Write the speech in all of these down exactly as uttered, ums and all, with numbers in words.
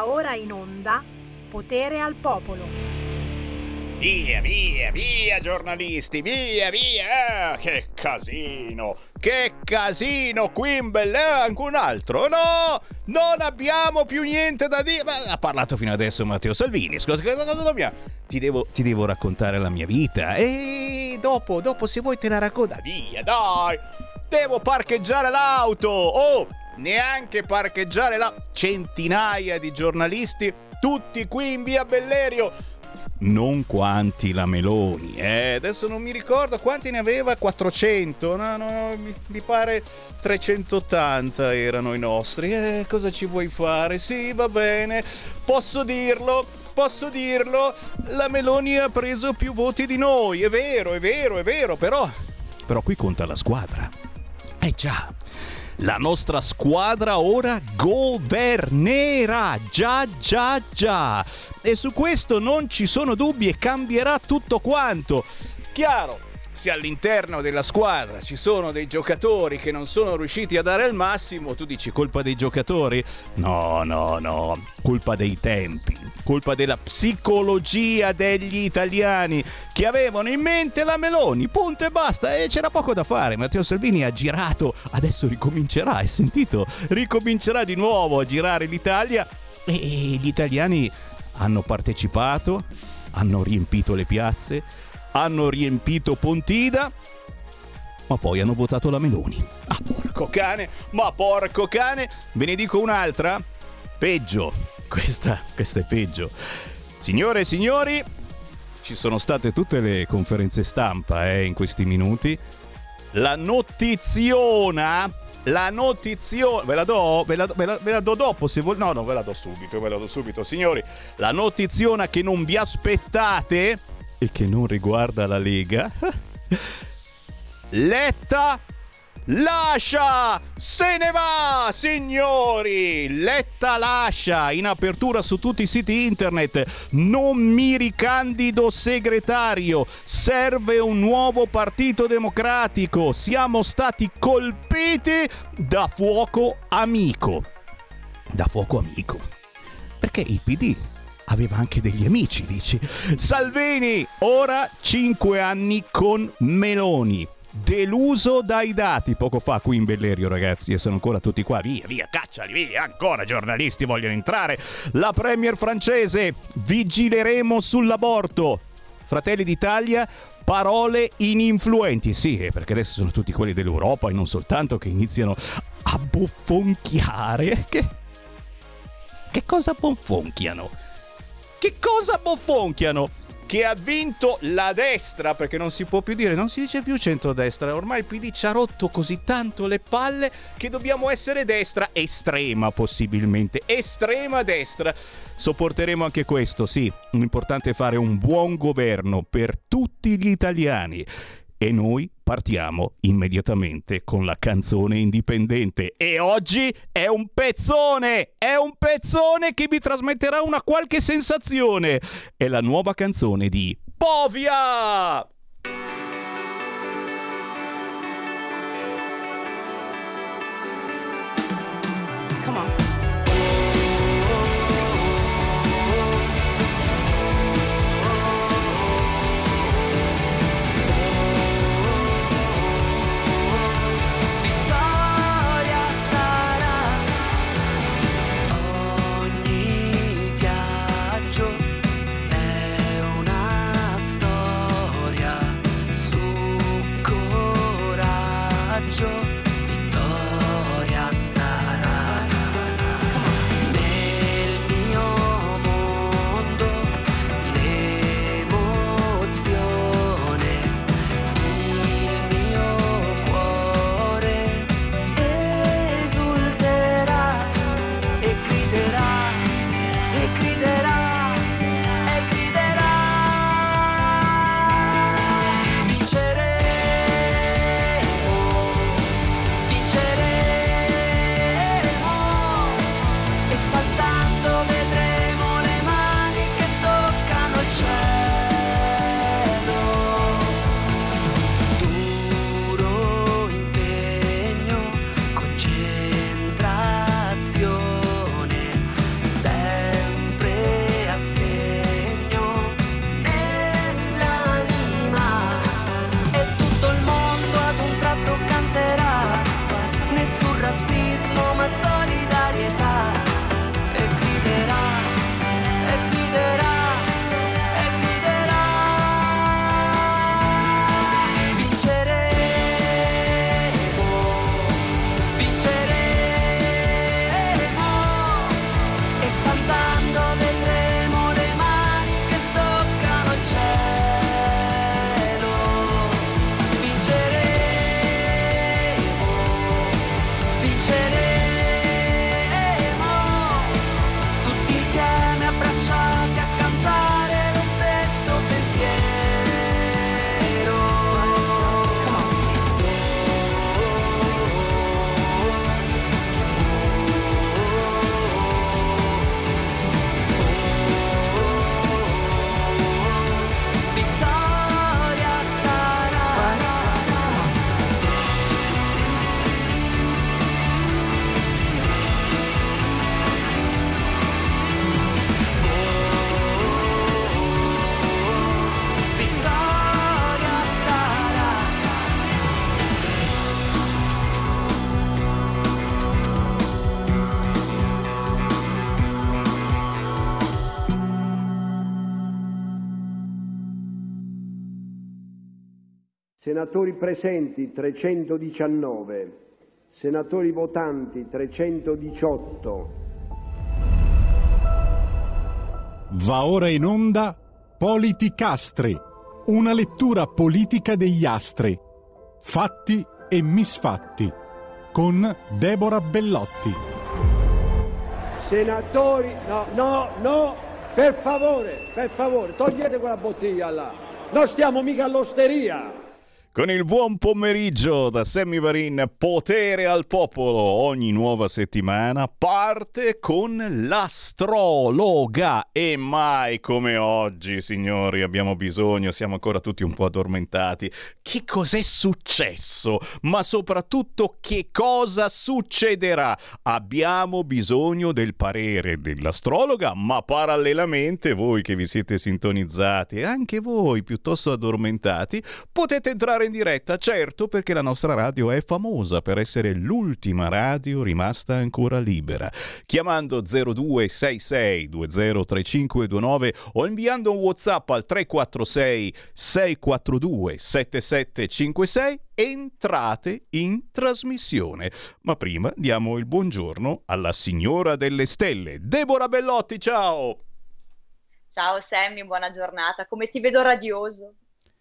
Va ora in onda Potere al Popolo. Via, via, via giornalisti, via, via! Ah, che casino, che casino qui in Bel Air, anche un altro, no! Non abbiamo più niente da dire. Ma ha parlato fino adesso Matteo Salvini, scusa, che cosa dobbiamo? Ti devo, ti devo raccontare la mia vita e dopo, dopo se vuoi te la racconta. Via, dai! Devo parcheggiare l'auto! Oh! Neanche parcheggiare la... Centinaia di giornalisti, tutti qui in via Bellerio. Non quanti la Meloni, eh? Adesso non mi ricordo quanti ne aveva, quattrocento, no, no, mi, mi pare trecentottanta erano i nostri. Eh, cosa ci vuoi fare? Sì, va bene, posso dirlo, posso dirlo, la Meloni ha preso più voti di noi, è vero, è vero, è vero, però, però qui conta la squadra. Eh già. La nostra squadra ora governerà, già già già, e su questo non ci sono dubbi e cambierà tutto quanto. Chiaro, se all'interno della squadra ci sono dei giocatori che non sono riusciti a dare il massimo, tu dici colpa dei giocatori? No, no, no, colpa dei tempi, colpa della psicologia degli italiani che avevano in mente la Meloni, punto e basta, e c'era poco da fare. Matteo Salvini ha girato, adesso ricomincerà, hai sentito? Ricomincerà di nuovo a girare l'Italia e gli italiani hanno partecipato, hanno riempito le piazze, hanno riempito Pontida, ma poi hanno votato la Meloni. Ah, porco cane, ma porco cane, ve ne dico un'altra, peggio, questa, questa è peggio. Signore e signori, ci sono state tutte le conferenze stampa eh, in questi minuti. La notiziona, la notiziona, ve la do, ve la, ve la, ve la do dopo se vuoi, no, no, ve la do subito, ve la do subito, signori. La notiziona che non vi aspettate e che non riguarda la Lega. Letta lascia, se ne va, signori. Letta lascia, in apertura su tutti i siti internet. Non mi ricandido segretario, serve un nuovo partito democratico, siamo stati colpiti da fuoco amico. Da fuoco amico, perché il P D aveva anche degli amici, dici. Salvini, ora cinque anni con Meloni. Deluso dai dati poco fa qui in Bellerio, ragazzi, e sono ancora tutti qua. Via, via, cacciali, via, ancora giornalisti vogliono entrare. La premier francese, vigileremo sull'aborto. Fratelli d'Italia, parole ininfluenti. Sì, perché adesso sono tutti quelli dell'Europa e non soltanto che iniziano a boffonchiare. Che, che cosa boffonchiano? Che cosa boffonchiano? Che ha vinto la destra, perché non si può più dire, non si dice più centrodestra, ormai il P D ci ha rotto così tanto le palle che dobbiamo essere destra estrema, possibilmente, estrema destra. Sopporteremo anche questo, sì, l'importante è fare un buon governo per tutti gli italiani. E noi partiamo immediatamente con la canzone indipendente. E oggi è un pezzone! È un pezzone che vi trasmetterà una qualche sensazione. È la nuova canzone di Povia! Come on. Vittoria sarà. Senatori presenti trecentodiciannove, senatori votanti trecentodiciotto. Va ora in onda Politicastri, una lettura politica degli astri, fatti e misfatti, con Deborah Bellotti. Senatori, no, no, no, per favore, per favore, togliete quella bottiglia là, non stiamo mica all'osteria. Con il buon pomeriggio da Sammy Varin, potere al popolo. Ogni nuova settimana parte con l'astrologa e mai come oggi, signori, abbiamo bisogno, siamo ancora tutti un po' addormentati. Che cos'è successo? Ma soprattutto che cosa succederà? Abbiamo bisogno del parere dell'astrologa, ma parallelamente voi che vi siete sintonizzati e anche voi piuttosto addormentati potete entrare in diretta, certo, perché la nostra radio è famosa per essere l'ultima radio rimasta ancora libera. Chiamando zero due sei sei due zero tre cinque due nove o inviando un WhatsApp al tre quattro sei sei quattro due sette sette cinque sei entrate in trasmissione. Ma prima diamo il buongiorno alla signora delle stelle, Deborah Bellotti, ciao! Ciao Sammy, buona giornata, come ti vedo radioso.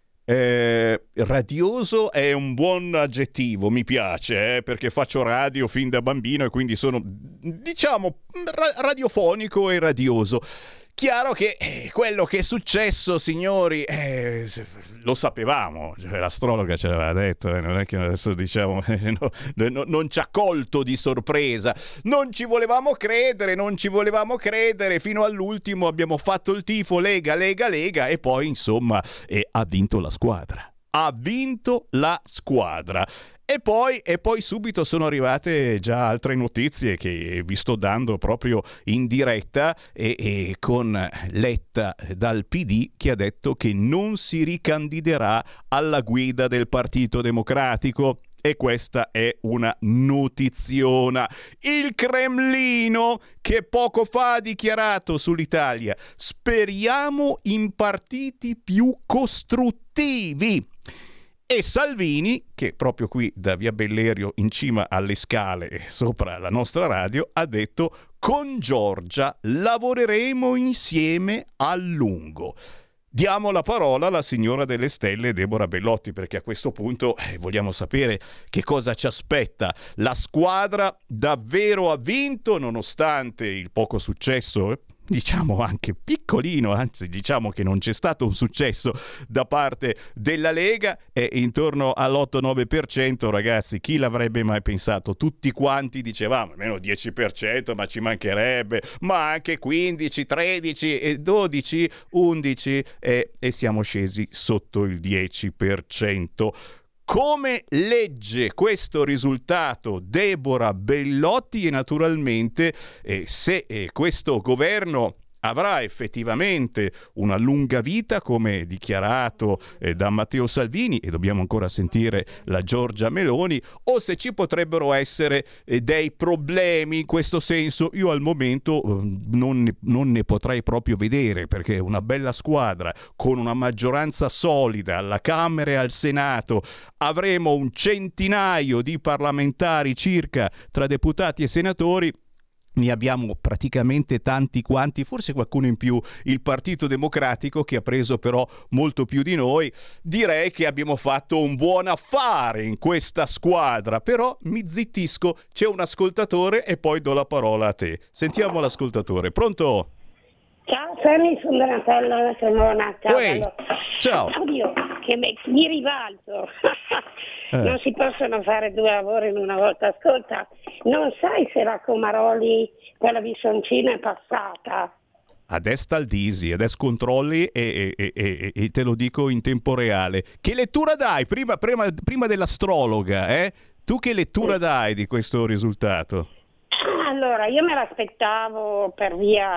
Eh, radioso è un buon aggettivo, mi piace, eh, perché faccio radio fin da bambino e quindi sono, diciamo, ra- radiofonico e radioso. Chiaro che eh, quello che è successo, signori, eh, lo sapevamo, cioè, l'astrologa ce l'aveva detto, eh, non è che adesso diciamo eh, no, no, non ci ha colto di sorpresa, non ci volevamo credere, non ci volevamo credere, fino all'ultimo abbiamo fatto il tifo Lega, Lega, Lega e poi insomma eh, ha vinto la squadra, ha vinto la squadra. E poi, e poi subito sono arrivate già altre notizie che vi sto dando proprio in diretta e, e con Letta dal P D che ha detto che non si ricandiderà alla guida del Partito Democratico. E questa è una notiziona. Il Cremlino che poco fa ha dichiarato sull'Italia: speriamo in partiti più costruttivi. E Salvini, che proprio qui da Via Bellerio in cima alle scale sopra la nostra radio, ha detto: con Giorgia lavoreremo insieme a lungo. Diamo la parola alla signora delle stelle Deborah Bellotti, perché a questo punto eh, vogliamo sapere che cosa ci aspetta. La squadra davvero ha vinto nonostante il poco successo, eh? Diciamo anche piccolino, anzi diciamo che non c'è stato un successo da parte della Lega, è intorno all'otto nove per cento, ragazzi, chi l'avrebbe mai pensato? Tutti quanti dicevamo almeno dieci per cento, ma ci mancherebbe, ma anche quindici, tredici, e dodici, undici e, e siamo scesi sotto il dieci per cento. Come legge questo risultato Deborah Bellotti e naturalmente eh, se eh, questo governo avrà effettivamente una lunga vita come dichiarato eh, da Matteo Salvini, e dobbiamo ancora sentire la Giorgia Meloni, o se ci potrebbero essere eh, dei problemi in questo senso. Io al momento eh, non, ne, non ne potrei proprio vedere, perché una bella squadra con una maggioranza solida alla Camera e al Senato, avremo un centinaio di parlamentari circa tra deputati e senatori. Ne abbiamo praticamente tanti quanti, forse qualcuno in più, il Partito Democratico, che ha preso però molto più di noi. Direi che abbiamo fatto un buon affare in questa squadra, però mi zittisco, c'è un ascoltatore e poi do la parola a te. Sentiamo l'ascoltatore. Pronto? Ciao, Sammy, sono Donatella da Cremona. Ciao. Uè, ciao. Oddio, che me, mi ribalzo. eh. Non si possono fare due lavori in una volta. Ascolta, non sai se la Comaroli, quella bissoncina, è passata? Adesso sta al Disi, adesso controlli e, e, e, e te lo dico in tempo reale. Che lettura dai prima, prima, prima dell'astrologa, eh? Tu che lettura dai di questo risultato? Allora, io me l'aspettavo per via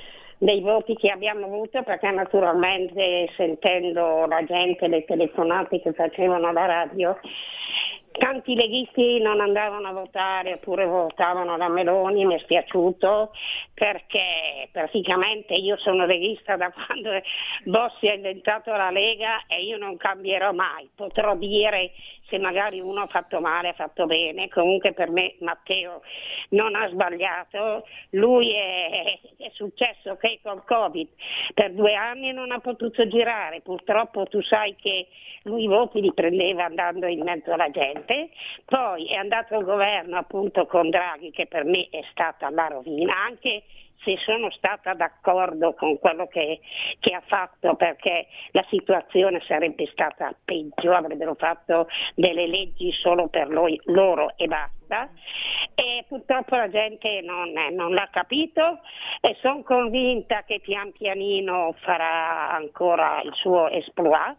dei voti che abbiamo avuto, perché naturalmente sentendo la gente, le telefonate che facevano alla radio, tanti leghisti non andavano a votare oppure votavano la Meloni, mi è spiaciuto, perché praticamente io sono leghista da quando Bossi ha inventato la Lega e io non cambierò mai. Potrò dire se magari uno ha fatto male, ha fatto bene, comunque per me Matteo non ha sbagliato, lui è, è successo che col Covid per due anni non ha potuto girare, purtroppo tu sai che lui i voti li prendeva andando in mezzo alla gente, poi è andato al governo appunto con Draghi, che per me è stata la rovina, anche se sono stata d'accordo con quello che, che ha fatto, perché la situazione sarebbe stata peggio, avrebbero fatto delle leggi solo per lui, loro e basta, e purtroppo la gente non, non l'ha capito e sono convinta che pian pianino farà ancora il suo exploit.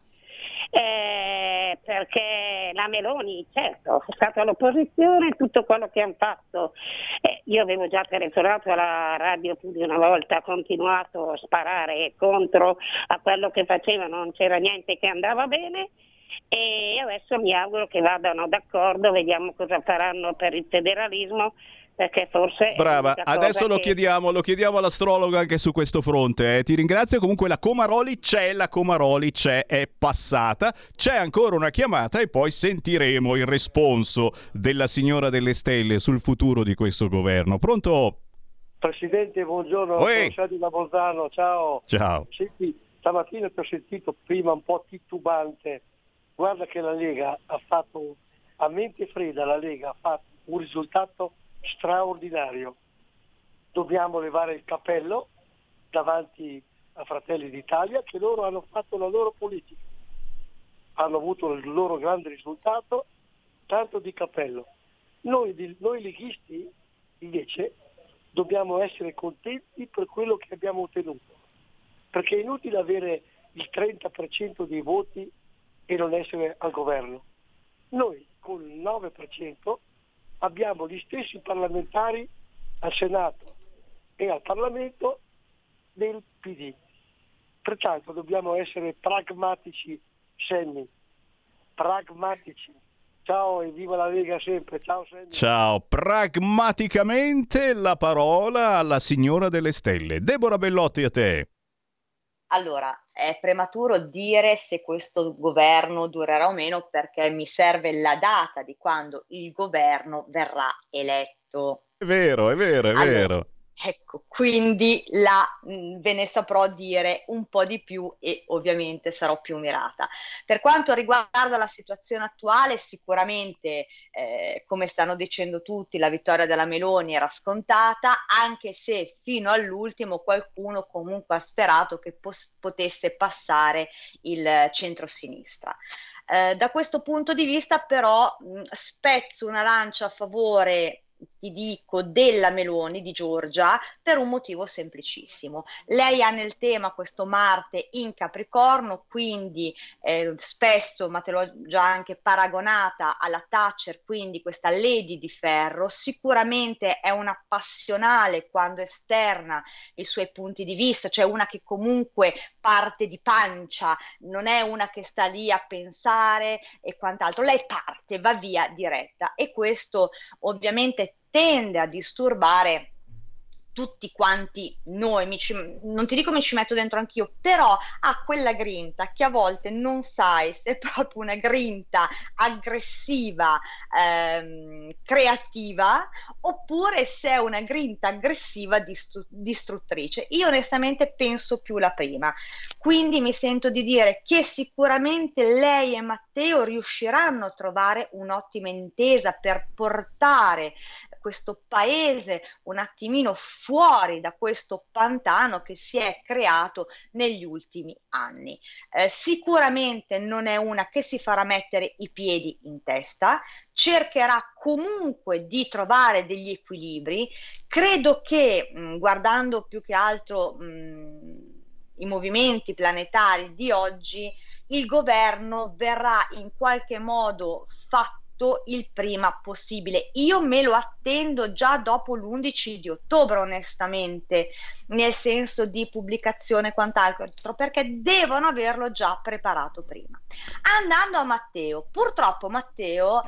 Eh, perché la Meloni, certo, è stata all'opposizione, tutto quello che hanno fatto, eh, io avevo già telefonato alla radio più di una volta, ha continuato a sparare contro a quello che facevano, non c'era niente che andava bene, e adesso mi auguro che vadano d'accordo, vediamo cosa faranno per il federalismo, perché forse brava, adesso lo che... chiediamo lo chiediamo all'astrologo anche su questo fronte, eh. Ti ringrazio. Comunque la Comaroli c'è, la Comaroli c'è, è passata, c'è ancora una chiamata e poi sentiremo il responso della signora delle stelle sul futuro di questo governo. Pronto? Presidente, buongiorno, Oi. sono Sadi da Bolzano, ciao. Ciao. Senti, stamattina ti ho sentito prima un po' titubante, guarda che la Lega ha fatto, a mente fredda la Lega ha fatto un risultato straordinario. Dobbiamo levare il cappello davanti a Fratelli d'Italia, che loro hanno fatto la loro politica, hanno avuto il loro grande risultato, tanto di cappello. Noi, noi leghisti invece dobbiamo essere contenti per quello che abbiamo ottenuto, perché è inutile avere il trenta per cento dei voti e non essere al governo. Noi con il nove per cento abbiamo gli stessi parlamentari al Senato e al Parlamento del P D. Pertanto dobbiamo essere pragmatici, Sammy, pragmatici. Ciao e viva la Lega sempre. Ciao Sammy. Ciao. Pragmaticamente la parola alla signora delle stelle. Deborah Bellotti, a te. Allora, è prematuro dire se questo governo durerà o meno, perché mi serve la data di quando il governo verrà eletto. È vero, è vero, è Allora, vero. Ecco, quindi la, mh, ve ne saprò dire un po' di più e ovviamente sarò più mirata. Per quanto riguarda la situazione attuale, sicuramente, eh, come stanno dicendo tutti, la vittoria della Meloni era scontata, anche se fino all'ultimo qualcuno comunque ha sperato che pos- potesse passare il centrosinistra. Eh, da questo punto di vista però mh, spezzo una lancia a favore, ti dico, della Meloni, di Giorgia, per un motivo semplicissimo. Lei ha nel tema questo Marte in Capricorno, quindi eh, spesso, ma te l'ho già anche paragonata alla Thatcher, quindi questa Lady di ferro. Sicuramente è una passionale quando esterna i suoi punti di vista, cioè una che comunque parte di pancia, non è una che sta lì a pensare e quant'altro, lei parte, va via diretta, e questo ovviamente tende a disturbare tutti quanti noi. Mi ci, non ti dico mi ci metto dentro anch'io, però ha quella grinta che a volte non sai se è proprio una grinta aggressiva, ehm, creativa, oppure se è una grinta aggressiva distru- distruttrice. Io onestamente penso più la prima, quindi mi sento di dire che sicuramente lei e Matteo riusciranno a trovare un'ottima intesa per portare questo paese un attimino fuori da questo pantano che si è creato negli ultimi anni. Eh, sicuramente non è una che si farà mettere i piedi in testa, cercherà comunque di trovare degli equilibri. Credo che mh, guardando più che altro mh, i movimenti planetari di oggi, il governo verrà in qualche modo fatto il prima possibile. Io me lo attendo già dopo l'undici di ottobre, onestamente, nel senso di pubblicazione e quant'altro, perché devono averlo già preparato prima. Andando a Matteo, purtroppo Matteo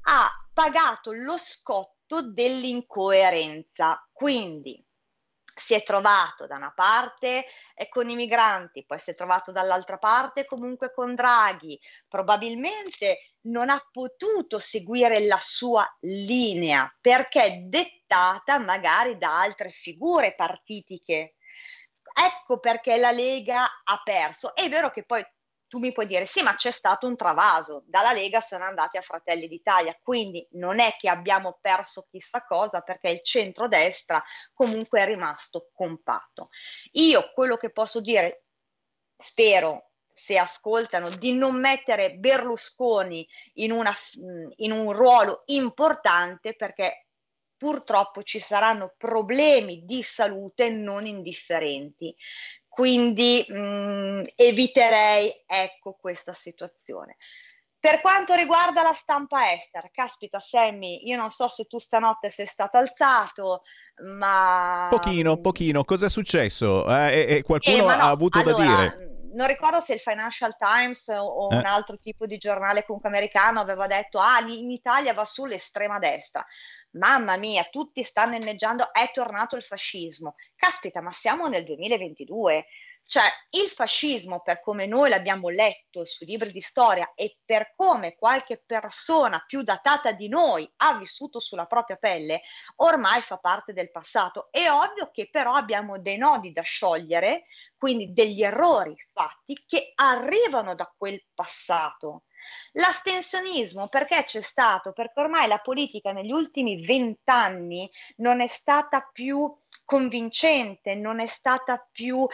ha pagato lo scotto dell'incoerenza. Quindi si è trovato da una parte eh, con i migranti, poi si è trovato dall'altra parte comunque con Draghi, probabilmente non ha potuto seguire la sua linea perché è dettata magari da altre figure partitiche. Ecco perché la Lega ha perso. È vero che poi tu mi puoi dire sì, ma c'è stato un travaso, dalla Lega sono andati a Fratelli d'Italia, quindi non è che abbiamo perso chissà cosa perché il centrodestra comunque è rimasto compatto. Io quello che posso dire, spero, se ascoltano, di non mettere Berlusconi in, una, in un ruolo importante perché purtroppo ci saranno problemi di salute non indifferenti. Quindi mh, eviterei ecco questa situazione. Per quanto riguarda la stampa estera, caspita Sammy, io non so se tu stanotte sei stato alzato, ma... Pochino, pochino, cosa è successo? Eh, eh, qualcuno eh, no, ha avuto allora, da dire? Non ricordo se il Financial Times o Eh. un altro tipo di giornale comunque americano aveva detto ah, in Italia va sull'estrema destra. Mamma mia, tutti stanno inneggiando, è tornato il fascismo. Caspita, ma siamo nel duemilaventidue. Cioè, il fascismo, per come noi l'abbiamo letto sui libri di storia e per come qualche persona più datata di noi ha vissuto sulla propria pelle, ormai fa parte del passato. È ovvio che però abbiamo dei nodi da sciogliere, quindi degli errori fatti che arrivano da quel passato. L'astensionismo perché c'è stato? Perché ormai la politica negli ultimi vent'anni non è stata più convincente, non è stata più,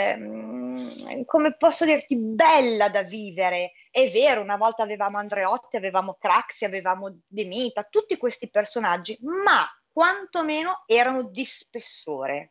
ehm, come posso dirti, bella da vivere. È vero, una volta avevamo Andreotti, avevamo Craxi, avevamo De Mita, tutti questi personaggi, ma quantomeno erano di spessore.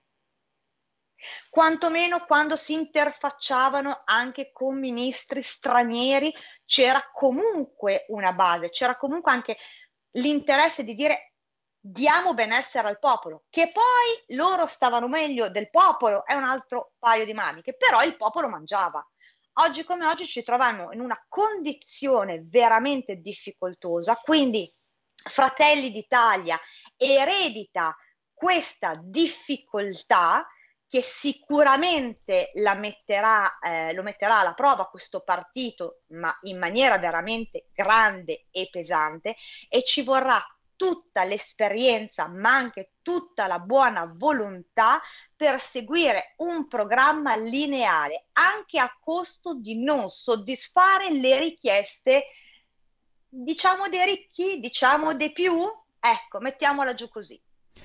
Quantomeno quando si interfacciavano anche con ministri stranieri c'era comunque una base, c'era comunque anche l'interesse di dire diamo benessere al popolo, che poi loro stavano meglio del popolo è un altro paio di maniche, però il popolo mangiava. Oggi come oggi ci troviamo in una condizione veramente difficoltosa, quindi Fratelli d'Italia eredita questa difficoltà che sicuramente la metterà, eh, lo metterà alla prova questo partito, ma in maniera veramente grande e pesante, e ci vorrà tutta l'esperienza, ma anche tutta la buona volontà per seguire un programma lineare, anche a costo di non soddisfare le richieste, diciamo, dei ricchi, diciamo, dei più. Ecco, mettiamola giù così.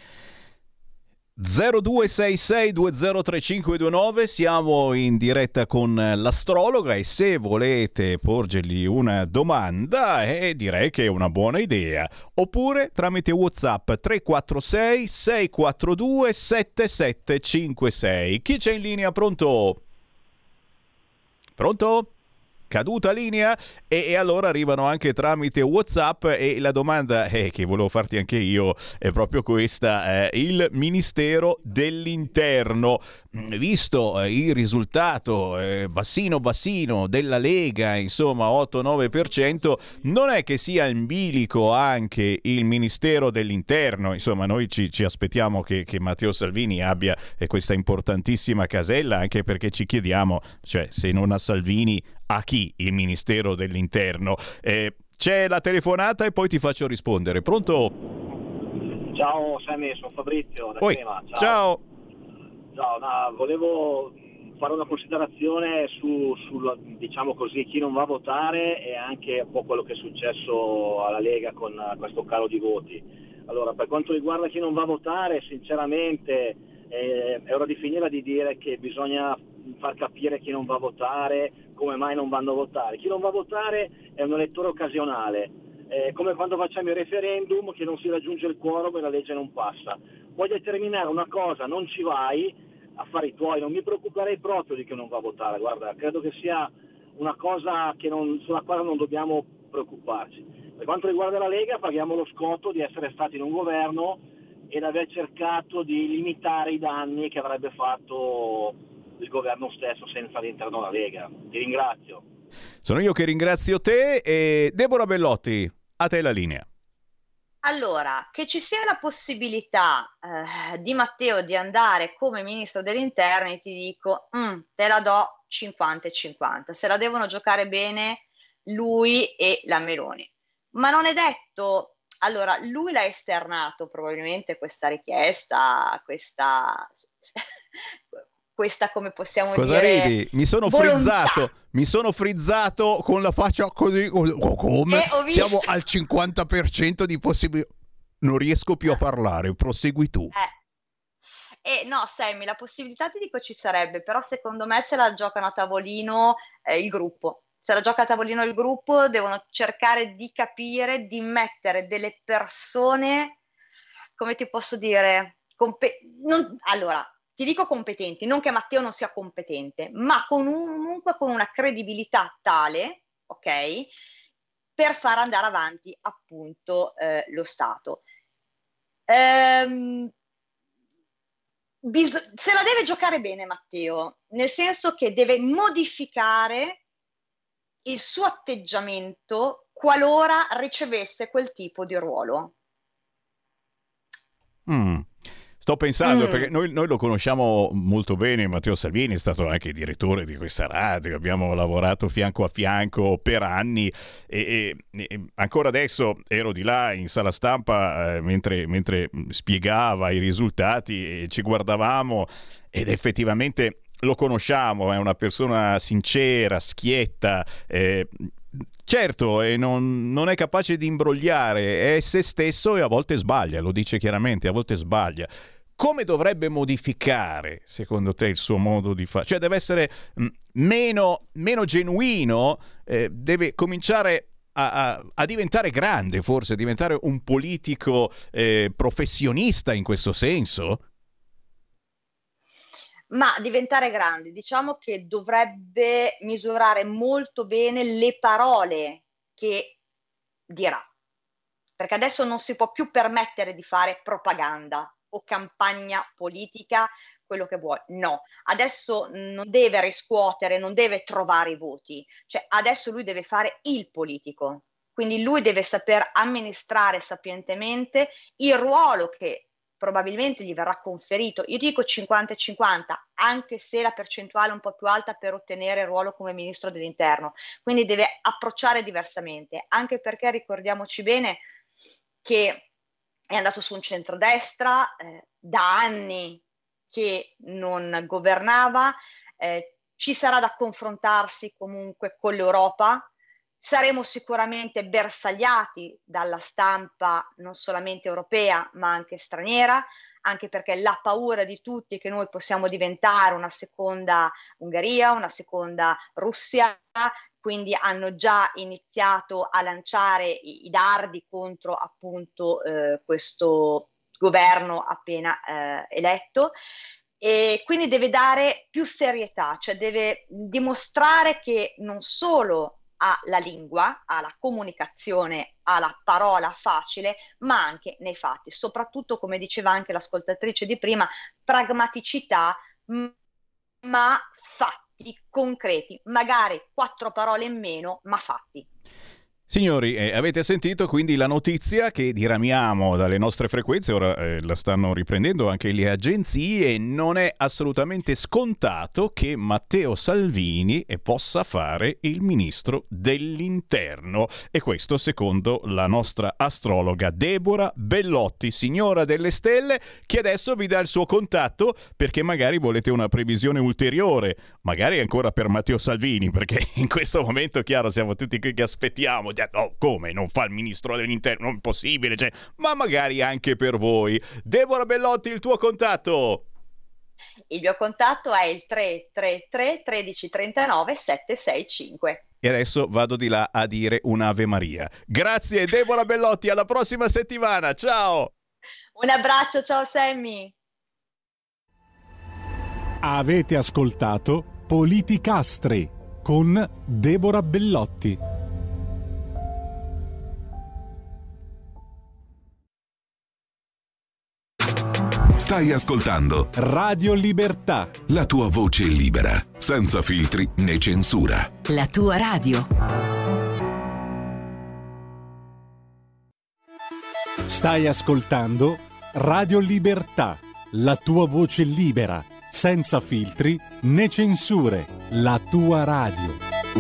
zero due sei sei due zero tre cinque due nove, siamo in diretta con l'astrologa e se volete porgergli una domanda eh, direi che è una buona idea, oppure tramite WhatsApp tre quattro sei sei quattro due sette sette cinque sei. Chi c'è in linea? Pronto? Pronto? Caduta linea e, e allora arrivano anche tramite WhatsApp e la domanda eh, che volevo farti anche io è proprio questa, eh, il Ministero dell'Interno, visto eh, il risultato eh, bassino bassino della Lega, insomma otto nove per cento, non è che sia in bilico anche il Ministero dell'Interno? Insomma, noi ci, ci aspettiamo che, che Matteo Salvini abbia eh, questa importantissima casella, anche perché ci chiediamo, cioè, se non a Salvini a chi il Ministero dell'Interno? Eh, c'è la telefonata e poi ti faccio rispondere. Pronto? Ciao Sammy, sono Fabrizio da Oi, Crema. Ciao. Ciao. Ciao, no, volevo fare una considerazione su, sul, diciamo così, chi non va a votare e anche un po' quello che è successo alla Lega con questo calo di voti. Allora, per quanto riguarda chi non va a votare, sinceramente eh, è ora di finire di dire che bisogna far capire chi non va a votare, come mai non vanno a votare. Chi non va a votare è un elettore occasionale, è come quando facciamo il referendum che non si raggiunge il quorum e la legge non passa. Vuoi determinare una cosa, non ci vai, affari tuoi, non mi preoccuperei proprio di chi non va a votare, guarda, credo che sia una cosa che non, sulla quale non dobbiamo preoccuparci. Per quanto riguarda la Lega, paghiamo lo scotto di essere stati in un governo ed aver cercato di limitare i danni che avrebbe fatto il governo stesso senza all'interno della Lega. Ti ringrazio. Sono io che ringrazio te e Deborah Bellotti, a te la linea. Allora, che ci sia la possibilità eh, di Matteo di andare come ministro degli interni, ti dico, mm, te la do cinquanta e cinquanta, se la devono giocare bene lui e la Meloni. Ma non è detto, allora, lui l'ha esternato probabilmente questa richiesta, questa, questa come possiamo Cosa dire... ridi? Mi sono volontà. frizzato, mi sono frizzato con la faccia così, come? Eh, ho visto. Siamo al cinquanta per cento di possibilità. Non riesco più a parlare, prosegui tu. Eh. Eh, no, Sammy, la possibilità ti dico ci sarebbe, però secondo me se la giocano a tavolino eh, il gruppo. Se la gioca a tavolino il gruppo, devono cercare di capire, di mettere delle persone, come ti posso dire, compe- non, allora, ti dico competenti, non che Matteo non sia competente, ma con un, comunque con una credibilità tale, ok, per far andare avanti appunto eh, lo Stato. Ehm, bis- se la deve giocare bene Matteo, nel senso che deve modificare il suo atteggiamento qualora ricevesse quel tipo di ruolo. Mm. Sto pensando, Mm. perché noi, noi lo conosciamo molto bene, Matteo Salvini è stato anche direttore di questa radio, abbiamo lavorato fianco a fianco per anni e, e, e ancora adesso ero di là in sala stampa eh, mentre, mentre spiegava i risultati e ci guardavamo ed effettivamente lo conosciamo, è una persona sincera, schietta, eh, certo, e non, non è capace di imbrogliare, è se stesso e a volte sbaglia, lo dice chiaramente, a volte sbaglia. Come dovrebbe modificare, secondo te, il suo modo di fare? Cioè deve essere mh, meno, meno genuino, eh, deve cominciare a, a, a diventare grande, forse, diventare un politico eh, professionista in questo senso? Ma diventare grande, diciamo che dovrebbe misurare molto bene le parole che dirà, perché adesso non si può più permettere di fare propaganda o campagna politica, quello che vuoi. No, adesso non deve riscuotere, non deve trovare i voti, cioè adesso lui deve fare il politico, quindi lui deve saper amministrare sapientemente il ruolo che probabilmente gli verrà conferito. Io dico cinquanta e cinquanta, anche se la percentuale è un po' più alta per ottenere il ruolo come ministro dell'interno, quindi deve approcciare diversamente, anche perché ricordiamoci bene che è andato su un centrodestra eh, da anni che non governava, eh, ci sarà da confrontarsi comunque con l'Europa. Saremo sicuramente bersagliati dalla stampa non solamente europea ma anche straniera, anche perché la paura di tutti è che noi possiamo diventare una seconda Ungheria, una seconda Russia, quindi hanno già iniziato a lanciare i, i dardi contro appunto eh, questo governo appena eh, eletto. E quindi deve dare più serietà, cioè deve dimostrare che non solo ha la lingua, ha la comunicazione, ha la parola facile, ma anche nei fatti. Soprattutto, come diceva anche l'ascoltatrice di prima, pragmaticità, m- ma fatti concreti, magari quattro parole in meno, ma fatti. Signori, eh, avete sentito quindi la notizia che diramiamo dalle nostre frequenze, ora eh, la stanno riprendendo anche le agenzie, non è assolutamente scontato che Matteo Salvini possa fare il ministro dell'interno, e questo secondo la nostra astrologa Deborah Bellotti, signora delle stelle, che adesso vi dà il suo contatto perché magari volete una previsione ulteriore, magari ancora per Matteo Salvini, perché in questo momento, chiaro, siamo tutti qui che aspettiamo. Oh, come? Non fa il ministro dell'interno? Non è possibile, cioè, ma magari anche per voi. Deborah Bellotti, il tuo contatto? Il mio contatto è il tre tre tre tredici trentanove sette sei cinque. E adesso vado di là a dire un'Ave Maria. Grazie Deborah Bellotti, alla prossima settimana, ciao! Un abbraccio, ciao Sammy! Avete ascoltato Politicastri con Deborah Bellotti. Stai ascoltando Radio Libertà, la tua voce libera, senza filtri né censura. La tua radio. Stai ascoltando Radio Libertà, la tua voce libera, senza filtri né censure, la tua radio.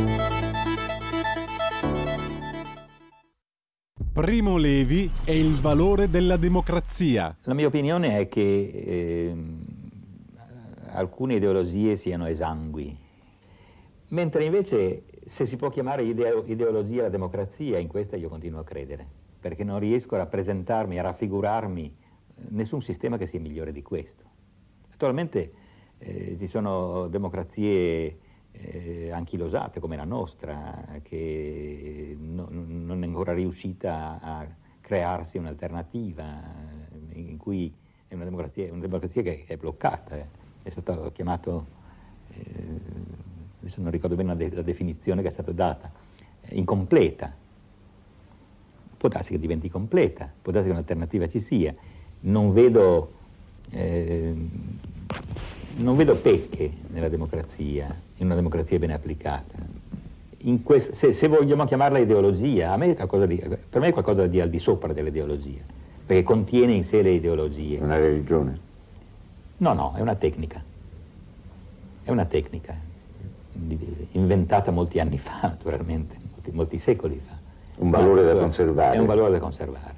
Primo Levi e il valore della democrazia. La mia opinione è che eh, alcune ideologie siano esangui, mentre invece se si può chiamare ideo- ideologia la democrazia, in questa io continuo a credere, perché non riesco a rappresentarmi, a raffigurarmi nessun sistema che sia migliore di questo. Attualmente eh, ci sono democrazie eh, anchilosate come la nostra, che no, non è ancora riuscita a crearsi un'alternativa, in cui è una democrazia, una democrazia che è bloccata. Eh. È stato chiamato, eh, adesso non ricordo bene la, de- la definizione che è stata data, eh, incompleta. Può darsi che diventi completa, può darsi che un'alternativa ci sia. Non vedo, eh, non vedo pecche nella democrazia, in una democrazia ben applicata. In quest- se, se vogliamo chiamarla ideologia, a me è qualcosa di, per me è qualcosa di al di sopra dell'ideologia, perché contiene in sé le ideologie. Una religione? No, no, è una tecnica. È una tecnica, inventata molti anni fa, naturalmente, molti, molti secoli fa. Un valore Ma, da conservare. È un valore da conservare.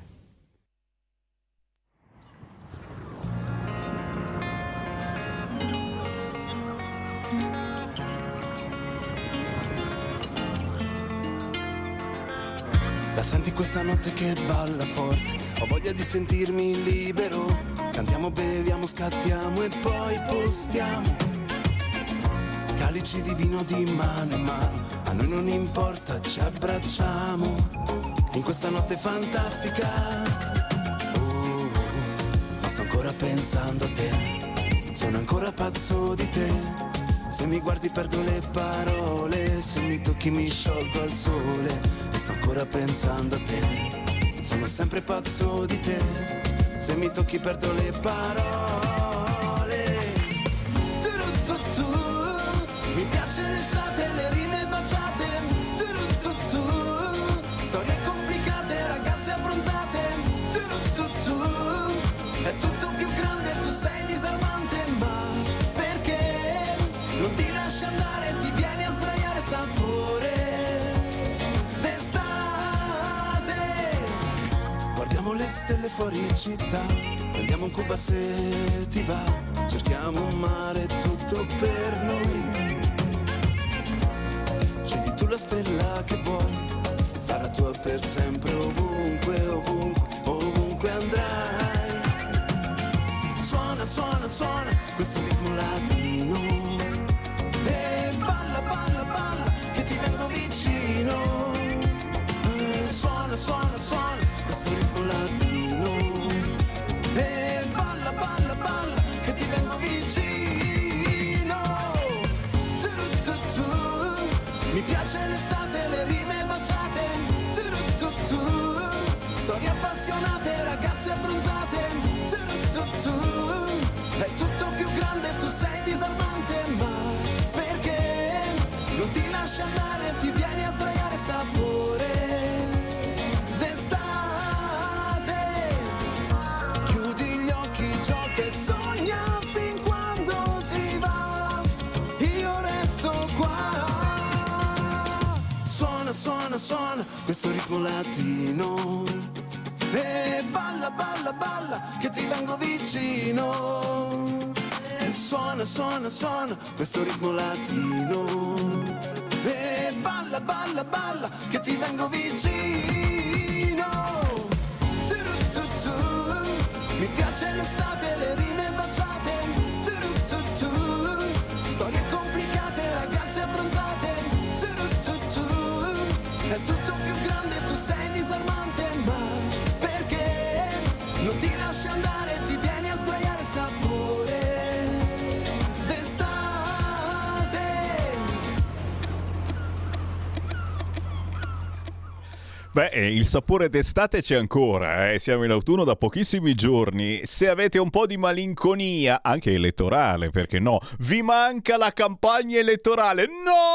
La senti questa notte che balla forte, ho voglia di sentirmi libero. Cantiamo, beviamo, scattiamo e poi postiamo calici di vino di mano in mano. A noi non importa, ci abbracciamo in questa notte fantastica. Oh, ma sto ancora pensando a te, sono ancora pazzo di te. Se mi guardi perdo le parole, se mi tocchi mi sciolgo al sole. E sto ancora pensando a te, sono sempre pazzo di te. Se mi tocchi perdo le parole. Tu-ru-tu-tu, mi piace l'estate, le rime baciate. Tu-ru-tu-tu, storie complicate, ragazze abbronzate. Tu-ru-tu-tu, è tutto più grande, tu sei disarmante. Ma perché non ti lasci andare, ti vieni a sdraiare, sapore d'estate. Guardiamo le stelle fuori città, prendiamo un cuba se ti va, cerchiamo un mare tutto per noi. Scegli tu la stella che vuoi, sarà tua per sempre, ovunque, ovunque, ovunque andrai. Suona, suona, suona questo ritmo latino e balla, balla, balla che ti vengo vicino. E suona, suona, suona questo ritmo latino e balla, balla, balla che ti vengo vicino. Tu-ru-tu-tu, mi piace l'estate, le rime baciate. Tu-ru-tu-tu, storie appassionate, ragazze abbronzate. Tu-ru-tu-tu, è tutto più grande, tu sei disarmante. Ma perché non ti lasci andare, ti vieni a sdraiare, sapore d'estate. Chiudi gli occhi, gioca e sogna fin quando ti va, io resto qua. Suona, suona, suona questo ritmo latino e balla, balla, balla che ti vengo vicino. E suona, suona, suona questo ritmo latino e balla, balla, balla che ti vengo vicino. Tu-ru-tu-tu, mi piace l'estate, le rime baciate. Tu-ru-tu-tu, storie complicate, ragazze abbronzate. Tu-ru-tu-tu, è tutto più grande, tu sei disarmante. Ma perché non ti lasci andare, ti vieni a sdraiare, sapore d'estate. Beh, il sapore d'estate c'è ancora, eh? Siamo in autunno da pochissimi giorni. Se avete un po' di malinconia, anche elettorale, perché no? Vi manca la campagna elettorale?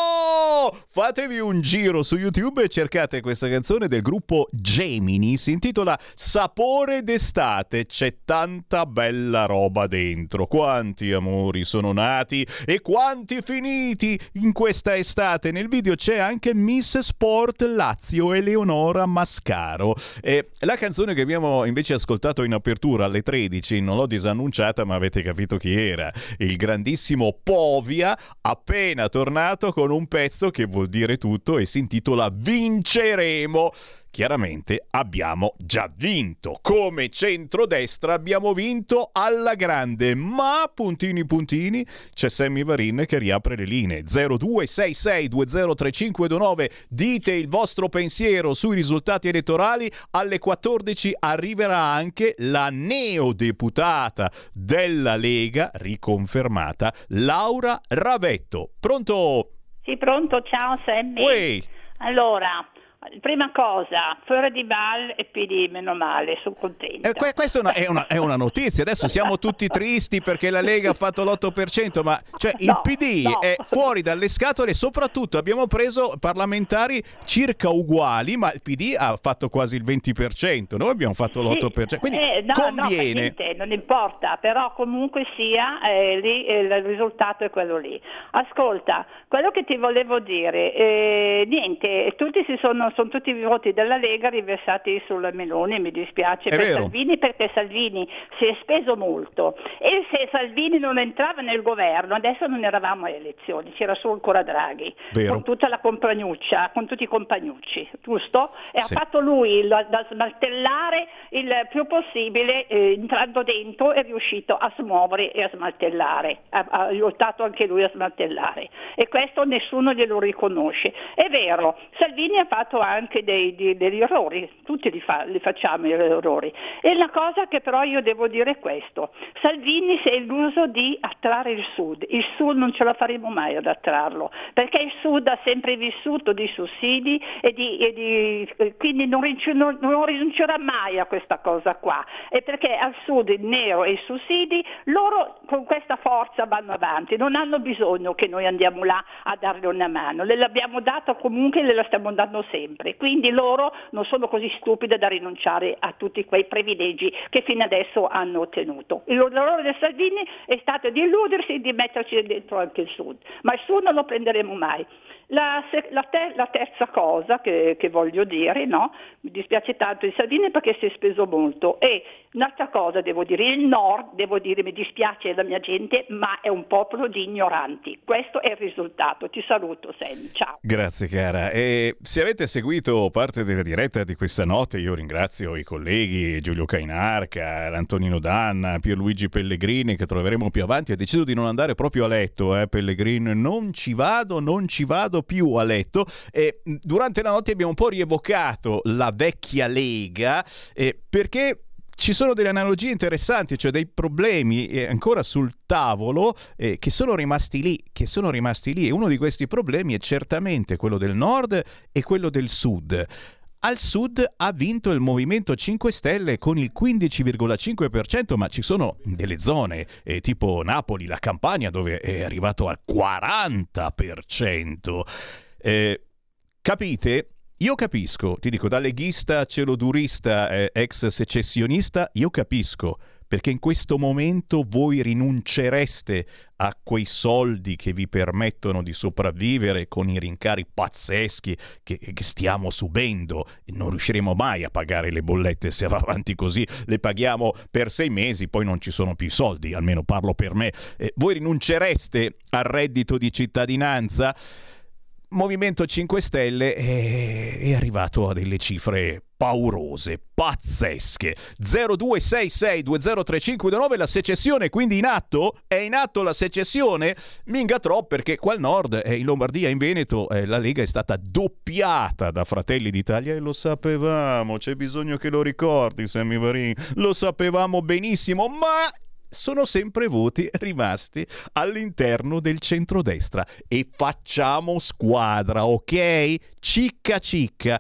No! Fatevi un giro su YouTube e cercate questa canzone del gruppo Gemini, si intitola Sapore d'estate. C'è tanta bella roba dentro. Quanti amori sono nati e quanti finiti in questa estate. Nel video c'è anche Miss Sport Lazio Eleonora Mascaro. E la canzone che abbiamo invece ascoltato in apertura alle tredici non l'ho disannunciata, ma avete capito chi era: il grandissimo Povia, appena tornato con un pezzo che vuol dire tutto e si intitola Vinceremo. Chiaramente abbiamo già vinto, come centrodestra abbiamo vinto alla grande, ma puntini puntini c'è Sammy Varin che riapre le linee. Zero due sei sei due zero tre cinque due nove, dite il vostro pensiero sui risultati elettorali. Alle quattordici arriverà anche la neodeputata della Lega riconfermata, Laura Ravetto. Pronto? Sì, pronto, ciao Sammy. Uè. Allora, prima cosa, fuori di Val e P D, meno male, sono contenta. Eh, que- questa è una, è, una, è una notizia. Adesso siamo tutti tristi perché la Lega ha fatto l'otto per cento, ma cioè, il No, P D no. è fuori dalle scatole. Soprattutto abbiamo preso parlamentari circa uguali, ma il P D ha fatto quasi il venti per cento, noi abbiamo fatto l'otto per cento, quindi Eh, no, conviene. no, per niente, non importa, però comunque sia, eh, lì eh, il risultato è quello lì. Ascolta, quello che ti volevo dire, eh, niente, tutti si sono, sono tutti i voti della Lega riversati sulla Meloni, mi dispiace È per vero. Salvini, perché Salvini si è speso molto e se Salvini non entrava nel governo adesso non eravamo alle elezioni, c'era solo ancora Draghi, Vero. con tutta la compagnuccia, con tutti i compagnucci, giusto? E Sì. ha fatto lui il- da smantellare il più possibile, eh, entrando dentro è riuscito a smuovere e a smantellare, ha, ha aiutato anche lui a smantellare e questo nessuno glielo riconosce. È vero, Salvini ha fatto anche dei, dei- degli errori, tutti li, fa- li facciamo gli errori, e la cosa che però io devo dire è questo: Salvini si è illuso di attrarre il Sud, il Sud non ce la faremo mai ad attrarlo, perché il Sud ha sempre vissuto di sussidi e di, e di eh, quindi non, rinunci- non- non rinuncerà mai a questa cosa qua, e perché al Sud il nero e i sussidi, loro con questa forza vanno avanti, non hanno bisogno che noi andiamo là a darle una mano, le l'abbiamo dato comunque e le la stiamo dando sempre, quindi loro non sono così stupide da rinunciare a tutti quei privilegi che fino adesso hanno ottenuto. Il lavoro del Salvini è stato di illudersi e di metterci dentro anche il Sud, ma il Sud non lo prenderemo mai. La, se- la te- la terza cosa che, che voglio dire, no? Mi dispiace tanto di Salvini perché si è speso molto, e un'altra cosa devo dire, il Nord, devo dire, mi dispiace la mia gente, ma è un popolo di ignoranti, questo è il risultato. Ti saluto Sam, ciao. Grazie cara. E se avete seguito parte della diretta di questa notte, io ringrazio i colleghi Giulio Cainarca, Antonino Danna, Pierluigi Pellegrini, che troveremo più avanti. Ha deciso di non andare proprio a letto, eh, Pellegrini, non ci vado, non ci vado più a letto. E durante la notte abbiamo un po' rievocato la vecchia Lega, eh, perché ci sono delle analogie interessanti, cioè dei problemi eh, ancora sul tavolo eh, che sono rimasti lì, che sono rimasti lì, e uno di questi problemi è certamente quello del nord e quello del sud. Al sud ha vinto il Movimento cinque Stelle con il quindici virgola cinque per cento, ma ci sono delle zone eh, tipo Napoli, la Campania, dove è arrivato al quaranta per cento. Eh, capite? Io capisco, ti dico, da leghista, celodurista, eh, ex secessionista, io capisco, perché in questo momento voi rinuncereste a quei soldi che vi permettono di sopravvivere con i rincari pazzeschi che, che stiamo subendo, e non riusciremo mai a pagare le bollette se va avanti così, le paghiamo per sei mesi, poi non ci sono più i soldi, almeno parlo per me. Eh, voi rinuncereste al reddito di cittadinanza? Movimento cinque Stelle è, è arrivato a delle cifre paurose, pazzesche. zero due sei sei due zero tre cinque due nove, la secessione quindi in atto? È in atto la secessione? Minga troppo, perché qua al nord, eh, in Lombardia, in Veneto, eh, la Lega è stata doppiata da Fratelli d'Italia, e lo sapevamo, c'è bisogno che lo ricordi Sammy Varin, lo sapevamo benissimo, ma sono sempre voti rimasti all'interno del centrodestra, e facciamo squadra, ok? Cicca cicca.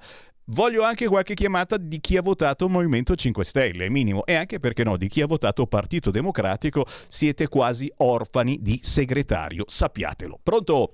voglio anche qualche chiamata di chi ha votato Movimento cinque Stelle, minimo, e anche, perché no, di chi ha votato Partito Democratico. Siete quasi orfani di segretario, sappiatelo. Pronto?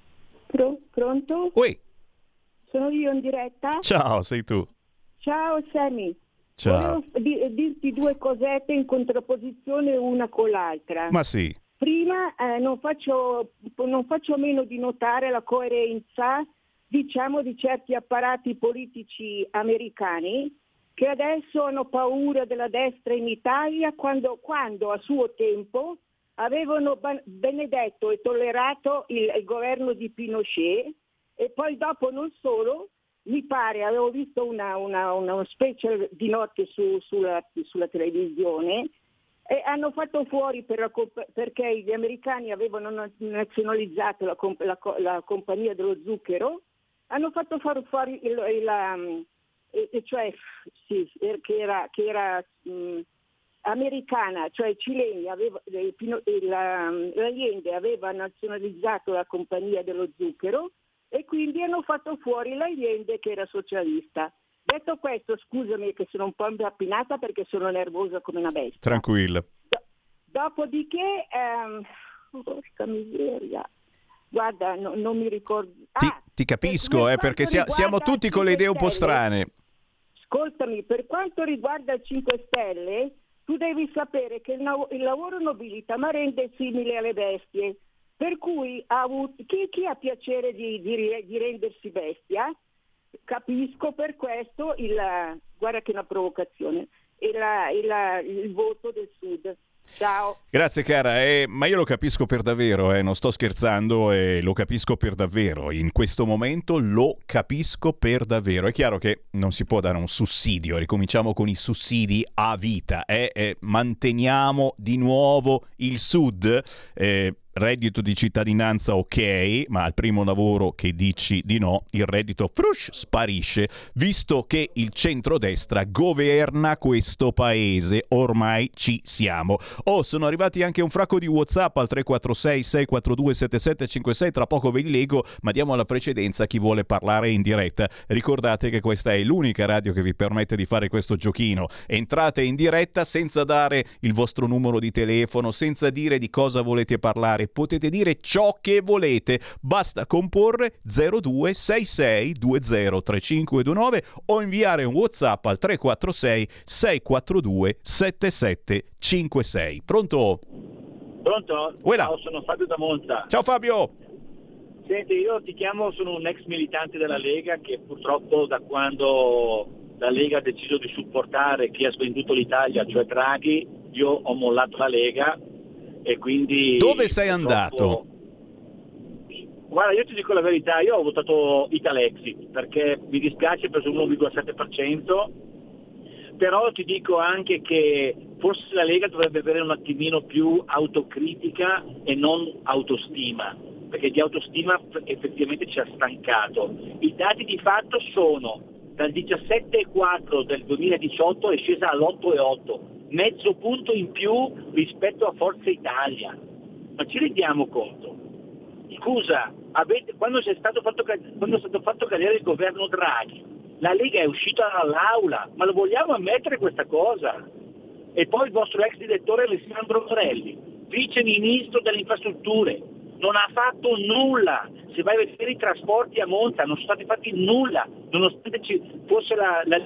Pro- pronto? Oi. Sono io in diretta? Ciao, sei tu. Ciao Sammy. Ciao. Volevo di- dirti due cosette in contrapposizione una con l'altra. Ma sì. Prima eh, non, faccio, non faccio meno di notare la coerenza, diciamo, di certi apparati politici americani che adesso hanno paura della destra in Italia quando, quando a suo tempo avevano ban- benedetto e tollerato il, il governo di Pinochet, e poi dopo non solo, mi pare, avevo visto una, una, una special di notte su, sulla, sulla televisione, e hanno fatto fuori per la comp- perché gli americani avevano nazionalizzato la, comp- la, la compagnia dello zucchero, hanno fatto far fuori il, il, um, e, cioè sì, che era, che era mh, americana, cioè cileni, aveva, il, il, l'Allende aveva nazionalizzato la compagnia dello zucchero e quindi hanno fatto fuori l'Allende che era socialista. Detto questo, scusami che sono un po' impappinata perché sono nervosa come una bestia. Tranquilla. Do- dopodiché, ehm, porca miseria, guarda, no, non mi ricordo. Ti, ah, ti capisco, per eh, perché sia, quanto siamo riguarda tutti con le idee un po' cinque Stelle, strane. Ascoltami, per quanto riguarda il cinque Stelle, tu devi sapere che il, no- il lavoro nobilita ma rende simile alle bestie. Per cui ha avuto, chi, chi ha piacere di, di, di rendersi bestia, capisco per questo il, guarda che è una provocazione, il, il, il voto del Sud. Ciao. Grazie cara, eh, ma io lo capisco per davvero, eh, non sto scherzando, e eh, lo capisco per davvero, in questo momento lo capisco per davvero. È chiaro che non si può dare un sussidio, ricominciamo con i sussidi a vita, eh, eh, manteniamo di nuovo il Sud, eh, reddito di cittadinanza ok, ma al primo lavoro che dici di no, il reddito frush sparisce, visto che il centrodestra governa questo paese, ormai ci siamo. Oh, sono arrivati anche un fracco di WhatsApp al tre quattro sei sei quattro due sette sette cinque sei, tra poco ve li leggo, ma diamo la precedenza a chi vuole parlare in diretta. Ricordate che questa è l'unica radio che vi permette di fare questo giochino. Entrate in diretta senza dare il vostro numero di telefono, senza dire di cosa volete parlare. Potete dire ciò che volete, basta comporre zero due sei sei due zero tre cinque due nove o inviare un WhatsApp al tre quattro sei sei quattro due sette sette cinque sei. Pronto? Pronto? Uela. Ciao, sono Fabio da Monza. Ciao Fabio. Senti, io ti chiamo, sono un ex militante della Lega che purtroppo da quando la Lega ha deciso di supportare chi ha svenduto l'Italia, cioè Draghi, io ho mollato la Lega. E quindi dove sei andato? Guarda, io ti dico la verità, io ho votato Italexit perché mi dispiace, per l'uno virgola sette per cento, però ti dico anche che forse la Lega dovrebbe avere un attimino più autocritica e non autostima, perché di autostima effettivamente ci ha stancato. I dati di fatto sono dal diciassette virgola quattro del duemiladiciotto è scesa all'otto virgola otto, mezzo punto in più rispetto a Forza Italia. Ma ci rendiamo conto? Scusa, avete, quando, è stato fatto, quando è stato fatto cadere il governo Draghi, la Lega è uscita dall'aula, ma lo vogliamo ammettere questa cosa? E poi il vostro ex direttore Alessandro Morelli, vice ministro delle infrastrutture, non ha fatto nulla. Se vai a vedere i trasporti a Monza non sono stati fatti nulla, nonostante ci fosse la, la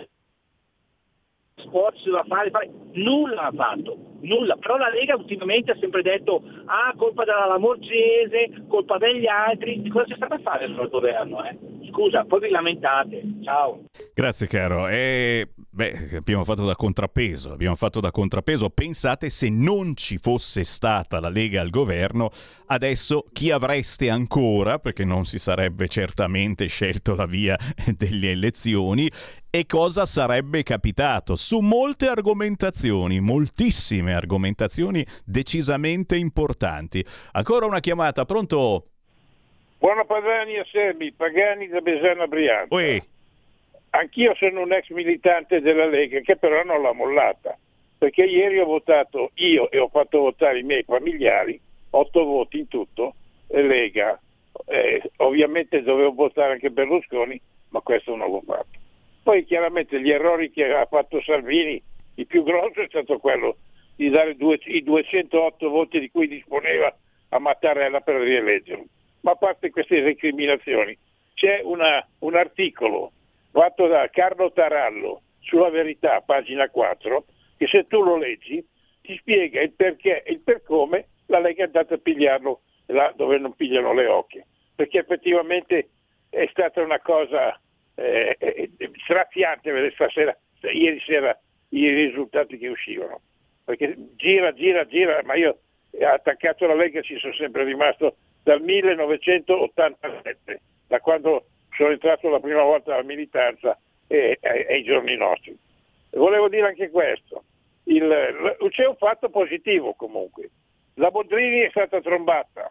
sport si doveva fare, fare, nulla ha fatto, nulla. Però la Lega ultimamente ha sempre detto ah, colpa della Lamorgese, colpa degli altri. Di cosa c'è stato a fare sul governo? Eh? Scusa, poi vi lamentate. Ciao. Grazie caro. E beh, abbiamo fatto da contrappeso, abbiamo fatto da contrappeso. Pensate se non ci fosse stata la Lega al governo, adesso chi avreste ancora, perché non si sarebbe certamente scelto la via delle elezioni, e cosa sarebbe capitato su molte argomentazioni, moltissime argomentazioni decisamente importanti. Ancora una chiamata, pronto? Buona Pagani a Semmi, Pagani da Besana Brianza. Ui. Anch'io sono un ex militante della Lega che però non l'ha mollata, perché ieri ho votato io e ho fatto votare i miei familiari, otto voti in tutto, e Lega. Eh, ovviamente dovevo votare anche Berlusconi, ma questo non l'ho fatto. Poi chiaramente gli errori che ha fatto Salvini, il più grosso è stato quello di dare due, i duecentootto voti di cui disponeva a Mattarella per rieleggerlo. Ma a parte queste recriminazioni, c'è una, un articolo fatto da Carlo Tarallo sulla Verità, pagina quattro, che se tu lo leggi ti spiega il perché e il per come la Lega è andata a pigliarlo là dove non pigliano le oche, perché effettivamente è stata una cosa eh, eh, straziante vedere stasera, ieri sera, i risultati che uscivano, perché gira, gira, gira, ma io attaccato alla Lega ci sono sempre rimasto dal millenovecentottantasette, da quando sono entrato la prima volta alla militanza e ai giorni nostri. Volevo dire anche questo, il, c'è un fatto positivo comunque, la Boldrini è stata trombata,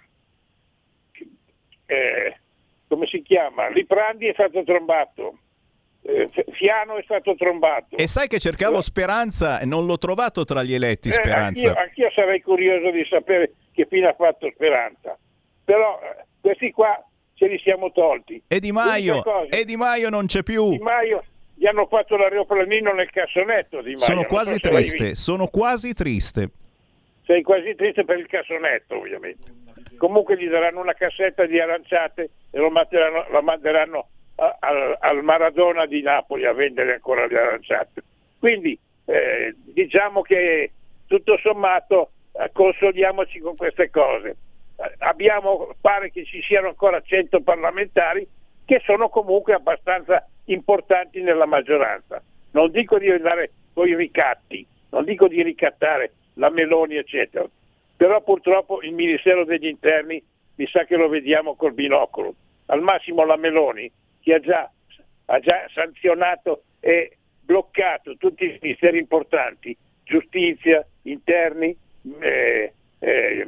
eh, come si chiama? Liprandi è stato trombato, eh, Fiano è stato trombato. E sai che cercavo Speranza e non l'ho trovato tra gli eletti, eh, Speranza. Anch'io, anch'io sarei curioso di sapere che fine ha fatto Speranza, però eh, questi qua ce li siamo tolti. E Di Maio, e Di Maio non c'è più. Di Maio gli hanno fatto l'aeroplanino nel cassonetto Di Maio. Sono quasi so triste, sono quasi triste. Sei quasi triste per il cassonetto, ovviamente. Comunque gli daranno una cassetta di aranciate e lo manderanno, la manderanno a, a, al Maradona di Napoli a vendere ancora le aranciate. Quindi eh, diciamo che tutto sommato eh, consoliamoci con queste cose. Eh, abbiamo, pare che ci siano ancora cento parlamentari che sono comunque abbastanza importanti nella maggioranza. Non dico di andare con i ricatti, non dico di ricattare la Meloni eccetera, però purtroppo il Ministero degli Interni mi sa che lo vediamo col binocolo. Al massimo la Meloni, che ha già, ha già sanzionato e bloccato tutti i ministeri importanti, giustizia, interni eh, eh,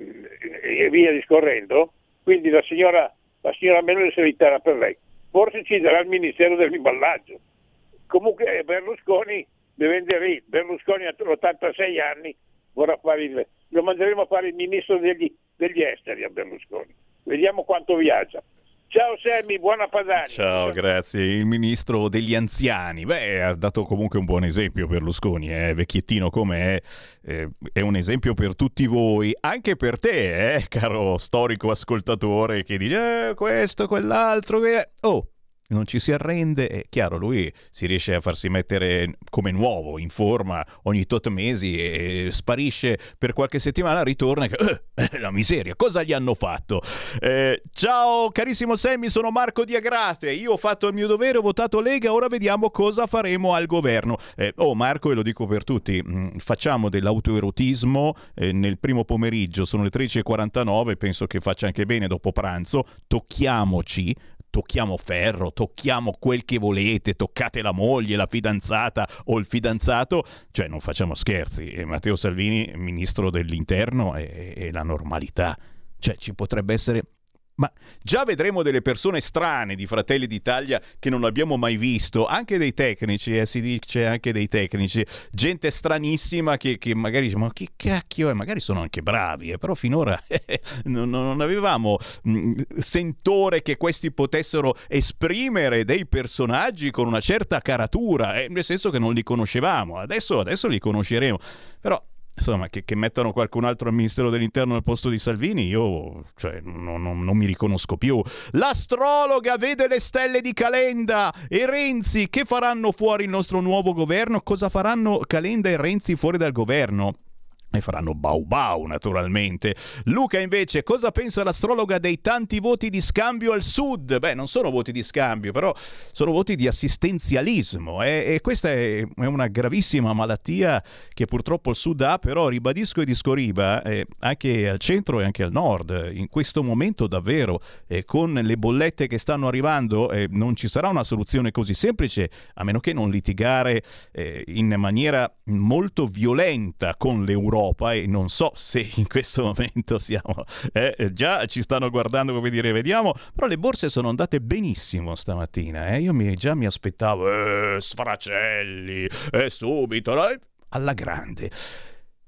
e via discorrendo, quindi la signora, la signora Meloni si eviterà per lei. Forse ci darà il Ministero dell'imballaggio. Comunque Berlusconi deve andare, Berlusconi ha ottantasei anni, vorrà fare il, lo manderemo a fare il ministro degli, degli esteri a Berlusconi. Vediamo quanto viaggia. Ciao Sammy, buona Padania. Ciao, grazie. Il ministro degli anziani. Beh, ha dato comunque un buon esempio Berlusconi, eh? Vecchiettino come è, eh, è un esempio per tutti voi, anche per te, eh, caro storico ascoltatore che dice eh, questo, quell'altro. Que... Oh, non ci si arrende, è chiaro, lui si riesce a farsi mettere come nuovo, in forma, ogni tot mesi e sparisce per qualche settimana, ritorna e eh, la miseria, cosa gli hanno fatto? Eh, ciao carissimo Sammy, sono Marco di Agrate, io ho fatto il mio dovere, ho votato Lega, ora vediamo cosa faremo al governo. Eh, oh Marco, e lo dico per tutti, mh, facciamo dell'autoerotismo eh, nel primo pomeriggio, sono le tredici e quarantanove, penso che faccia anche bene dopo pranzo, tocchiamoci, tocchiamo ferro, tocchiamo quel che volete, toccate la moglie, la fidanzata o il fidanzato, cioè non facciamo scherzi. E Matteo Salvini, ministro dell'interno, è, è la normalità, cioè ci potrebbe essere... Ma già vedremo delle persone strane di Fratelli d'Italia che non abbiamo mai visto, anche dei tecnici, eh, si dice anche dei tecnici, gente stranissima che, che magari dice ma che cacchio è, magari sono anche bravi, eh, però finora eh, non, non avevamo mh, sentore che questi potessero esprimere dei personaggi con una certa caratura, eh, nel senso che non li conoscevamo, adesso, adesso li conosceremo, però... Insomma, che, che mettano qualcun altro al Ministero dell'Interno al posto di Salvini, io cioè, non, non, non mi riconosco più. L'astrologa vede le stelle di Calenda e Renzi. Che faranno fuori il nostro nuovo governo? Cosa faranno Calenda e Renzi fuori dal governo? E faranno bau bau, naturalmente. Luca, invece, cosa pensa l'astrologa dei tanti voti di scambio al sud? Beh, non sono voti di scambio, però sono voti di assistenzialismo. Eh? E questa è una gravissima malattia che purtroppo il sud ha, però ribadisco e discoriba, eh, anche al centro e anche al nord. In questo momento davvero, eh, con le bollette che stanno arrivando, eh, non ci sarà una soluzione così semplice, a meno che non litigare eh, in maniera molto violenta con l'Europa. E non so se in questo momento siamo eh, già ci stanno guardando come dire vediamo, però le borse sono andate benissimo stamattina, eh. Io mi, già mi aspettavo eh, sfracelli eh, subito eh, alla grande.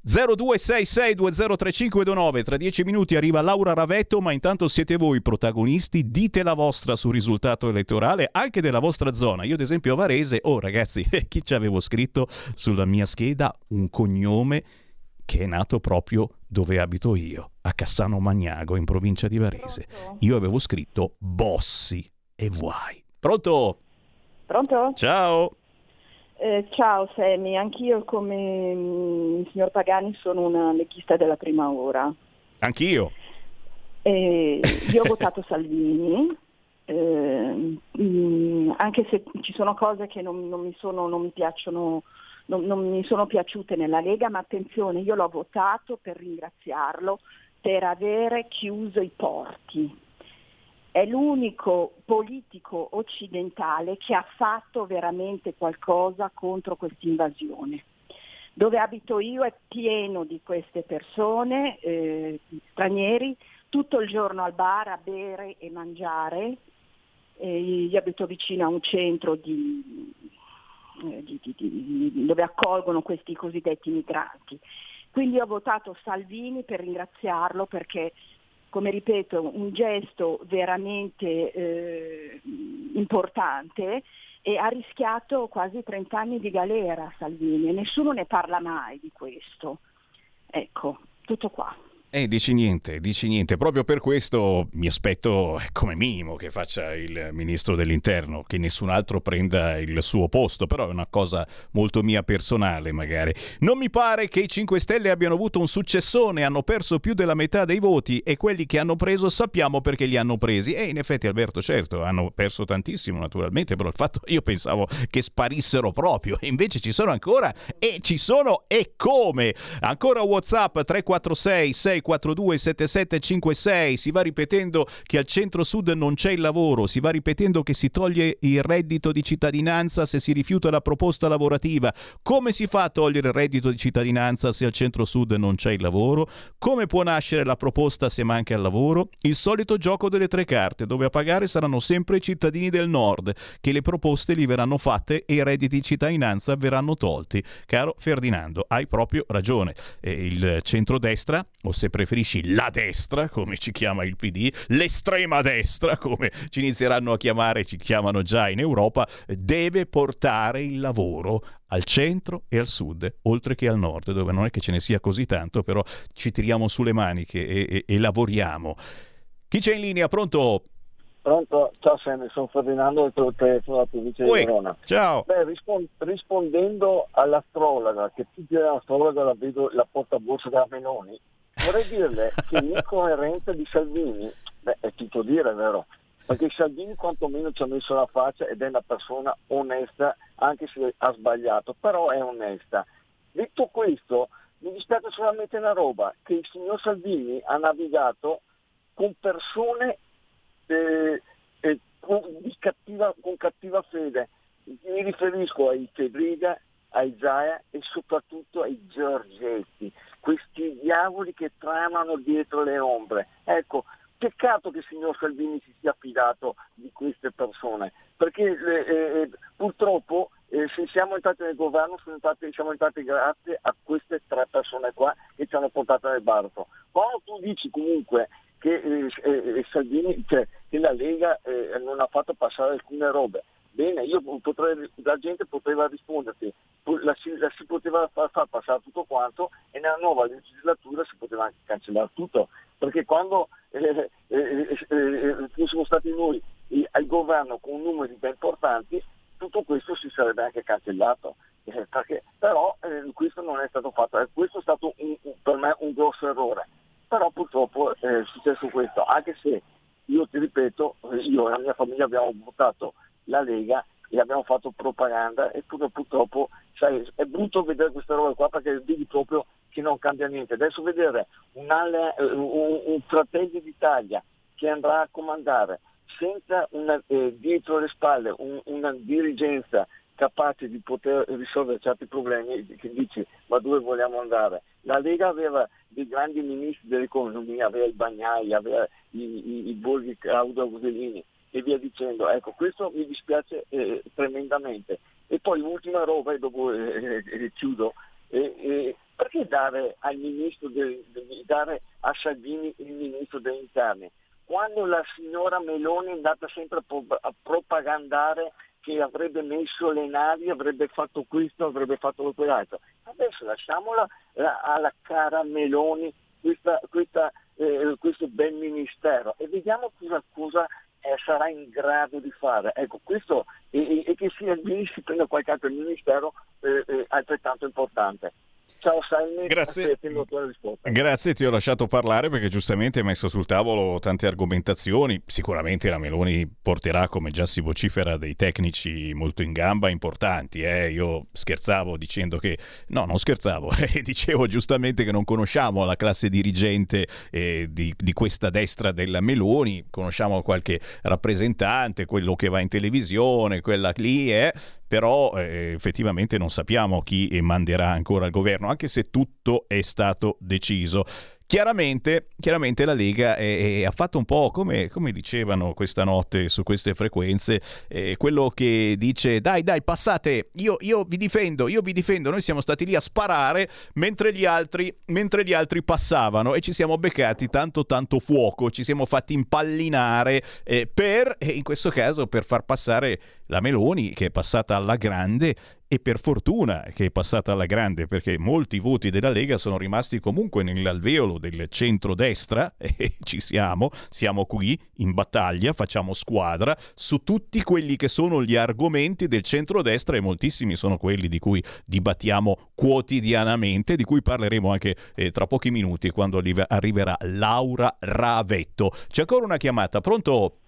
zero due sei sei due zero tre cinque due nove. Tra dieci minuti arriva Laura Ravetto, ma intanto siete voi protagonisti, dite la vostra sul risultato elettorale anche della vostra zona. Io ad esempio a Varese, oh ragazzi, chi ci avevo scritto sulla mia scheda un cognome che è nato proprio dove abito io, a Cassano Magnago in provincia di Varese. Io avevo scritto Bossi e vuoi. Pronto? Pronto? Ciao. Eh, ciao Sammy, anch'io come mm, il signor Pagani sono una leghista della prima ora. Anch'io. Eh, io ho votato Salvini, eh, mm, anche se ci sono cose che non, non mi sono, non mi piacciono, non, non mi sono piaciute nella Lega, ma attenzione, io l'ho votato per ringraziarlo per avere chiuso i porti. È l'unico politico occidentale che ha fatto veramente qualcosa contro questa invasione. Dove abito io è pieno di queste persone, eh, stranieri, tutto il giorno al bar a bere e mangiare. Eh, io abito vicino a un centro di, eh, di, di, di, dove accolgono questi cosiddetti migranti. Quindi ho votato Salvini per ringraziarlo perché, come ripeto, un gesto veramente eh, importante, e ha rischiato quasi trenta anni di galera Salvini e nessuno ne parla mai di questo. Ecco, tutto qua. Eh, dici niente, dici niente. Proprio per questo mi aspetto come minimo che faccia il ministro dell'interno, che nessun altro prenda il suo posto, però è una cosa molto mia personale magari. Non mi pare che i cinque Stelle abbiano avuto un successone, hanno perso più della metà dei voti e quelli che hanno preso sappiamo perché li hanno presi. E in effetti Alberto, certo, hanno perso tantissimo naturalmente, però il fatto, io pensavo che sparissero proprio, e invece ci sono ancora, e ci sono e come. Ancora WhatsApp tre quattro sei sei quattro due sette sette cinque sei. Si va ripetendo che al centro-sud non c'è il lavoro, si va ripetendo che si toglie il reddito di cittadinanza se si rifiuta la proposta lavorativa. Come si fa a togliere il reddito di cittadinanza se al centro-sud non c'è il lavoro? Come può nascere la proposta se manca il lavoro? Il solito gioco delle tre carte, dove a pagare saranno sempre i cittadini del nord, che le proposte gli verranno fatte e i redditi di cittadinanza verranno tolti. Caro Ferdinando, hai proprio ragione. Eh, il centrodestra, o se preferisci la destra, come ci chiama il P D, l'estrema destra, come ci inizieranno a chiamare, ci chiamano già in Europa, deve portare il lavoro al centro e al sud, oltre che al nord, dove non è che ce ne sia così tanto, però ci tiriamo sulle maniche e, e, e lavoriamo. Chi c'è in linea? Pronto? Pronto? Ciao Sammy, sono Ferdinando del telefono della provincia di Verona. Ciao. Beh, rispond- rispondendo all'astrologa, che tutti l'astrologa la vedo la portaborsa della Meloni, vorrei dirle che l'incoerenza di Salvini, beh, è tutto dire, vero? Perché Salvini quantomeno ci ha messo la faccia ed è una persona onesta, anche se ha sbagliato, però è onesta. Detto questo, mi dispiace solamente una roba, che il signor Salvini ha navigato con persone eh, eh, con, di cattiva, con cattiva fede. Mi riferisco ai Fedriga, ai Zaia e soprattutto ai Giorgetti, questi diavoli che tramano dietro le ombre. Ecco, peccato che il signor Salvini si sia fidato di queste persone, perché eh, eh, purtroppo eh, se siamo entrati nel governo sono entrati, siamo entrati grazie a queste tre persone qua che ci hanno portato nel baratro. Quando tu dici comunque che eh, eh, Salvini, cioè, che la Lega eh, non ha fatto passare alcune robe, bene, io potrei, la gente poteva risponderti, la si, la si poteva far, far passare tutto quanto e nella nuova legislatura si poteva anche cancellare tutto, perché quando eh, eh, eh, eh, siamo stati noi eh, al governo con numeri ben importanti, tutto questo si sarebbe anche cancellato, eh, perché, però eh, questo non è stato fatto, eh, questo è stato un, un, per me un grosso errore, però purtroppo è successo questo, anche se io ti ripeto, io e la mia famiglia abbiamo votato la Lega e abbiamo fatto propaganda e pur, purtroppo sai, è brutto vedere queste robe qua perché vedi proprio che non cambia niente. Adesso vedere un, Ale, un, un Fratelli d'Italia che andrà a comandare senza una, eh, dietro le spalle un, una dirigenza capace di poter risolvere certi problemi, che dici ma dove vogliamo andare? La Lega aveva dei grandi ministri dell'economia, aveva i Bagnai, aveva i, i, i Borghi Claudio Augusellini e via dicendo. Ecco, questo mi dispiace eh, tremendamente. E poi l'ultima roba, e dopo eh, eh, chiudo, eh, eh, Perché dare al ministro de, de, dare a Salvini il ministro degli interni? Quando la signora Meloni è andata sempre a, pro, a propagandare che avrebbe messo le navi, avrebbe fatto questo, avrebbe fatto quell'altro. Adesso lasciamola la, alla cara Meloni questa, questa, eh, questo bel ministero e vediamo cosa, cosa eh, sarà in grado di fare. Ecco, questo e, e che Salvini si prenda qualche altro ministero eh, eh, altrettanto importante. Ciao Salmi, grazie. Aspetta, Grazie, ti ho lasciato parlare perché giustamente hai messo sul tavolo tante argomentazioni. Sicuramente la Meloni porterà, come già si vocifera, dei tecnici molto in gamba importanti. Eh? Io scherzavo dicendo che, no, non scherzavo, eh, dicevo giustamente che non conosciamo la classe dirigente eh, di, di questa destra della Meloni, conosciamo qualche rappresentante, quello che va in televisione, quella lì è... Eh? Però eh, effettivamente non sappiamo chi manderà ancora il governo, anche se tutto è stato deciso. Chiaramente, chiaramente la Lega è, è, ha fatto un po' come, come dicevano questa notte su queste frequenze, eh, quello che dice dai dai passate, io, io vi difendo, io vi difendo, noi siamo stati lì a sparare mentre gli altri, mentre gli altri passavano e ci siamo beccati tanto tanto fuoco, ci siamo fatti impallinare eh, per, in questo caso per far passare la Meloni che è passata alla grande. E per fortuna che è passata alla grande, perché molti voti della Lega sono rimasti comunque nell'alveolo del centrodestra e ci siamo, siamo qui in battaglia, facciamo squadra su tutti quelli che sono gli argomenti del centrodestra e moltissimi sono quelli di cui dibattiamo quotidianamente, di cui parleremo anche eh, tra pochi minuti quando arriverà Laura Ravetto. C'è ancora una chiamata, pronto?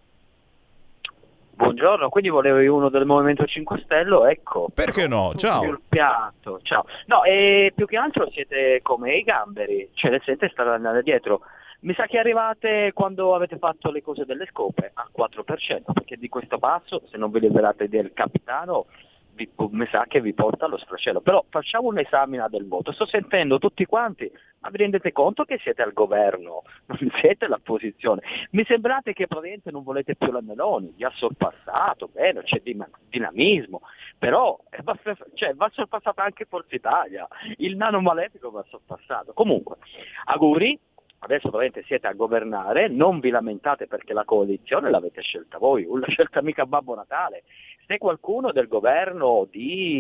Buongiorno, quindi volevi uno del Movimento cinque Stelle, ecco. Perché no? Ciao. Il piatto, ciao. No, e più che altro siete come i gamberi, cioè le sente stare andando dietro. Mi sa che arrivate quando avete fatto le cose delle scope al quattro per cento, perché di questo passo, se non vi liberate del capitano, vi, mi sa che vi porta allo sfracello. Però facciamo un esame del voto. Sto sentendo tutti quanti, ma vi rendete conto che siete al governo, non siete all'opposizione. Mi sembrate che praticamente non volete più la Meloni, vi ha sorpassato, bene, c'è dinamismo, però va, cioè, va sorpassata anche Forza Italia, il nano malefico va sorpassato. Comunque, auguri. Adesso veramente siete a governare, non vi lamentate perché la coalizione l'avete scelta voi, non l'ha scelta mica Babbo Natale. Se qualcuno del governo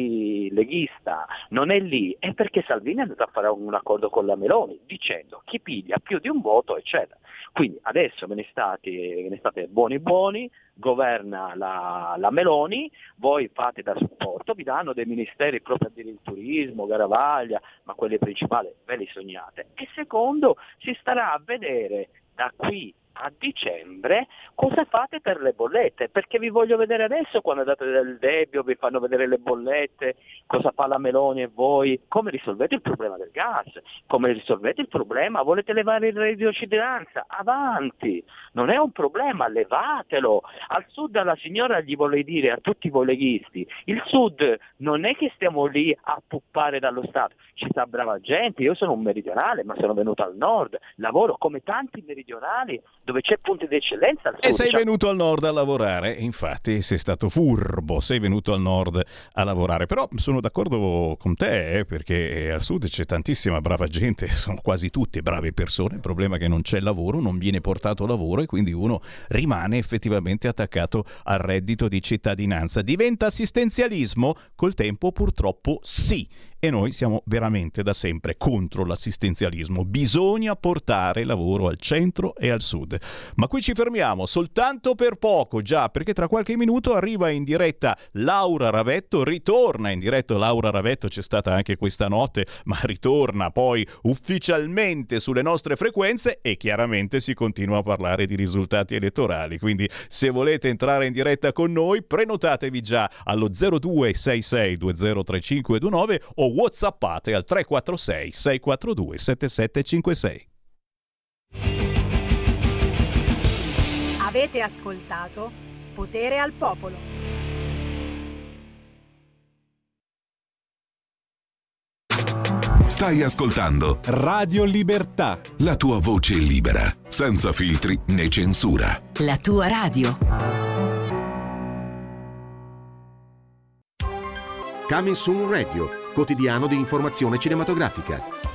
di leghista non è lì è perché Salvini è andato a fare un accordo con la Meloni dicendo chi piglia più di un voto eccetera. Quindi adesso ve ne state, ve ne state buoni buoni, governa la, la Meloni, voi fate da supporto, vi danno dei ministeri proprio per il turismo, Garavaglia, ma quelli principali ve li sognate. E secondo, si starà a vedere da qui a dicembre cosa fate per le bollette, perché vi voglio vedere adesso quando date del debito, vi fanno vedere le bollette, cosa fa la Meloni e voi, come risolvete il problema del gas, come risolvete il problema, volete levare il reddito di cittadinanza, avanti, non è un problema, levatelo. Al sud alla signora gli vorrei dire, a tutti voi leghisti, il sud non è che stiamo lì a puppare dallo Stato, ci sta brava gente, io sono un meridionale ma sono venuto al nord, lavoro come tanti meridionali dove c'è punti di eccellenza al sud. E sei diciamo... venuto al nord a lavorare, infatti sei stato furbo, sei venuto al nord a lavorare, però sono d'accordo con te eh, perché al sud c'è tantissima brava gente, sono quasi tutte brave persone, il problema è che non c'è lavoro, non viene portato lavoro e quindi uno rimane effettivamente attaccato al reddito di cittadinanza. Diventa assistenzialismo? Col tempo purtroppo sì. E noi siamo veramente da sempre contro l'assistenzialismo. Bisogna portare lavoro al centro e al sud. Ma qui ci fermiamo soltanto per poco, già, perché tra qualche minuto arriva in diretta Laura Ravetto, ritorna in diretta Laura Ravetto, c'è stata anche questa notte, ma ritorna poi ufficialmente sulle nostre frequenze e chiaramente si continua a parlare di risultati elettorali. Quindi se volete entrare in diretta con noi, prenotatevi già allo zero due sei sei due zero tre cinque due nove o whatsappate al tre quattro sei sei quattro due sette sette cinque sei. Avete ascoltato Potere al Popolo. Stai ascoltando Radio Libertà, la tua voce libera, senza filtri né censura. La tua radio. Coming Soon Radio, quotidiano di informazione cinematografica.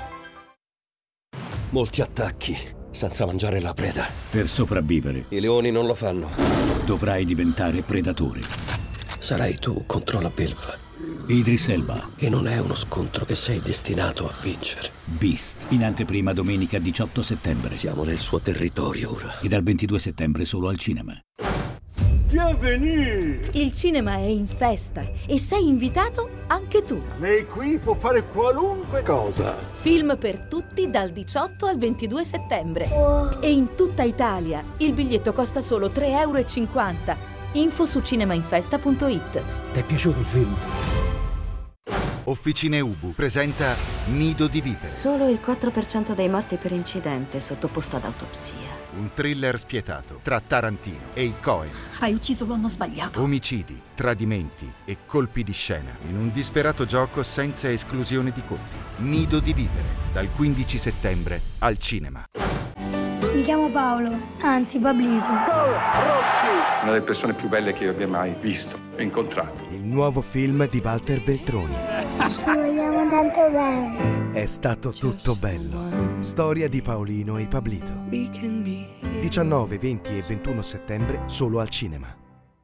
molti attacchi, senza mangiare la preda. Per sopravvivere, I leoni non lo fanno. dovrai diventare predatore. Sarai tu contro la belva. Idris Elba. E non è uno scontro che sei destinato a vincere. Beast, in anteprima domenica diciotto settembre. Siamo nel suo territorio ora. E dal ventidue settembre solo al cinema. Bienvenue! Il cinema è in festa e sei invitato anche tu. Lei qui può fare qualunque cosa. Film per tutti dal diciotto al ventidue settembre. Wow. E in tutta Italia il biglietto costa solo tre euro e cinquanta. Info su cinemainfesta punto it. Ti è piaciuto il film? Officine Ubu presenta Nido di vipere. Solo il quattro per cento dei morti per incidente è sottoposto ad autopsia. Un thriller spietato tra Tarantino e i Coen. Hai ucciso l'uomo sbagliato. Omicidi, tradimenti e colpi di scena in un disperato gioco senza esclusione di colpi. Nido di vipere, dal quindici settembre al cinema. Mi chiamo Paolo, anzi Pablito. Una delle persone più belle che io abbia mai visto e incontrato. Il nuovo film di Walter Veltroni. Ci vogliamo tanto bene. È stato tutto bello. Storia di Paolino e Pablito. diciannove, venti e ventuno settembre solo al cinema.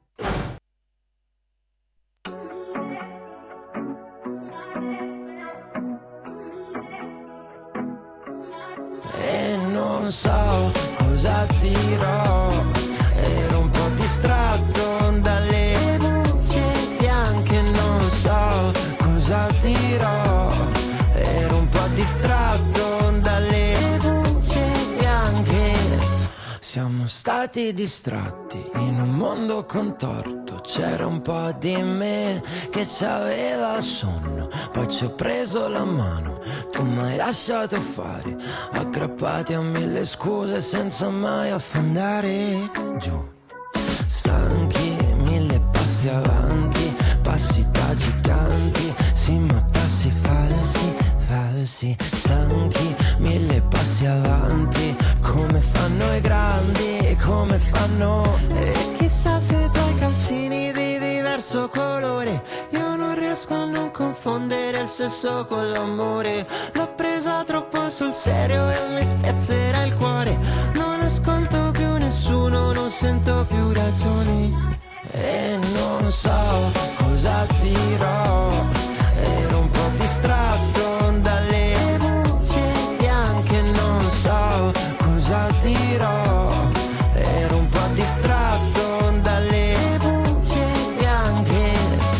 E non so cosa dirò, ero un po' distratto dalle bugie bianche, non so cosa dirò, ero un po' distratto dalle bugie bianche. Siamo stati distratti in un mondo contorto, c'era un po' di me che c'aveva sonno, poi ci ho preso la mano, tu mi hai lasciato fare, aggrappati a mille scuse senza mai affondare giù. Stanchi, mille passi avanti, passi da giganti, sì ma passi falsi, falsi. Stanchi, mille passi avanti, come fanno i grandi, come fanno. E chissà se tra i calzini di diverso colore io non riesco a non confondere il sesso con l'amore. L'ho presa troppo sul serio e mi spezzerà il cuore. Non ascolto più nessuno, non sento più ragioni. E non so cosa dirò, ero un po' distratto dalle bugie bianche, non so cosa dirò, ero un po' distratto dalle bugie bianche.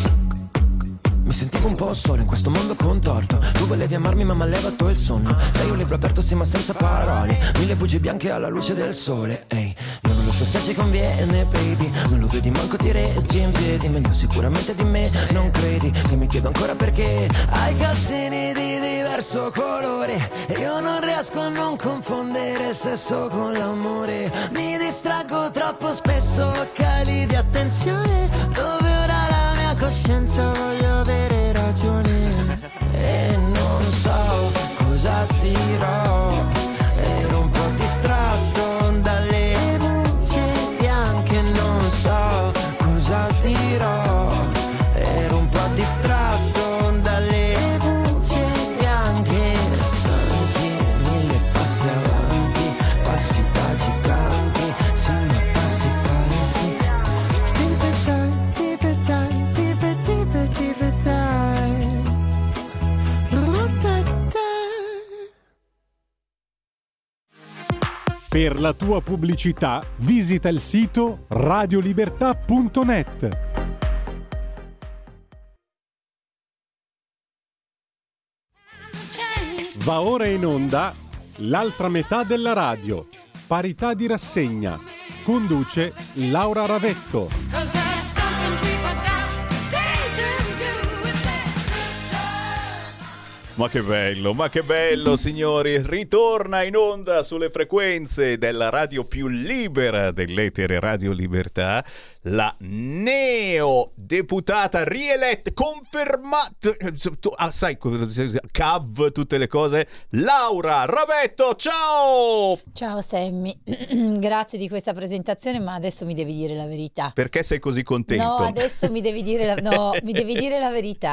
Mi sentivo un po' solo in questo mondo contorto, tu volevi amarmi ma mi ha levato il sonno. Sei un libro aperto sì ma senza parole, mille bugie bianche alla luce del sole. Ehi, io non lo so se ci conviene baby, non lo vedi manco ti reggi in piedi, meglio sicuramente di me, non credi che mi chiedo ancora perché hai calzini di diverso colore e io non riesco a non confondere il sesso con l'amore. Mi distraggo troppo spesso, cali di attenzione, dove ora la mia coscienza voglio avere ragione. E non so cosa dirò, ero un po' distratto dalle bugie bianche, non so cosa dirò, ero un po' distratto dalle bugie bianche. Stanchi, mille passi avanti, passi da giganti, sì ma passi falsi. Ti vedrai, ti vedrai, ti vedrai, ti vedrai. Per la tua pubblicità visita il sito radiolibertà punto net. Va ora in onda l'altra metà della radio, parità di rassegna. Conduce Laura Ravetto. Ma che bello, ma che bello signori, ritorna in onda sulle frequenze della radio più libera dell'etere Radio Libertà, la neodeputata rieletta, confermata, ah, sai, cav, tutte le cose, Laura Ravetto, ciao! Ciao Sammy, grazie di questa presentazione, ma adesso mi devi dire la verità. Perché sei così contento? No, adesso mi devi dire la, no, mi devi dire la verità.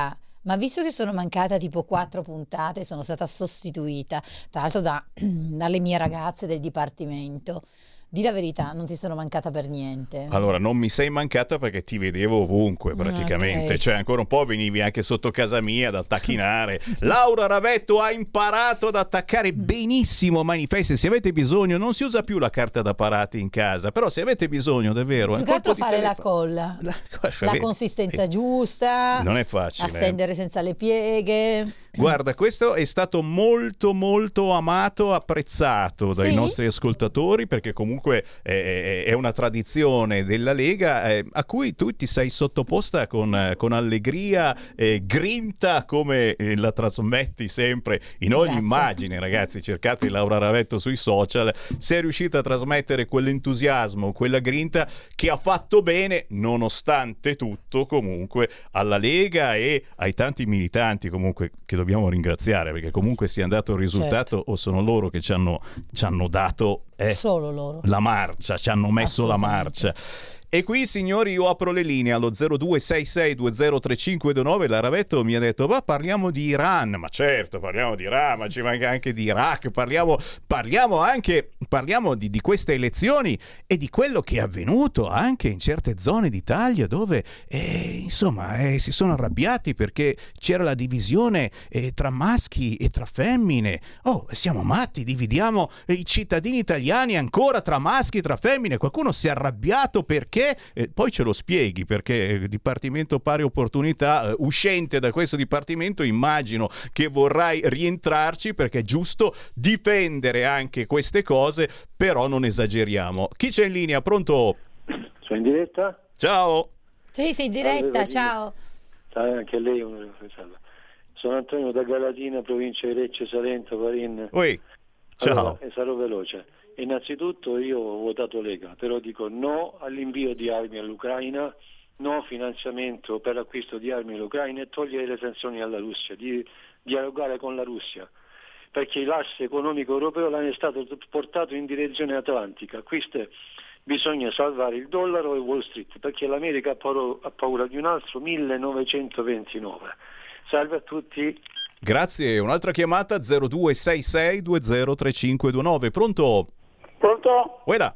Ma visto che sono mancata tipo quattro puntate, sono stata sostituita, tra l'altro da, dalle mie ragazze del dipartimento. Di la verità, non ti sono mancata per niente. Allora, non mi sei mancata perché ti vedevo ovunque praticamente, Okay. cioè ancora un po' venivi anche sotto casa mia ad attacchinare. Laura Ravetto ha imparato ad attaccare benissimo manifesti. Se avete bisogno, non si usa più la carta da parati in casa, però se avete bisogno davvero, Più un che altro colpo di fare la telefono- colla, la, vedi? consistenza giusta, Non è facile, a stendere senza le pieghe. Guarda, questo è stato molto molto amato, apprezzato dai Sì? nostri ascoltatori, perché comunque è, è una tradizione della Lega eh, a cui tu ti sei sottoposta con, con allegria e grinta, come eh, la trasmetti sempre in ogni Grazie. immagine. Ragazzi, cercate Laura Ravetto sui social, sei riuscita a trasmettere quell'entusiasmo, quella grinta che ha fatto bene, nonostante tutto, comunque alla Lega e ai tanti militanti comunque che dobbiamo ringraziare, perché comunque sia andato il risultato o sono loro che ci hanno, ci hanno dato eh, Solo loro. la marcia, ci hanno messo la marcia. E qui, signori, io apro le linee allo zero due sei sei due zero tre cinque due nove. La Ravetto mi ha detto, ma parliamo di Iran. Ma certo, parliamo di Iran, ma ci manca anche di Iraq. Parliamo, parliamo anche parliamo di, di queste elezioni e di quello che è avvenuto anche in certe zone d'Italia dove, eh, insomma, eh, si sono arrabbiati perché c'era la divisione eh, tra maschi e tra femmine. Oh, siamo matti, dividiamo eh, i cittadini italiani ancora tra maschi e tra femmine. Qualcuno si è arrabbiato perché Eh, poi ce lo spieghi, perché il Dipartimento Pari Opportunità, eh, uscente da questo Dipartimento, immagino che vorrai rientrarci, perché è giusto difendere anche queste cose, però non esageriamo. Chi c'è in linea? Pronto? Sono in diretta? Ciao. Sì, sei in diretta, Salve, ciao. Salve, anche lei. Salve. Sono Antonio da Galatina, provincia di Lecce, Salento, Varin. Ui. Ciao. Allora, e sarò veloce. Innanzitutto io ho votato Lega, però dico no all'invio di armi all'Ucraina, no finanziamento per l'acquisto di armi all'Ucraina e togliere le sanzioni alla Russia, di dialogare con la Russia, perché l'asse economico europeo è stato portato in direzione atlantica. Questo bisogna salvare il dollaro e Wall Street, perché l'America ha paura, ha paura di un altro millenovecentoventinove. Salve a tutti. Grazie, un'altra chiamata zero due sei sei due zero tre cinque due nove. Pronto? Pronto? Ueda.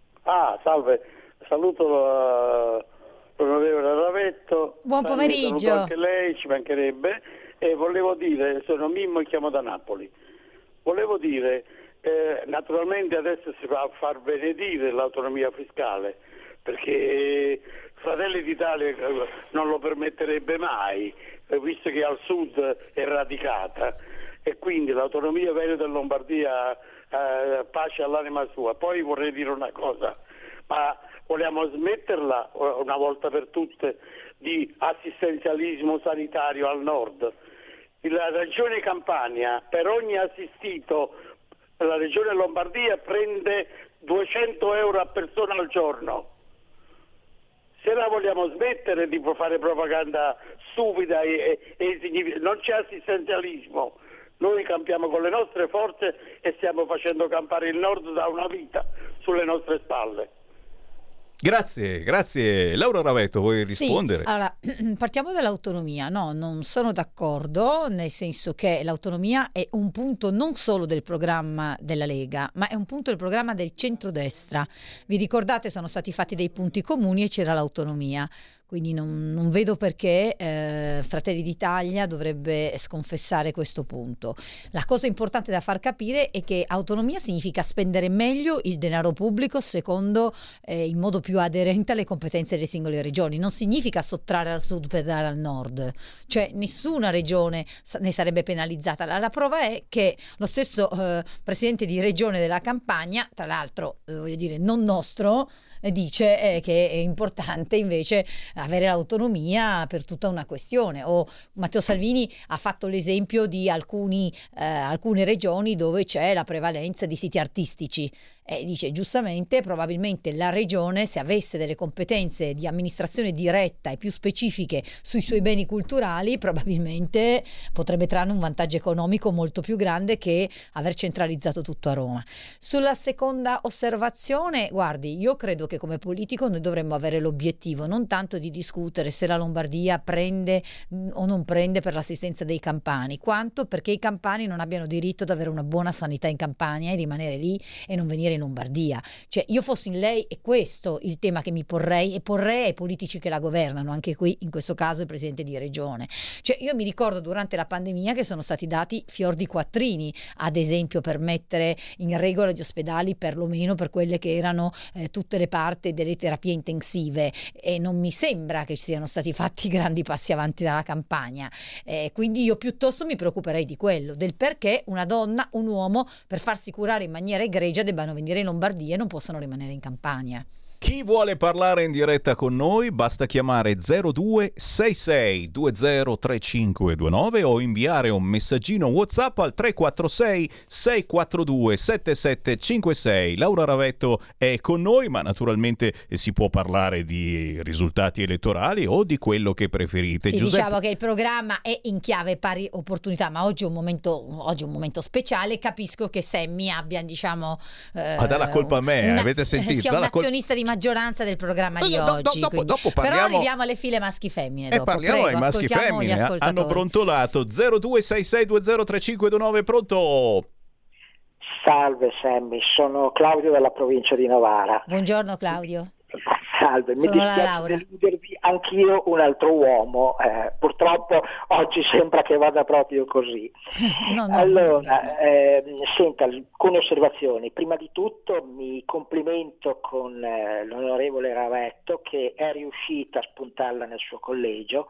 Ah, salve, saluto uh, l'onorevole Ravetto. Buon Saluto pomeriggio. anche lei, ci mancherebbe. E volevo dire, sono Mimmo e chiamo da Napoli. Volevo dire, eh, naturalmente adesso si va a far benedire l'autonomia fiscale, perché Fratelli d'Italia non lo permetterebbe mai, visto che al sud è radicata, e quindi l'autonomia Veneto e Lombardia, eh, pace all'anima sua. Poi vorrei dire una cosa, ma vogliamo smetterla una volta per tutte di assistenzialismo sanitario al nord? La regione Campania per ogni assistito, la regione Lombardia prende duecento euro a persona al giorno. Se la vogliamo smettere di fare propaganda stupida e, e, e non c'è assistenzialismo, noi campiamo con le nostre forze e stiamo facendo campare il nord da una vita sulle nostre spalle. Grazie, grazie. Laura Ravetto, vuoi rispondere? Sì, allora, partiamo dall'autonomia. No, non sono d'accordo, nel senso che l'autonomia è un punto non solo del programma della Lega, ma è un punto del programma del centrodestra. Vi ricordate, sono stati fatti dei punti comuni e c'era l'autonomia. Quindi non, non vedo perché eh, Fratelli d'Italia dovrebbe sconfessare questo punto. La cosa importante da far capire è che autonomia significa spendere meglio il denaro pubblico secondo eh, in modo più aderente alle competenze delle singole regioni. Non significa sottrarre al sud per dare al nord, cioè nessuna regione ne sarebbe penalizzata. La, la prova è che lo stesso eh, presidente di regione della Campania, tra l'altro eh, voglio dire non nostro, dice eh, che è importante invece avere l'autonomia per tutta una questione. O Matteo Salvini ha fatto l'esempio di alcuni, eh, alcune regioni dove c'è la prevalenza di siti artistici. E dice giustamente, probabilmente la regione, se avesse delle competenze di amministrazione diretta e più specifiche sui suoi beni culturali, probabilmente potrebbe trarne un vantaggio economico molto più grande che aver centralizzato tutto a Roma. Sulla seconda osservazione, guardi, io credo che come politico noi dovremmo avere l'obiettivo non tanto di discutere se la Lombardia prende o non prende per l'assistenza dei campani, quanto perché i campani non abbiano diritto ad avere una buona sanità in Campania e rimanere lì e non venire in Lombardia. Cioè, io fossi in lei, è questo il tema che mi porrei e porrei ai politici che la governano, anche qui in questo caso il presidente di regione. Cioè, io mi ricordo durante la pandemia che sono stati dati fior di quattrini, ad esempio per mettere in regola gli ospedali, perlomeno per quelle che erano eh, tutte le parti delle terapie intensive, e non mi sembra che ci siano stati fatti grandi passi avanti dalla Campania. Eh, quindi io piuttosto mi preoccuperei di quello, del perché una donna, un uomo, per farsi curare in maniera egregia debbano venire in Lombardia e non possano rimanere in Campania. Chi vuole parlare in diretta con noi basta chiamare zero due sei sei due zero tre cinque due nove o inviare un messaggino WhatsApp al tre quattro sei sei quattro due sette sette cinque sei. Laura Ravetto è con noi, ma naturalmente si può parlare di risultati elettorali o di quello che preferite. Sì, Giuseppe... diciamo che il programma è in chiave pari opportunità, ma oggi è un momento, oggi è un momento speciale. Capisco che Sammy abbia, diciamo... Eh, ah, dà la colpa a me, una, avete sentito? sia un col... azionista di maggioranza del programma di do, do, oggi. dopo, dopo parliamo... Però arriviamo alle file maschi-femmine. E dopo. parliamo Prego, ai maschi-femmine. Hanno brontolato. Zero due sei sei due zero tre cinque due nove, pronto? Salve Sammy, sono Claudio della provincia di Novara. Buongiorno Claudio. Salve, mi Sono dispiace deludervi, anch'io un altro uomo, eh, purtroppo oggi sembra che vada proprio così. No, no, allora, eh, senta, alcune osservazioni. Prima di tutto mi complimento con eh, l'onorevole Ravetto che è riuscita a spuntarla nel suo collegio,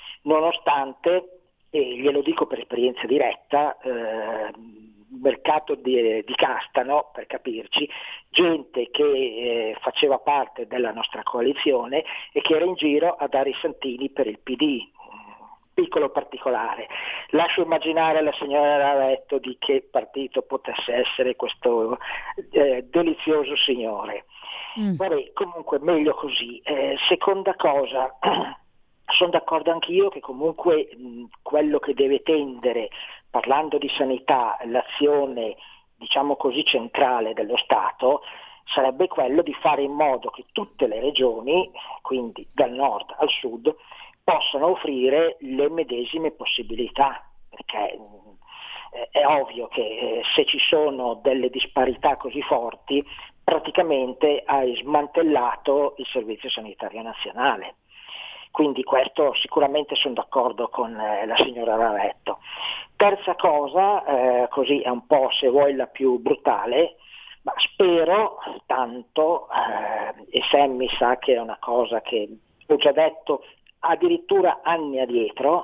nonostante, e glielo dico per esperienza diretta, eh, mercato di, di Castano, per capirci, gente che eh, faceva parte della nostra coalizione e che era in giro a dare i santini per il P D. Piccolo particolare. Lascio immaginare alla signora Ravetto di che partito potesse essere questo eh, delizioso signore. Mm. Vabbè, comunque meglio così. Eh, seconda cosa, sono d'accordo anch'io che comunque mh, quello che deve tendere, parlando di sanità, l'azione diciamo così centrale dello Stato sarebbe quello di fare in modo che tutte le regioni, quindi dal nord al sud, possano offrire le medesime possibilità, perché mh, è ovvio che eh, se ci sono delle disparità così forti praticamente hai smantellato il Servizio Sanitario Nazionale. Quindi questo sicuramente sono d'accordo con eh, la signora Ravetto. Terza cosa, eh, così è un po' se vuoi la più brutale, ma spero tanto, eh, e Sammy sa che è una cosa che ho già detto addirittura anni addietro,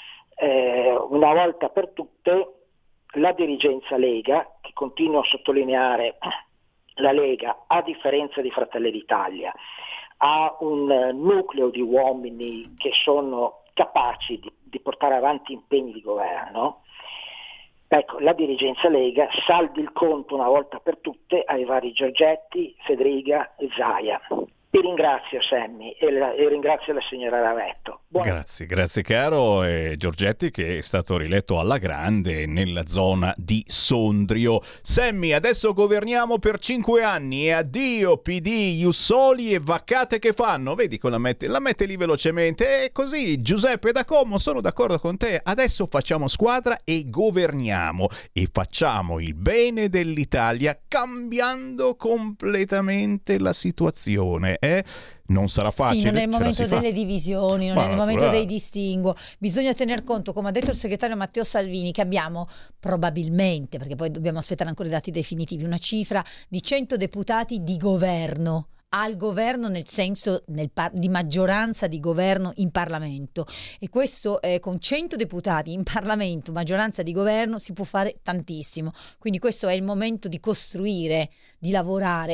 eh, una volta per tutte la dirigenza Lega, che continuo a sottolineare, la Lega a differenza di Fratelli d'Italia ha un nucleo di uomini che sono capaci di, di portare avanti impegni di governo. Ecco, la dirigenza Lega saldi il conto una volta per tutte ai vari Giorgetti, Federica e Zaia. Ti ringrazio Sammy e, la, e ringrazio la signora Ravetto. Buon... Grazie, grazie caro. E Giorgetti che è stato rieletto alla grande nella zona di Sondrio. Sammy, adesso governiamo per cinque anni e addio P D, Jussoli e vaccate che fanno. Vedi come la mette, la mette lì velocemente. E così Giuseppe da Como, sono d'accordo con te. Adesso facciamo squadra e governiamo e facciamo il bene dell'Italia cambiando completamente la situazione. Eh? Non sarà facile. Sì, non è il momento delle fa. divisioni, non Ma è il naturale. momento dei distinguo. Bisogna tener conto, come ha detto il segretario Matteo Salvini, che abbiamo probabilmente, perché poi dobbiamo aspettare ancora i dati definitivi, una cifra di cento deputati di governo. Al governo nel senso nel par- di maggioranza di governo in Parlamento, e questo eh, con cento deputati in Parlamento, maggioranza di governo, si può fare tantissimo. Quindi questo è il momento di costruire, di lavorare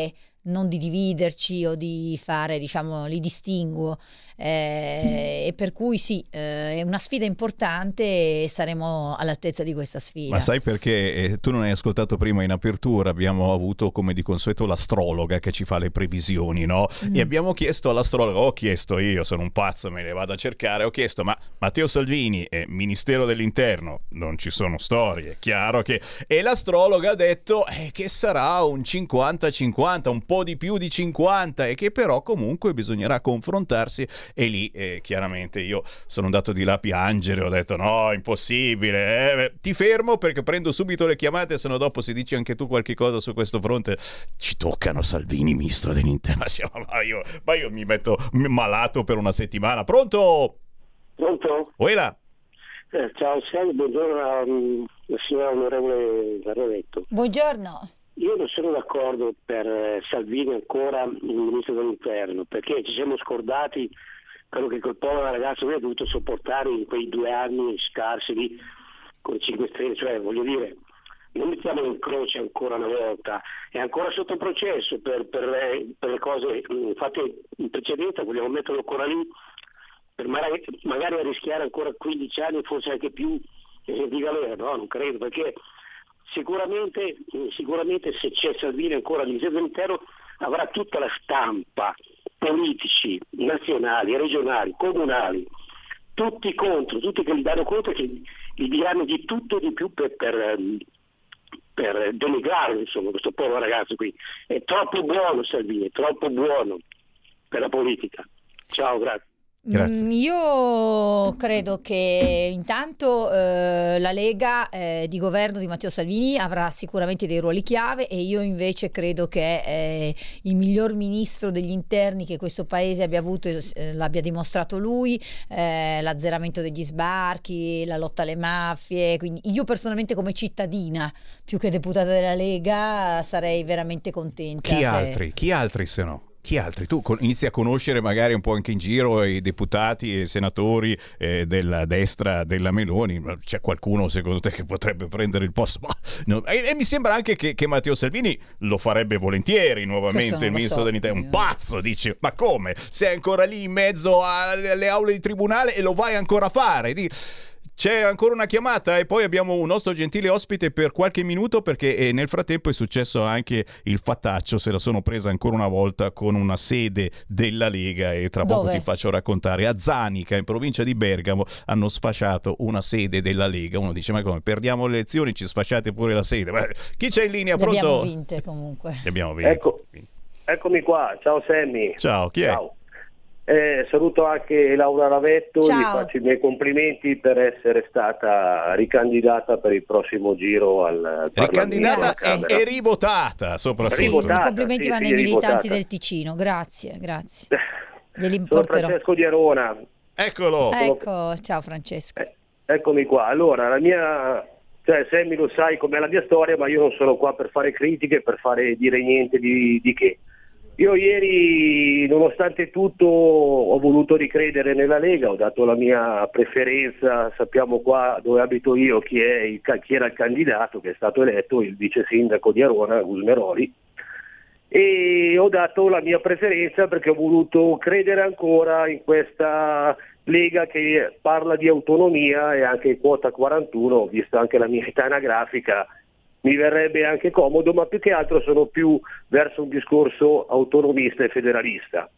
non di dividerci o di fare, diciamo, li distinguo. Eh, e per cui sì, eh, è una sfida importante e saremo all'altezza di questa sfida. Ma sai perché? Eh, tu non hai ascoltato prima in apertura, abbiamo avuto come di consueto l'astrologa che ci fa le previsioni, no? Mm. E abbiamo chiesto all'astrologa, ho chiesto io, sono un pazzo, me le vado a cercare, ho chiesto, ma Matteo Salvini e Ministero dell'Interno, non ci sono storie, è chiaro che... E l'astrologa ha detto eh, che sarà un cinquanta cinquanta, un po' di più di cinquanta, e che però comunque bisognerà confrontarsi. E lì eh, chiaramente io sono andato di là a piangere, ho detto no, impossibile, eh. Ti fermo perché prendo subito le chiamate, se no dopo se dici anche tu qualche cosa su questo fronte ci toccano Salvini, ministro dell'Interno. Ma io, ma io mi metto malato per una settimana. Pronto? Pronto? Uela. Eh, ciao, ciao, buongiorno um, la signora onorevole Barroletto. Buongiorno. Io non sono d'accordo per eh, Salvini ancora il ministro dell'Interno, perché ci siamo scordati quello che quel povero ragazzo aveva dovuto sopportare in quei due anni scarsi lì con i cinque Stelle, cioè voglio dire, non mettiamolo in croce ancora una volta, è ancora sotto processo per, per, le, per le cose fatte in precedenza, vogliamo metterlo ancora lì per magari, magari rischiare ancora quindici anni, forse anche più eh, di galera, no? Non credo, perché sicuramente, sicuramente se c'è Salvini ancora al Ministero dell'Interno avrà tutta la stampa, politici, nazionali, regionali, comunali, tutti contro, tutti che gli danno conto, che gli diranno di tutto e di più per, per, per denigrarlo, insomma, questo povero ragazzo qui. È troppo buono Salvini, è troppo buono per la politica. Ciao, grazie. Grazie. Io credo che intanto eh, la Lega eh, di governo di Matteo Salvini avrà sicuramente dei ruoli chiave, e io invece credo che eh, il miglior ministro degli interni che questo paese abbia avuto eh, l'abbia dimostrato lui, eh, l'azzeramento degli sbarchi, la lotta alle mafie. Quindi io personalmente come cittadina più che deputata della Lega sarei veramente contenta. Chi se... altri? Chi altri se no? Chi altri? Tu con, inizi a conoscere magari un po' anche in giro i deputati e senatori eh, della destra della Meloni. C'è qualcuno secondo te che potrebbe prendere il posto? Bah, no. e, e mi sembra anche che, che Matteo Salvini lo farebbe volentieri nuovamente il ministro so. dell'Interno. Un pazzo, dice, ma come? Sei ancora lì in mezzo alle aule di tribunale e lo vai ancora a fare? Di... C'è ancora una chiamata e poi abbiamo un nostro gentile ospite per qualche minuto, perché eh, nel frattempo è successo anche il fattaccio, se la sono presa ancora una volta con una sede della Lega, e tra Dove? poco ti faccio raccontare. A Zanica, in provincia di Bergamo, hanno sfasciato una sede della Lega. Uno dice, ma come, perdiamo le elezioni, ci sfasciate pure la sede? Ma chi c'è in linea? Le Pronto? abbiamo vinte comunque. Le abbiamo vinte. Ecco, eccomi qua, ciao Sammy. Ciao, chi è? Ciao. Eh, saluto anche Laura Ravetto, Ciao. gli faccio i miei complimenti per essere stata ricandidata per il prossimo giro al ricandidata Parlamento. e, e rivotata soprattutto. Sì, Rivotata, i complimenti sì, vanno sì, ai militanti rivotata. del Ticino, grazie, grazie. Glieli Sono importerò. Francesco di Arona. Eccolo. Ecco, ciao Francesco. Eh, eccomi qua. Allora, la mia, cioè Sammy lo sai com'è la mia storia, ma io non sono qua per fare critiche, per fare dire niente di, di che. Io ieri, nonostante tutto, ho voluto ricredere nella Lega, ho dato la mia preferenza, sappiamo qua dove abito io chi, è il, chi era il candidato che è stato eletto, il vice sindaco di Arona, Gusmeroli, e ho dato la mia preferenza perché ho voluto credere ancora in questa Lega che parla di autonomia, e anche quota quarantuno, visto anche la mia età anagrafica, mi verrebbe anche comodo, ma più che altro sono più verso un discorso autonomista e federalista.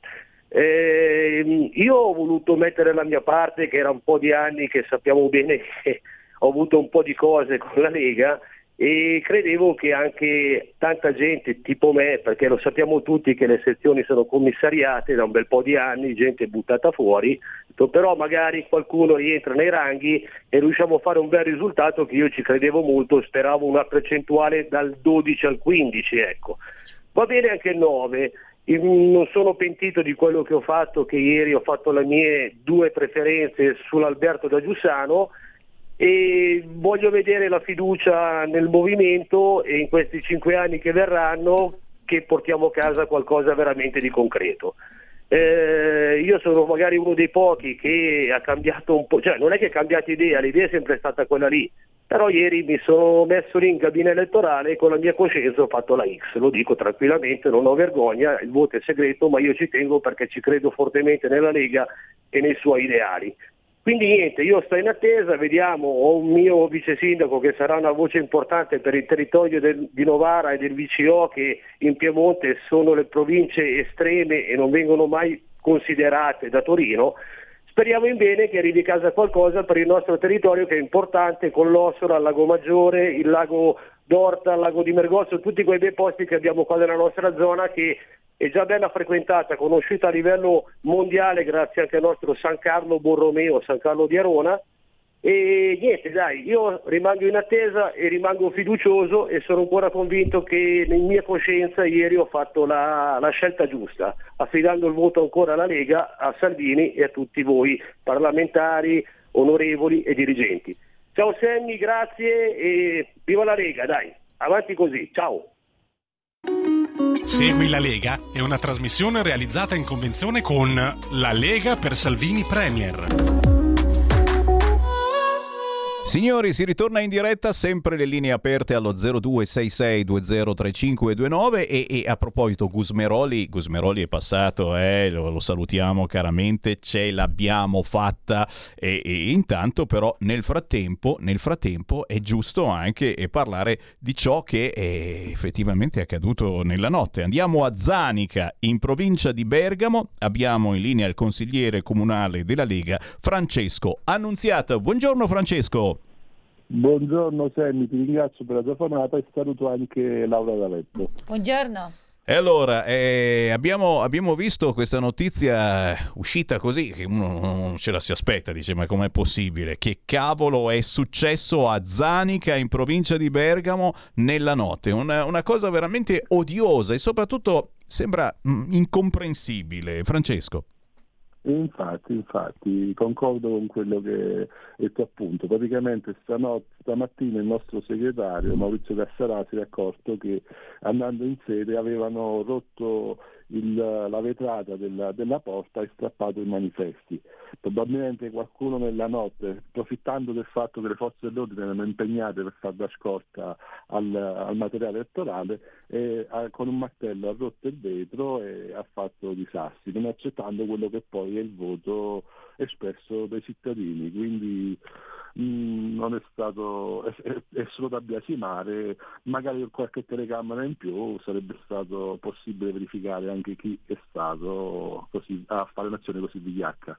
Eh, io ho voluto mettere la mia parte, che era un po' di anni che sappiamo bene che ho avuto un po' di cose con la Lega, e credevo che anche tanta gente tipo me, perché lo sappiamo tutti che le sezioni sono commissariate da un bel po' di anni, gente buttata fuori, però magari qualcuno rientra nei ranghi e riusciamo a fare un bel risultato, che io ci credevo molto, speravo una percentuale dal dodici al quindici, ecco. Va bene anche il nove, io non sono pentito di quello che ho fatto, che ieri ho fatto le mie due preferenze sull'Alberto da Giussano, e voglio vedere la fiducia nel movimento, e in questi cinque anni che verranno che portiamo a casa qualcosa veramente di concreto. Eh, io sono magari uno dei pochi che ha cambiato un po', cioè non è che ha cambiato idea, l'idea è sempre stata quella lì, Però ieri mi sono messo lì in cabina elettorale e con la mia coscienza ho fatto la X, lo dico tranquillamente, non ho vergogna, il voto è segreto, ma io ci tengo perché ci credo fortemente nella Lega e nei suoi ideali. Quindi niente, io sto in attesa, vediamo, ho un mio vice sindaco che sarà una voce importante per il territorio del, di Novara e del V C O, che in Piemonte sono le province estreme e non vengono mai considerate da Torino. Speriamo in bene che arrivi a casa qualcosa per il nostro territorio, che è importante, con l'Ossola, il Lago Maggiore, il Lago d'Orta, il Lago di Mergozzo, tutti quei bei posti che abbiamo qua nella nostra zona, che è già bella frequentata, conosciuta a livello mondiale grazie anche al nostro San Carlo Borromeo, San Carlo di Arona. E niente, dai, io rimango in attesa e rimango fiducioso e sono ancora convinto che in mia coscienza ieri ho fatto la, la scelta giusta, affidando il voto ancora alla Lega, a Salvini e a tutti voi parlamentari, onorevoli e dirigenti. Ciao Sammy, grazie e viva la Lega, dai, avanti così, ciao. Segui la Lega è una trasmissione realizzata in convenzione con La Lega per Salvini Premier. Signori, si ritorna in diretta, sempre le linee aperte allo zero due sei sei due zero tre cinque due nove e, e a proposito Gusmeroli, Gusmeroli è passato, eh, lo, lo salutiamo caramente, ce l'abbiamo fatta e, e intanto però nel frattempo, nel frattempo è giusto anche parlare di ciò che è effettivamente accaduto nella notte. Andiamo a Zanica, in provincia di Bergamo, abbiamo in linea il consigliere comunale della Lega, Francesco Annunziata. Buongiorno Francesco. Buongiorno Sammy, ti ringrazio per la telefonata e saluto anche Laura D'Aletto. Buongiorno. E allora, eh, abbiamo, abbiamo visto questa notizia uscita così, che uno non ce la si aspetta, dice ma com'è possibile? Che cavolo è successo a Zanica in provincia di Bergamo nella notte? Una, una cosa veramente odiosa e soprattutto sembra mh, incomprensibile. Francesco. Infatti, infatti, concordo con quello che hai detto appunto. Praticamente stanotte, stamattina il nostro segretario Maurizio Cassarà si è accorto che andando in sede avevano rotto il, la vetrata della, della porta e strappato i manifesti. Probabilmente qualcuno nella notte, approfittando del fatto che le forze dell'ordine erano impegnate per far da scorta al, al materiale elettorale, e, a, con un martello ha rotto il vetro e ha fatto disastri, non accettando quello che poi è il voto espresso dai cittadini. Quindi mh, non è stato è, è solo da biasimare. Magari con qualche telecamera in più sarebbe stato possibile verificare anche chi è stato così a fare un'azione così vigliacca.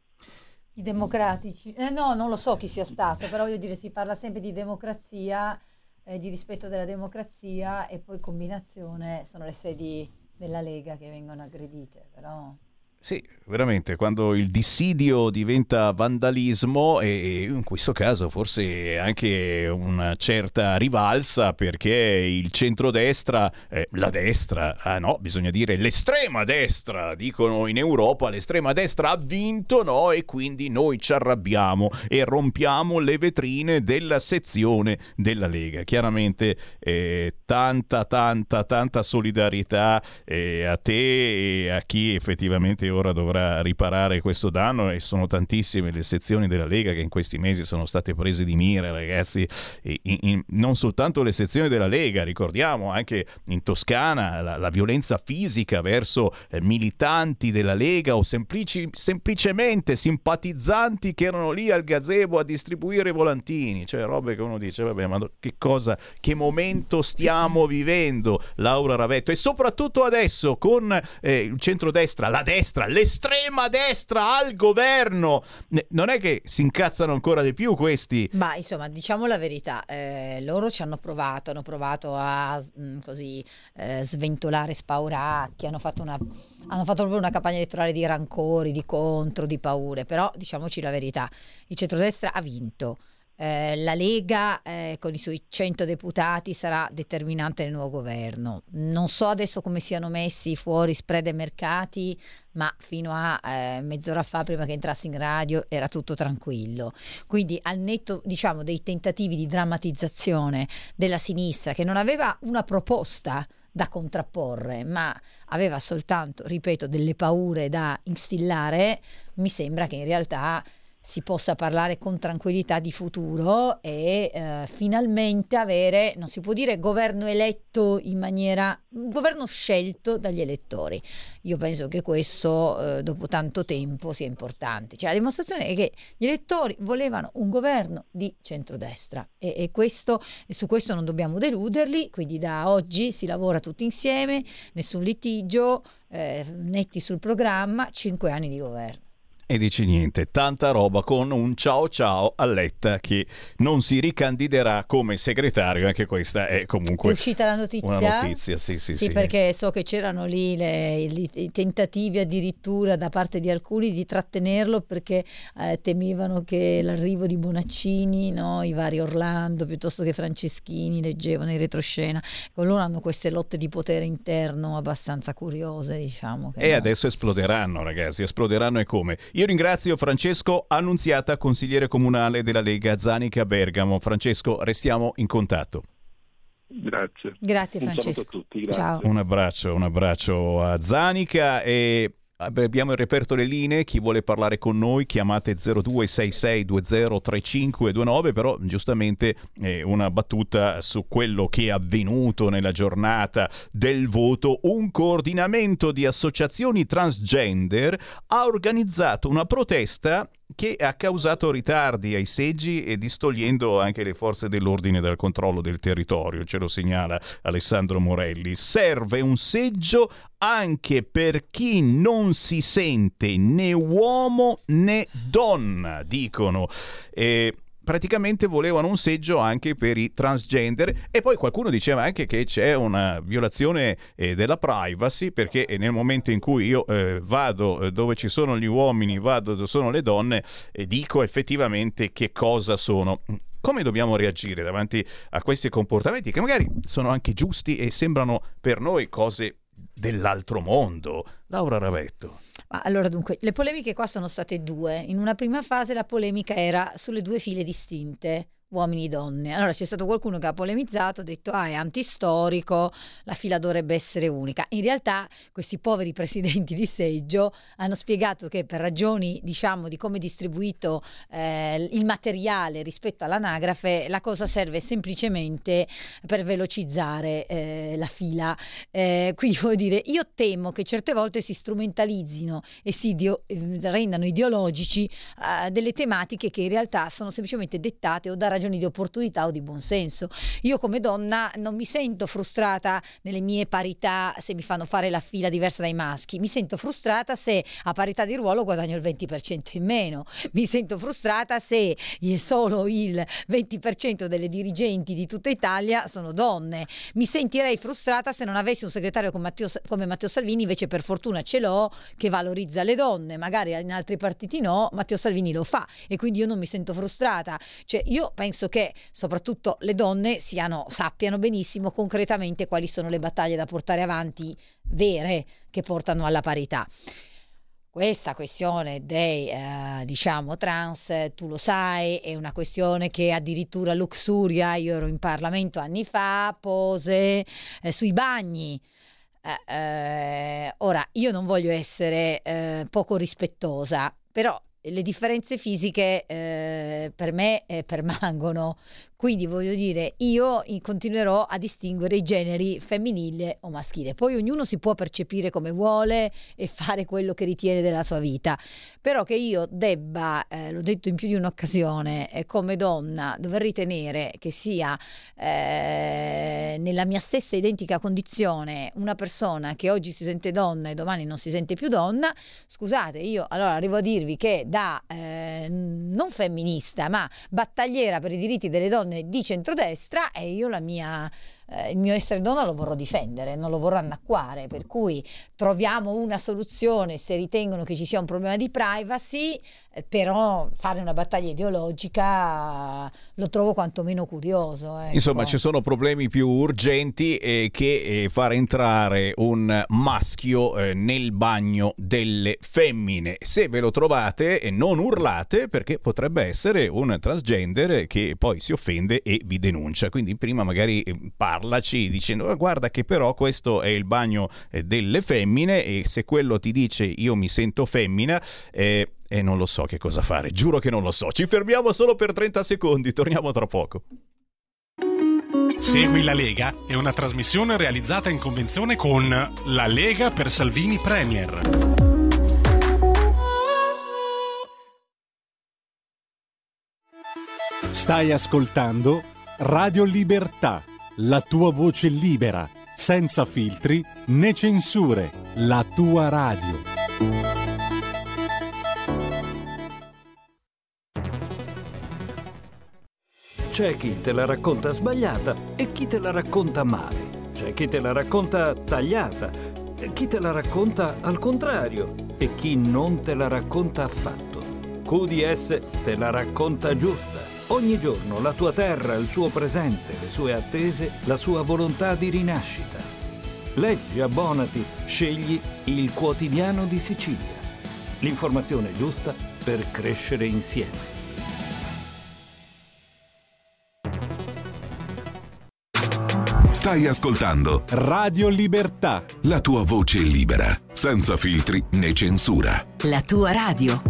I democratici, eh, no, non lo so chi sia stato, però voglio dire, si parla sempre di democrazia, eh, di rispetto della democrazia, e poi combinazione sono le sedi della Lega che vengono aggredite, però... Sì, veramente, quando il dissidio diventa vandalismo, e in questo caso forse anche una certa rivalsa, perché il centrodestra, eh, la destra, ah no, bisogna dire l'estrema destra, dicono in Europa, l'estrema destra ha vinto, no, e quindi noi ci arrabbiamo e rompiamo le vetrine della sezione della Lega. Chiaramente eh, tanta, tanta, tanta solidarietà eh, a te e a chi effettivamente ora dovrà riparare questo danno, e sono tantissime le sezioni della Lega che in questi mesi sono state prese di mira, ragazzi, e in, in, non soltanto le sezioni della Lega, ricordiamo anche in Toscana la, la violenza fisica verso eh, militanti della Lega o semplici, semplicemente simpatizzanti che erano lì al gazebo a distribuire volantini, cioè robe che uno dice vabbè, ma che cosa, che momento stiamo vivendo, Laura Ravetto, e soprattutto adesso con eh, il centrodestra, la destra, l'estrema destra al governo. Non è che si incazzano ancora di più questi? Ma insomma, diciamo la verità, eh, loro ci hanno provato, hanno provato a mh, così eh, sventolare spauracchi, hanno fatto una hanno fatto proprio una campagna elettorale di rancori, di contro, di paure, però diciamoci la verità, il centrodestra ha vinto. Eh, la Lega eh, con i suoi cento deputati sarà determinante nel nuovo governo. Non so adesso come siano messi fuori spread e mercati, ma fino a eh, mezz'ora fa, prima che entrassi in radio, era tutto tranquillo. Quindi al netto, diciamo, dei tentativi di drammatizzazione della sinistra, che non aveva una proposta da contrapporre, ma aveva soltanto, ripeto, delle paure da instillare, mi sembra che in realtà si possa parlare con tranquillità di futuro e eh, finalmente avere, non si può dire governo eletto in maniera, governo scelto dagli elettori. Io penso che questo eh, dopo tanto tempo sia importante. Cioè la dimostrazione è che gli elettori volevano un governo di centrodestra e, e, questo, e su questo non dobbiamo deluderli, quindi da oggi si lavora tutti insieme, nessun litigio, eh, netti sul programma, cinque anni di governo. E dici niente, tanta roba con un ciao ciao a Letta che non si ricandiderà come segretario, anche questa è comunque è uscita la notizia? Una notizia, sì, sì, sì, sì. Perché so che c'erano lì le, i, i tentativi addirittura da parte di alcuni di trattenerlo perché eh, temevano che l'arrivo di Bonaccini, no, i vari Orlando piuttosto che Franceschini leggevano in retroscena. Con loro hanno queste lotte di potere interno abbastanza curiose, diciamo. Che e no. Adesso esploderanno, ragazzi, esploderanno e come? Io ringrazio Francesco Annunziata, consigliere comunale della Lega Zanica Bergamo. Francesco, restiamo in contatto. Grazie. Grazie Francesco. Un saluto a tutti, grazie. Ciao. Un abbraccio, un abbraccio a Zanica e abbiamo il reperto le linee, chi vuole parlare con noi chiamate zero due sei sei due zero tre cinque due nove, però giustamente eh, una battuta su quello che è avvenuto nella giornata del voto. Un coordinamento di associazioni transgender ha organizzato una protesta che ha causato ritardi ai seggi e distogliendo anche le forze dell'ordine dal controllo del territorio, ce lo segnala Alessandro Morelli. Serve un seggio anche per chi non si sente né uomo né donna, dicono. E praticamente volevano un seggio anche per i transgender e poi qualcuno diceva anche che c'è una violazione eh, della privacy, perché nel momento in cui io eh, vado eh, dove ci sono gli uomini, vado dove sono le donne e dico effettivamente che cosa sono. Come dobbiamo reagire davanti a questi comportamenti che magari sono anche giusti e sembrano per noi cose dell'altro mondo? Laura Ravetto. Allora, dunque, le polemiche qua sono state due. In una prima fase la polemica era sulle due file distinte, uomini e donne. Allora c'è stato qualcuno che ha polemizzato, ha detto ah è antistorico, la fila dovrebbe essere unica. In realtà questi poveri presidenti di seggio hanno spiegato che per ragioni diciamo di come è distribuito eh, il materiale rispetto all'anagrafe la cosa serve semplicemente per velocizzare eh, la fila. Eh, quindi voglio dire, io temo che certe volte si strumentalizzino e si dio- rendano ideologici eh, delle tematiche che in realtà sono semplicemente dettate o da ragioni di opportunità o di buonsenso. Io come donna non mi sento frustrata nelle mie parità se mi fanno fare la fila diversa dai maschi, mi sento frustrata se a parità di ruolo guadagno il venti per cento in meno, mi sento frustrata se solo il venti per cento delle dirigenti di tutta Italia sono donne, mi sentirei frustrata se non avessi un segretario come Matteo, come Matteo Salvini, invece per fortuna ce l'ho, che valorizza le donne, magari in altri partiti no, Matteo Salvini lo fa e quindi io non mi sento frustrata. Cioè io penso Penso che soprattutto le donne siano, sappiano benissimo concretamente quali sono le battaglie da portare avanti vere che portano alla parità. Questa questione dei eh, diciamo trans, tu lo sai, è una questione che addirittura Luxuria, io ero in Parlamento anni fa, pose eh, sui bagni. Eh, eh, ora io non voglio essere eh, poco rispettosa, però le differenze fisiche eh, per me eh, permangono, quindi voglio dire io continuerò a distinguere i generi femminile o maschile, poi ognuno si può percepire come vuole e fare quello che ritiene della sua vita, però che io debba, eh, l'ho detto in più di un'occasione, eh, come donna dover ritenere che sia eh, nella mia stessa identica condizione una persona che oggi si sente donna e domani non si sente più donna, scusate, io allora arrivo a dirvi che da eh, non femminista ma battagliera per i diritti delle donne di centrodestra e io la mia eh, il mio essere donna lo vorrò difendere, non lo vorrò annacquare, per cui troviamo una soluzione se ritengono che ci sia un problema di privacy, eh, però fare una battaglia ideologica eh, lo trovo quantomeno curioso, ecco. Insomma ci sono problemi più urgenti eh, che eh, far entrare un maschio eh, nel bagno delle femmine. Se ve lo trovate eh, non urlate, perché potrebbe essere un transgender che poi si offende e vi denuncia, quindi prima magari eh, parlaci dicendo guarda che però questo è il bagno eh, delle femmine e se quello ti dice io mi sento femmina eh, e non lo so che cosa fare, giuro che non lo so. Ci fermiamo solo per trenta secondi, torniamo tra poco. Segui la Lega è una trasmissione realizzata in convenzione con La Lega per Salvini Premier. Stai ascoltando Radio Libertà, la tua voce libera, senza filtri né censure, la tua radio. C'è chi te la racconta sbagliata e chi te la racconta male. C'è chi te la racconta tagliata e chi te la racconta al contrario e chi non te la racconta affatto. Q D S te la racconta giusta. Ogni giorno la tua terra, il suo presente, le sue attese, la sua volontà di rinascita. Leggi, abbonati, scegli il Quotidiano di Sicilia. L'informazione giusta per crescere insieme. Stai ascoltando Radio Libertà, la tua voce libera, senza filtri né censura. La tua radio.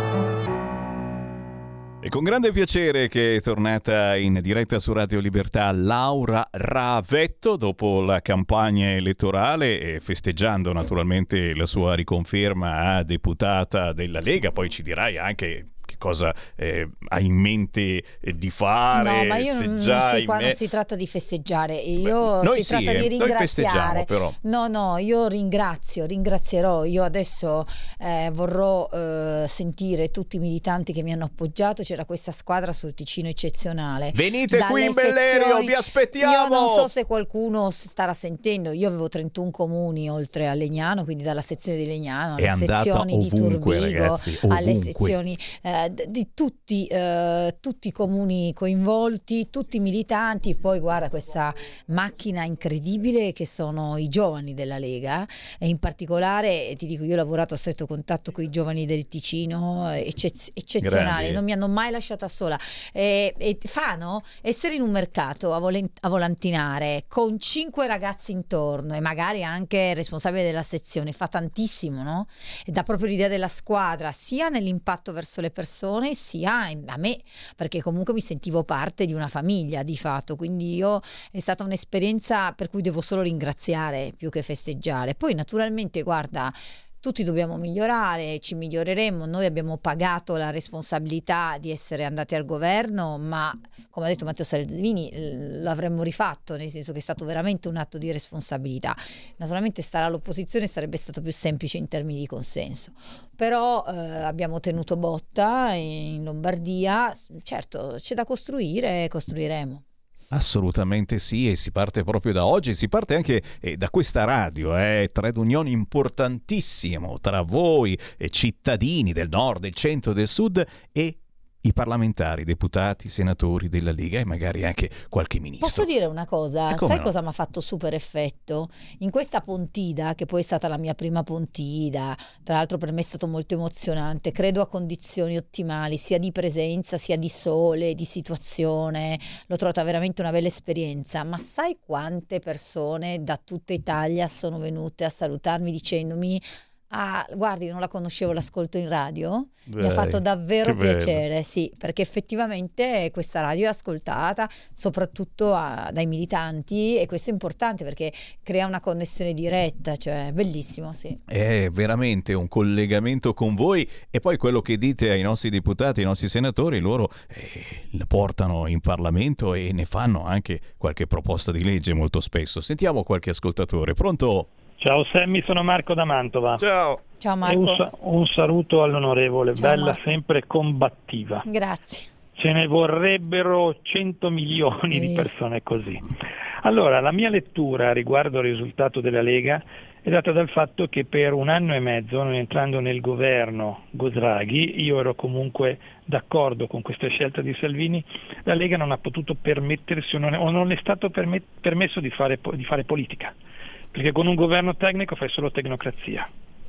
E con grande piacere che è tornata in diretta su Radio Libertà Laura Ravetto dopo la campagna elettorale e festeggiando naturalmente la sua riconferma a deputata della Lega. Poi ci dirai anche che cosa eh, ha in mente eh, di fare. No, ma io se non, già sì, qua me... non si tratta di festeggiare, io Beh, noi si sì, tratta eh, di ringraziare. noi festeggiamo però. No, no, io ringrazio, ringrazierò. Io adesso eh, vorrò eh, sentire tutti i militanti che mi hanno appoggiato. C'era questa squadra sul Ticino eccezionale. Venite Dalle qui in Bellerio, sezioni... vi aspettiamo. Io non so se qualcuno starà sentendo. Io avevo trentuno comuni oltre a Legnano, quindi dalla sezione di Legnano alle È andata sezioni ovunque, di Turbigo, ragazzi, alle ovunque. sezioni eh, d- di tutti, eh, tutti i comuni coinvolti, tutti i militanti. Poi guarda questa macchina incredibile che sono i giovani della Lega, e in particolare ti dico, io ho lavorato a stretto contatto con i giovani del Ticino, eccez- eccezionali, Grandi. non mi hanno mai lasciata sola, e, e fanno essere in un mercato a, volen- a volantinare con cinque ragazzi intorno e magari anche il responsabile della sezione, fa tantissimo, no? E dà proprio l'idea della squadra, sia nell'impatto verso le persone sia a me, perché comunque mi sentivo parte di una famiglia di fatto, quindi io è stata un'esperienza per cui devo solo ringraziare più che festeggiare. Poi naturalmente guarda, tutti dobbiamo migliorare, ci miglioreremo. Noi abbiamo pagato la responsabilità di essere andati al governo, ma come ha detto Matteo Salvini l'avremmo rifatto, nel senso che è stato veramente un atto di responsabilità. Naturalmente stare all'opposizione sarebbe stato più semplice in termini di consenso, però eh, abbiamo tenuto botta in Lombardia. Certo, c'è da costruire, costruiremo. Assolutamente sì, e si parte proprio da oggi, si parte anche eh, da questa radio, eh, trade union importantissimo tra voi e cittadini del nord, del centro, del sud e i parlamentari, deputati, senatori della Lega e magari anche qualche ministro. Posso dire una cosa? Sai no? cosa mi ha fatto super effetto? In questa Pontida, che poi è stata la mia prima Pontida, tra l'altro per me è stato molto emozionante, credo a condizioni ottimali, sia di presenza, sia di sole, di situazione, l'ho trovata veramente una bella esperienza. Ma sai quante persone da tutta Italia sono venute a salutarmi dicendomi: ah, guardi, non la conoscevo, l'ascolto in radio? Dai, mi ha fatto davvero che bello. piacere, sì, perché effettivamente questa radio è ascoltata soprattutto a, dai militanti, e questo è importante perché crea una connessione diretta, cioè bellissimo, sì. È veramente un collegamento con voi, e poi quello che dite ai nostri deputati, ai nostri senatori, loro eh, la portano in Parlamento e ne fanno anche qualche proposta di legge molto spesso. Sentiamo qualche ascoltatore. Pronto? Ciao Sammy, sono Marco da Mantova. Ciao. Ciao E Marco. un, sa- un saluto all'onorevole, Ciao, bella, Marco. sempre combattiva. Grazie. Ce ne vorrebbero cento milioni di Sì. persone così. Allora, la mia lettura riguardo al risultato della Lega è data dal fatto che per un anno e mezzo, noi entrando nel governo Draghi, io ero comunque d'accordo con questa scelta di Salvini, la Lega non ha potuto permettersi o non, o non è stato permet- permesso di fare, po- di fare politica, perché con un governo tecnico fai solo tecnocrazia.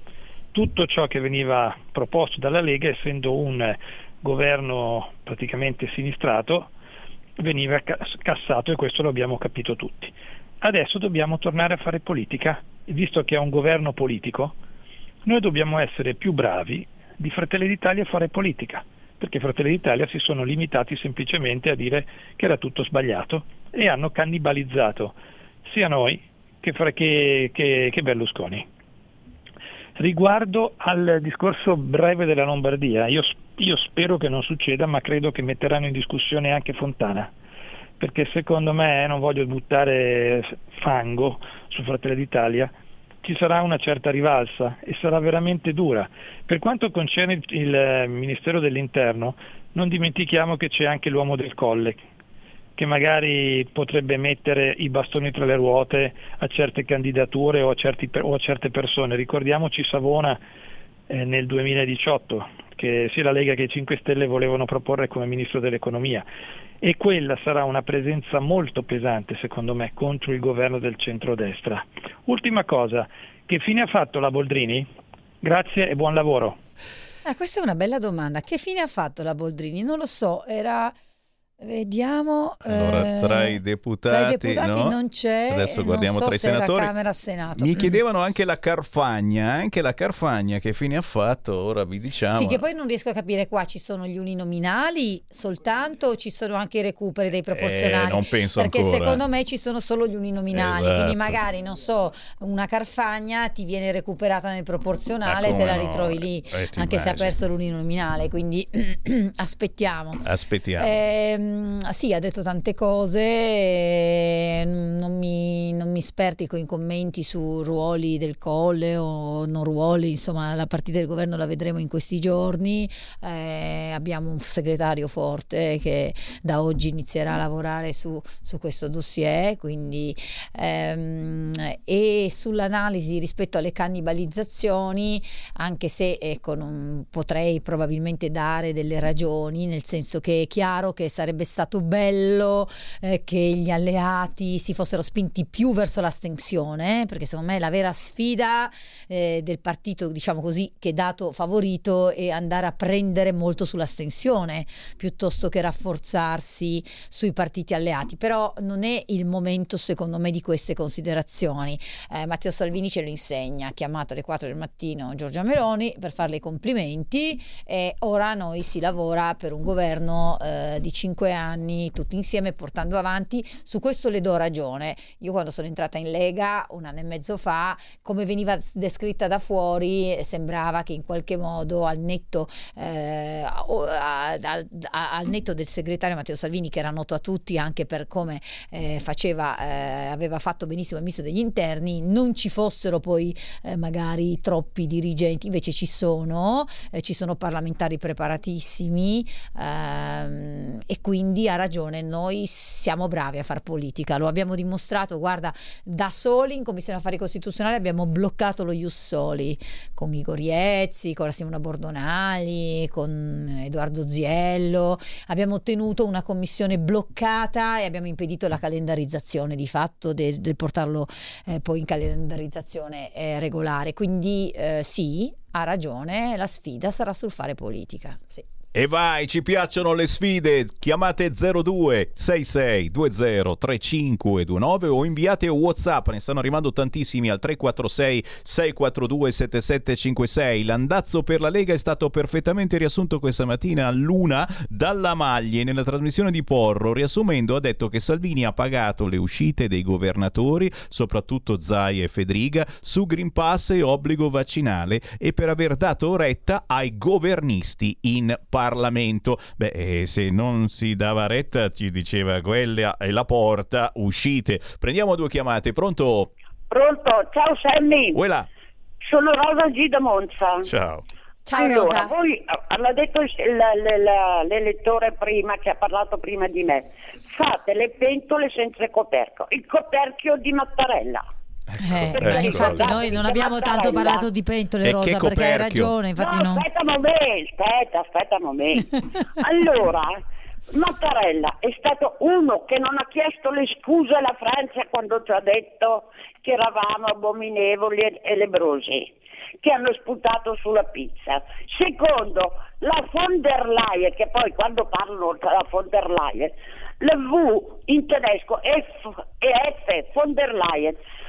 Tutto ciò che veniva proposto dalla Lega, essendo un governo praticamente sinistrato, veniva cassato, e questo lo abbiamo capito tutti. Adesso dobbiamo tornare a fare politica, e visto che è un governo politico, noi dobbiamo essere più bravi di Fratelli d'Italia fare politica, perché Fratelli d'Italia si sono limitati semplicemente a dire che era tutto sbagliato e hanno cannibalizzato sia noi che, che, che, che Berlusconi. Riguardo al discorso breve della Lombardia, io, io spero che non succeda, ma credo che metteranno in discussione anche Fontana, perché secondo me, non voglio buttare fango su Fratelli d'Italia, ci sarà una certa rivalsa e sarà veramente dura. Per quanto concerne il Ministero dell'Interno, non dimentichiamo che c'è anche l'uomo del Colle, che magari potrebbe mettere i bastoni tra le ruote a certe candidature o a, certi, o a certe persone. Ricordiamoci Savona eh, nel duemiladiciotto, che sia la Lega che i cinque Stelle volevano proporre come Ministro dell'Economia, e quella sarà una presenza molto pesante, secondo me, contro il governo del centrodestra. Ultima cosa, che fine ha fatto la Boldrini? Grazie e buon lavoro. Ah, questa è una bella domanda. Che fine ha fatto la Boldrini? Non lo so, era... Vediamo. Allora, tra i deputati, tra i deputati no? non c'è. Adesso guardiamo non so tra i se senatori. Era Camera Senato. Mi chiedevano anche la Carfagna, anche la Carfagna che fine ha fatto, ora vi diciamo. Sì, che poi non riesco a capire qua, ci sono gli uninominali soltanto o ci sono anche i recuperi dei proporzionali? Eh, non penso Perché ancora. secondo me ci sono solo gli uninominali, Esatto. quindi magari, non so, una Carfagna ti viene recuperata nel proporzionale e te la no? ritrovi lì, Eh, ti anche se ha immagini. perso l'uninominale, quindi aspettiamo. Aspettiamo. Ehm, sì, ha detto tante cose, eh, non mi, non mi spertico in commenti su ruoli del Colle o non ruoli, insomma la partita del governo la vedremo in questi giorni. Eh, abbiamo un segretario forte che da oggi inizierà a lavorare su, su questo dossier, quindi ehm, e sull'analisi rispetto alle cannibalizzazioni, anche se ecco non potrei probabilmente dare delle ragioni, nel senso che è chiaro che sarebbe stato bello eh, che gli alleati si fossero spinti più verso l'astensione, eh, perché secondo me la vera sfida eh, del partito, diciamo così, che è dato favorito è andare a prendere molto sull'astensione piuttosto che rafforzarsi sui partiti alleati, però non è il momento secondo me di queste considerazioni. eh, Matteo Salvini ce lo insegna, ha chiamato alle quattro del mattino Giorgia Meloni per farle i complimenti e ora noi si lavora per un governo eh, di cinque anni tutti insieme portando avanti. Su questo le do ragione. Io quando sono entrata in Lega un anno e mezzo fa, come veniva descritta da fuori, sembrava che in qualche modo al netto eh, al, al netto del segretario Matteo Salvini, che era noto a tutti anche per come eh, faceva eh, aveva fatto benissimo il ministro degli interni, non ci fossero poi eh, magari troppi dirigenti. Invece ci sono eh, ci sono parlamentari preparatissimi ehm, e quindi ha ragione, noi siamo bravi a far politica, lo abbiamo dimostrato, guarda, da soli in Commissione Affari Costituzionali abbiamo bloccato lo Ius Soli con Igor Iezzi, con la Simona Bordonali, con Edoardo Ziello, abbiamo ottenuto una commissione bloccata e abbiamo impedito la calendarizzazione di fatto del, del portarlo eh, poi in calendarizzazione eh, regolare, quindi eh, sì, ha ragione, la sfida sarà sul fare politica, sì. E vai, ci piacciono le sfide. Chiamate zero due sei sei due zero tre cinque due nove o inviate WhatsApp, ne stanno arrivando tantissimi al tre quattro sei sei quattro due sette sette cinque sei. L'andazzo per la Lega è stato perfettamente riassunto questa mattina all'una dalla Maglie nella trasmissione di Porro. Riassumendo, ha detto che Salvini ha pagato le uscite dei governatori, soprattutto Zaia e Fedriga, su Green Pass e obbligo vaccinale e per aver dato retta ai governisti in Parlamento. Parlamento. Beh, eh, se non si dava retta, ci diceva quella è la porta, uscite. Prendiamo due chiamate. Pronto? Pronto, ciao Sammy. Uela. Sono Rosa G da Monza. Ciao. Ciao allora, Rosa. Voi, l'ha detto il, la, la, la, l'elettore prima, che ha parlato prima di me, fate le pentole senza coperchio, il coperchio di Mattarella. Eh, ecco, infatti ecco. Noi non abbiamo tanto parlato di pentole, Rosa, perché hai ragione, infatti no, no. aspetta un momento, aspetta, aspetta un momento. Allora, Mattarella è stato uno che non ha chiesto le scuse alla Francia quando ci ha detto che eravamo abominevoli e lebrosi, che hanno sputato sulla pizza. Secondo, la von der Leyen, che poi quando parlano della von der Leyen, la V in tedesco F e F, von der Leyen,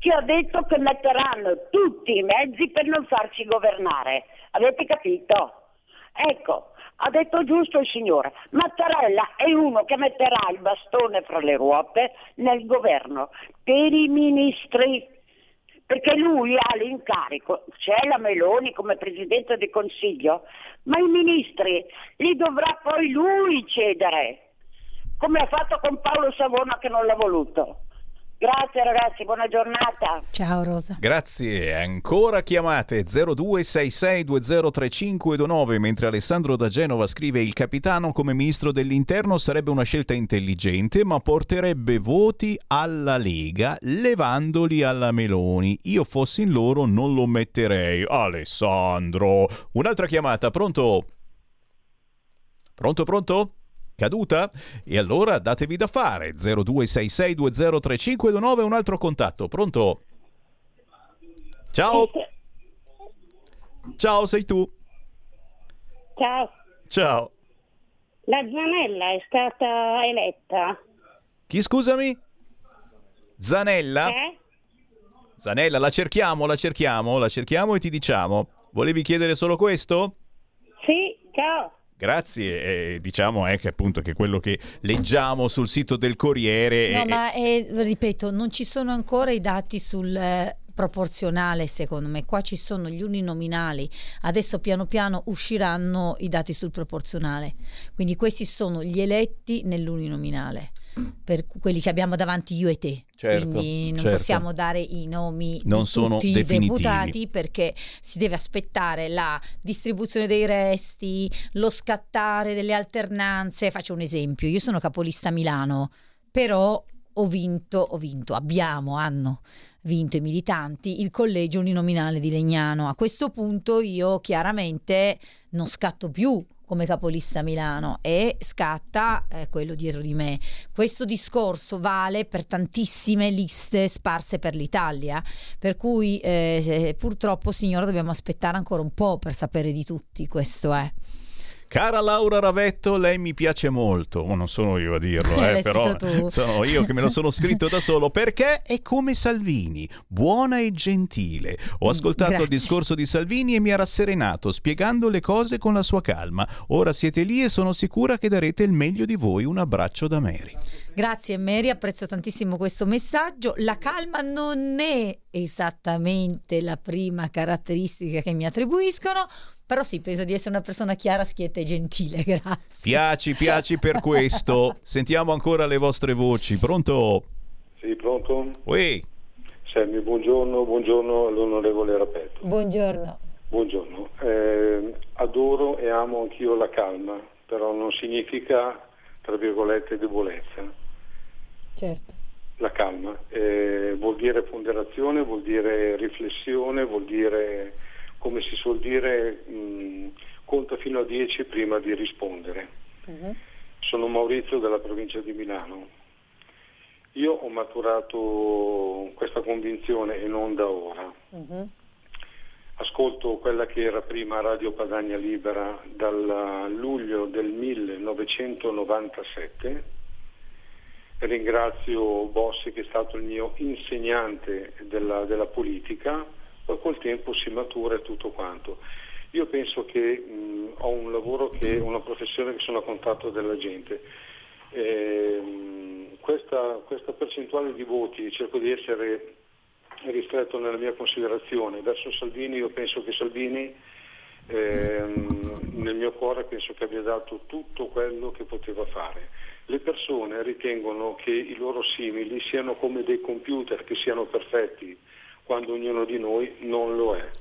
che ha detto che metteranno tutti i mezzi per non farci governare. Avete capito? Ecco, ha detto giusto il signore. Mattarella è uno che metterà il bastone fra le ruote nel governo per i ministri, perché lui ha l'incarico, c'è la Meloni come Presidente del Consiglio, ma i ministri li dovrà poi lui cedere, come ha fatto con Paolo Savona che non l'ha voluto. Grazie ragazzi, buona giornata. Ciao Rosa. Grazie, ancora chiamate zero due sei sei due zero tre cinque due nove, mentre Alessandro da Genova scrive: il capitano come ministro dell'interno sarebbe una scelta intelligente, ma porterebbe voti alla Lega levandoli alla Meloni. Io fossi in loro non lo metterei. Alessandro. Un'altra chiamata, pronto? Pronto, pronto? Caduta? E allora datevi da fare. Zero due sei sei due zero tre cinque due nove, un altro contatto. Pronto? Ciao. Ciao, sei tu. Ciao. Ciao. La Zanella è stata eletta. Chi, scusami? Zanella? Eh? Zanella, la cerchiamo, la cerchiamo, la cerchiamo e ti diciamo. Volevi chiedere solo questo? Sì, ciao. Grazie, eh, diciamo è che appunto che quello che leggiamo sul sito del Corriere... No, è... ma è, ripeto, non ci sono ancora i dati sul eh, proporzionale, secondo me. Qua ci sono gli uninominali, adesso piano piano usciranno i dati sul proporzionale. Quindi questi sono gli eletti nell'uninominale, per quelli che abbiamo davanti io e te. Certo, quindi non certo. possiamo dare i nomi Non di sono tutti i definitivi. deputati, perché si deve aspettare la distribuzione dei resti, lo scattare delle alternanze. Faccio un esempio: io sono capolista a Milano, però ho vinto, ho vinto, abbiamo, hanno vinto i militanti il collegio uninominale di Legnano. A questo punto io chiaramente non scatto più come capolista a Milano e scatta eh, quello dietro di me. Questo discorso vale per tantissime liste sparse per l'Italia, per cui eh, purtroppo, signora, dobbiamo aspettare ancora un po' per sapere di tutti. Questo è. Cara Laura Ravetto, lei mi piace molto, ma non sono io a dirlo, eh, L'hai però scritto tu. sono io che me lo sono scritto da solo, perché è come Salvini, buona e gentile. Ho ascoltato Grazie. il discorso di Salvini e mi ha rasserenato, spiegando le cose con la sua calma. Ora siete lì e sono sicura che darete il meglio di voi. Un abbraccio da Mary. Grazie Mary, apprezzo tantissimo questo messaggio. La calma non è esattamente la prima caratteristica che mi attribuiscono, però sì, penso di essere una persona chiara, schietta e gentile. Grazie. Piaci, piaci per questo. Sentiamo ancora le vostre voci. Pronto? Sì, pronto? Uè. Sammy, buongiorno, buongiorno all'onorevole Rapetto. Buongiorno. Buongiorno. Eh, adoro e amo anch'io la calma, però non significa, tra virgolette, debolezza. Certo. La calma eh, vuol dire ponderazione, vuol dire riflessione, vuol dire, come si suol dire, mh, conta fino a dieci prima di rispondere. Uh-huh. Sono Maurizio della provincia di Milano. Io ho maturato questa convinzione e non da ora. Uh-huh. Ascolto quella che era prima Radio Padania Libera dal luglio del millenovecentonovantasette. Ringrazio Bossi che è stato il mio insegnante della, della politica, poi col tempo si matura e tutto quanto. Io penso che mh, ho un lavoro, che una professione che sono a contatto della gente. E, mh, questa, questa percentuale di voti, cerco di essere ristretto nella mia considerazione. Verso Salvini, io penso che Salvini, ehm, nel mio cuore, penso che abbia dato tutto quello che poteva fare. Le persone ritengono che i loro simili siano come dei computer, che siano perfetti, quando ognuno di noi non lo è.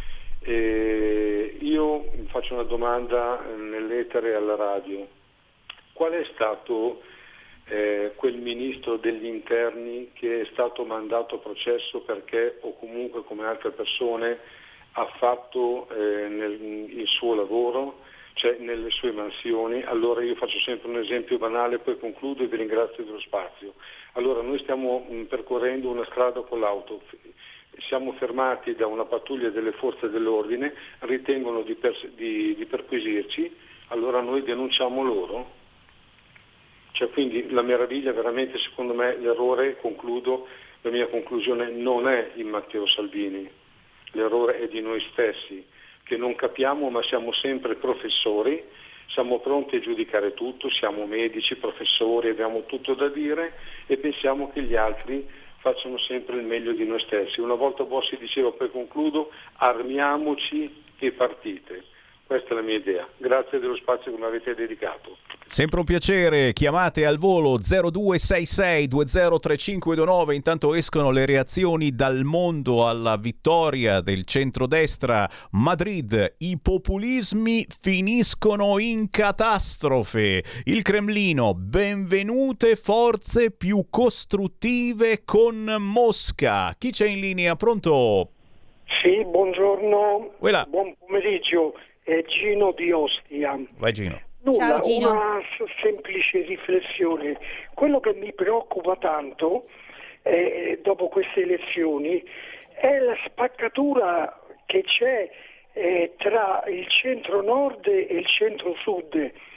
E io faccio una domanda nell'etere alla radio. Qual è stato eh, quel ministro degli interni che è stato mandato a processo perché, o comunque come altre persone, ha fatto eh, nel, il suo lavoro, cioè nelle sue mansioni? Allora io faccio sempre un esempio banale, poi concludo e vi ringrazio dello spazio. Allora noi stiamo mh, percorrendo una strada con l'auto, siamo fermati da una pattuglia delle forze dell'ordine, ritengono di, pers- di, di perquisirci, allora noi denunciamo loro. Cioè, quindi la meraviglia, veramente secondo me l'errore, concludo, La mia conclusione non è in Matteo Salvini, l'errore è di noi stessi, che non capiamo ma siamo sempre professori, siamo pronti a giudicare tutto, siamo medici, professori, abbiamo tutto da dire e pensiamo che gli altri facciano sempre il meglio di noi stessi. Una volta Bossi diceva, poi concludo, armiamoci e partite. Questa è la mia idea. Grazie dello spazio che mi avete dedicato. Sempre un piacere, chiamate al volo zero due sei sei due zero tre cinque due nove, intanto escono le reazioni dal mondo alla vittoria del centrodestra. Madrid, i populismi finiscono in catastrofe. Il Cremlino, benvenute forze più costruttive con Mosca. Chi c'è in linea? Pronto? Sì, buongiorno, Uela. Buon pomeriggio, è Gino di Ostia. Vai Gino. Nulla, Ciao, Gino. una semplice riflessione. Quello che mi preoccupa tanto eh, dopo queste elezioni è la spaccatura che c'è eh, tra il centro-nord e il centro-sud.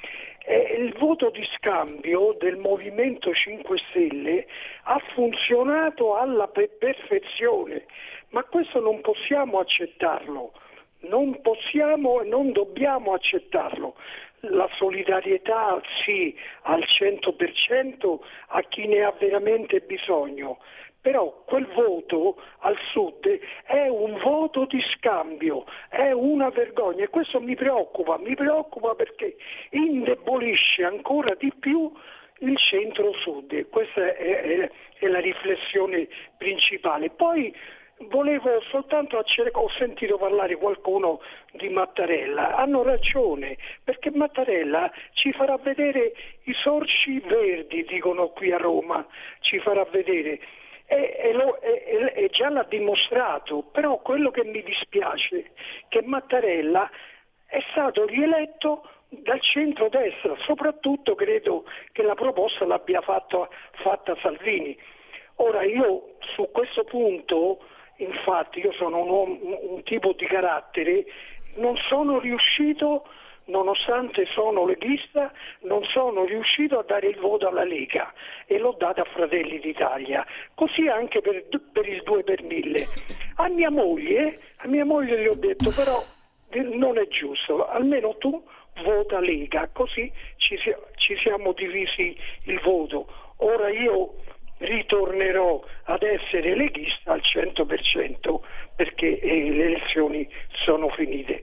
Eh, il voto di scambio del Movimento cinque Stelle ha funzionato alla pe- perfezione, ma questo non possiamo accettarlo. Non possiamo e non dobbiamo accettarlo. La solidarietà sì al cento per cento a chi ne ha veramente bisogno, però quel voto al sud è un voto di scambio, è una vergogna e questo mi preoccupa, mi preoccupa perché indebolisce ancora di più il centro-sud. Questa è, è, è la riflessione principale. Poi volevo soltanto accercare, ho sentito parlare qualcuno di Mattarella, hanno ragione, perché Mattarella ci farà vedere i sorci verdi, dicono qui a Roma, ci farà vedere. E, e, lo, e, e già l'ha dimostrato, però quello che mi dispiace è che Mattarella è stato rieletto dal centro-destra, soprattutto credo che la proposta l'abbia fatto, fatta Salvini. Ora io su questo punto, infatti io sono un, uomo, un tipo di carattere, non sono riuscito, nonostante sono leghista, non sono riuscito a dare il voto alla Lega e l'ho data a Fratelli d'Italia, così anche per, per il due per mille. A mia moglie, a mia moglie gli ho detto però non è giusto, almeno tu vota Lega, così ci, ci siamo divisi il voto. Ora io ritornerò ad essere leghista al cento per cento perché eh, le elezioni sono finite.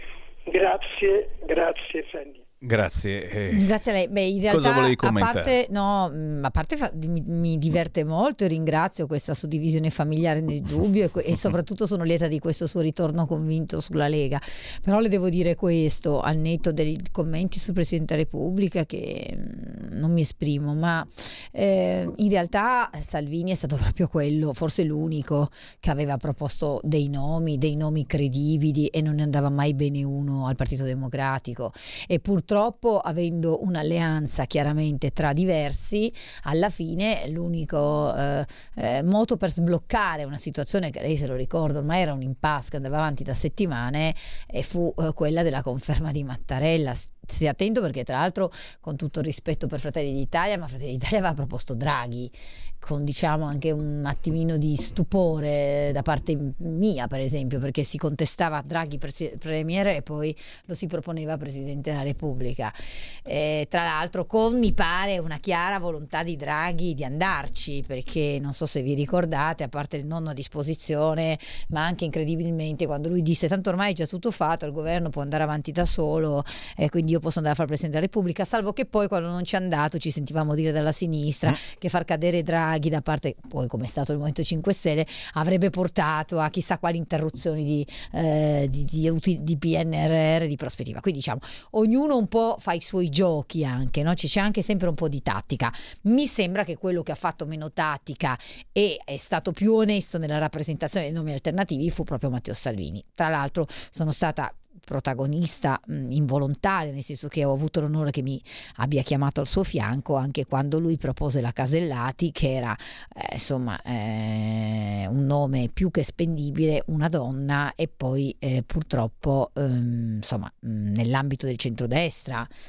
Grazie, grazie Sandy. Grazie. Eh, Grazie a lei. Beh, in realtà, cosa volevi a commentare? parte, no, mh, a parte fa- mi, mi diverte molto e ringrazio questa suddivisione familiare nel dubbio e, que- e soprattutto sono lieta di questo suo ritorno convinto sulla Lega. Però le devo dire questo, al netto dei commenti sul Presidente della Repubblica, che mh, non mi esprimo, ma eh, in realtà Salvini è stato proprio quello, forse l'unico, che aveva proposto dei nomi, dei nomi credibili e non ne andava mai bene uno al Partito Democratico. E purtroppo Purtroppo, avendo un'alleanza chiaramente tra diversi, alla fine l'unico eh, eh, modo per sbloccare una situazione che lei se lo ricorda ormai era un impasse che andava avanti da settimane e fu eh, quella della conferma di Mattarella. Stia attento perché tra l'altro, con tutto il rispetto per Fratelli d'Italia, ma Fratelli d'Italia aveva proposto Draghi con diciamo anche un attimino di stupore da parte mia, per esempio, perché si contestava Draghi presi- premier e poi lo si proponeva Presidente della Repubblica, e, tra l'altro con mi pare una chiara volontà di Draghi di andarci, perché non so se vi ricordate, a parte il nonno a disposizione, ma anche incredibilmente quando lui disse tanto ormai è già tutto fatto, il governo può andare avanti da solo e quindi io posso andare a fare il Presidente della Repubblica, salvo che poi quando non ci è andato ci sentivamo dire dalla sinistra mm. che far cadere Draghi da parte, poi come è stato il Movimento cinque Stelle, avrebbe portato a chissà quali interruzioni di, eh, di, di, di P N R R, di prospettiva. Quindi diciamo, ognuno un po' fa i suoi giochi anche, no? Ci c'è anche sempre un po' di tattica. Mi sembra che quello che ha fatto meno tattica e è stato più onesto nella rappresentazione dei nomi alternativi fu proprio Matteo Salvini. Tra l'altro sono stata protagonista mh, involontaria, nel senso che ho avuto l'onore che mi abbia chiamato al suo fianco anche quando lui propose la Casellati, che era eh, insomma eh, un nome più che spendibile, una donna, e poi eh, purtroppo ehm, insomma mh, nell'ambito del centrodestra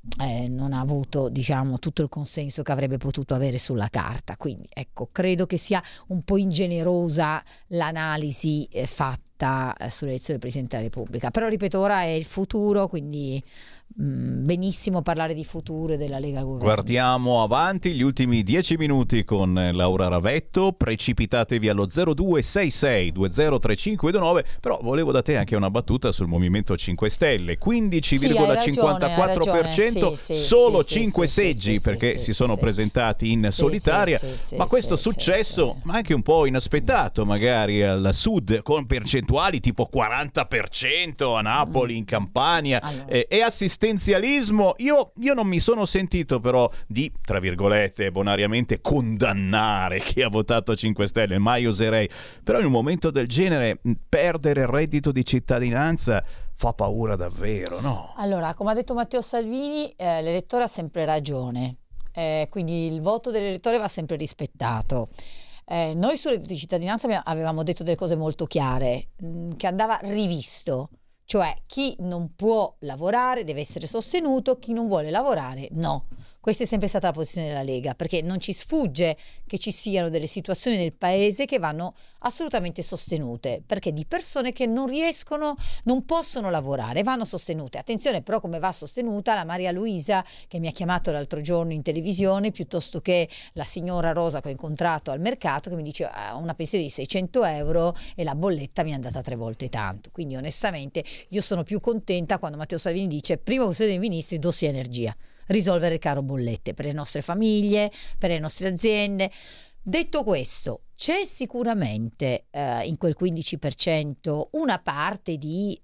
eh, non ha avuto, diciamo, tutto il consenso che avrebbe potuto avere sulla carta. Quindi ecco, credo che sia un po' ingenerosa l'analisi eh, fatta eh, sull'elezione del Presidente della Repubblica, però ripeto, ora è il futuro, quindi mh, benissimo parlare di futuro e della Lega al governo. Guardiamo avanti gli ultimi dieci minuti con Laura Ravetto. Precipitatevi allo zero due sei sei due zero tre cinque due nove. Però volevo da te anche una battuta sul Movimento cinque Stelle. quindici virgola cinquantaquattro per cento, sì, sì, solo sì, cinque sì, seggi sì, perché sì, si sì, sono sì. presentati in Sì, solitaria, sì, sì, ma sì, questo sì, successo sì. anche un po' inaspettato magari al sud, con percentuali tipo quaranta per cento a Napoli, in Campania, Allora. eh, e assistenzialismo. Io, io non mi sono sentito però di, tra virgolette, bonariamente condannare chi ha votato cinque Stelle, mai oserei, però in un momento del genere mh, perdere il reddito di cittadinanza fa paura davvero, no? Allora, come ha detto Matteo Salvini, eh, l'elettore ha sempre ragione, eh, quindi il voto dell'elettore va sempre rispettato. Eh, noi sul reddito di cittadinanza abbiamo- avevamo detto delle cose molto chiare, mh, che andava rivisto, cioè chi non può lavorare deve essere sostenuto, chi non vuole lavorare no. Questa è sempre stata la posizione della Lega, perché non ci sfugge che ci siano delle situazioni nel paese che vanno assolutamente sostenute, perché di persone che non riescono, non possono lavorare, vanno sostenute. Attenzione però come va sostenuta la Maria Luisa, che mi ha chiamato l'altro giorno in televisione, piuttosto che la signora Rosa che ho incontrato al mercato, che mi dice ah, una pensione di seicento euro e la bolletta mi è andata tre volte tanto. Quindi onestamente io sono più contenta quando Matteo Salvini dice primo Consiglio dei Ministri, dossier energia, risolvere il caro bollette per le nostre famiglie, per le nostre aziende. Detto questo, c'è sicuramente eh, in quel quindici per cento una parte di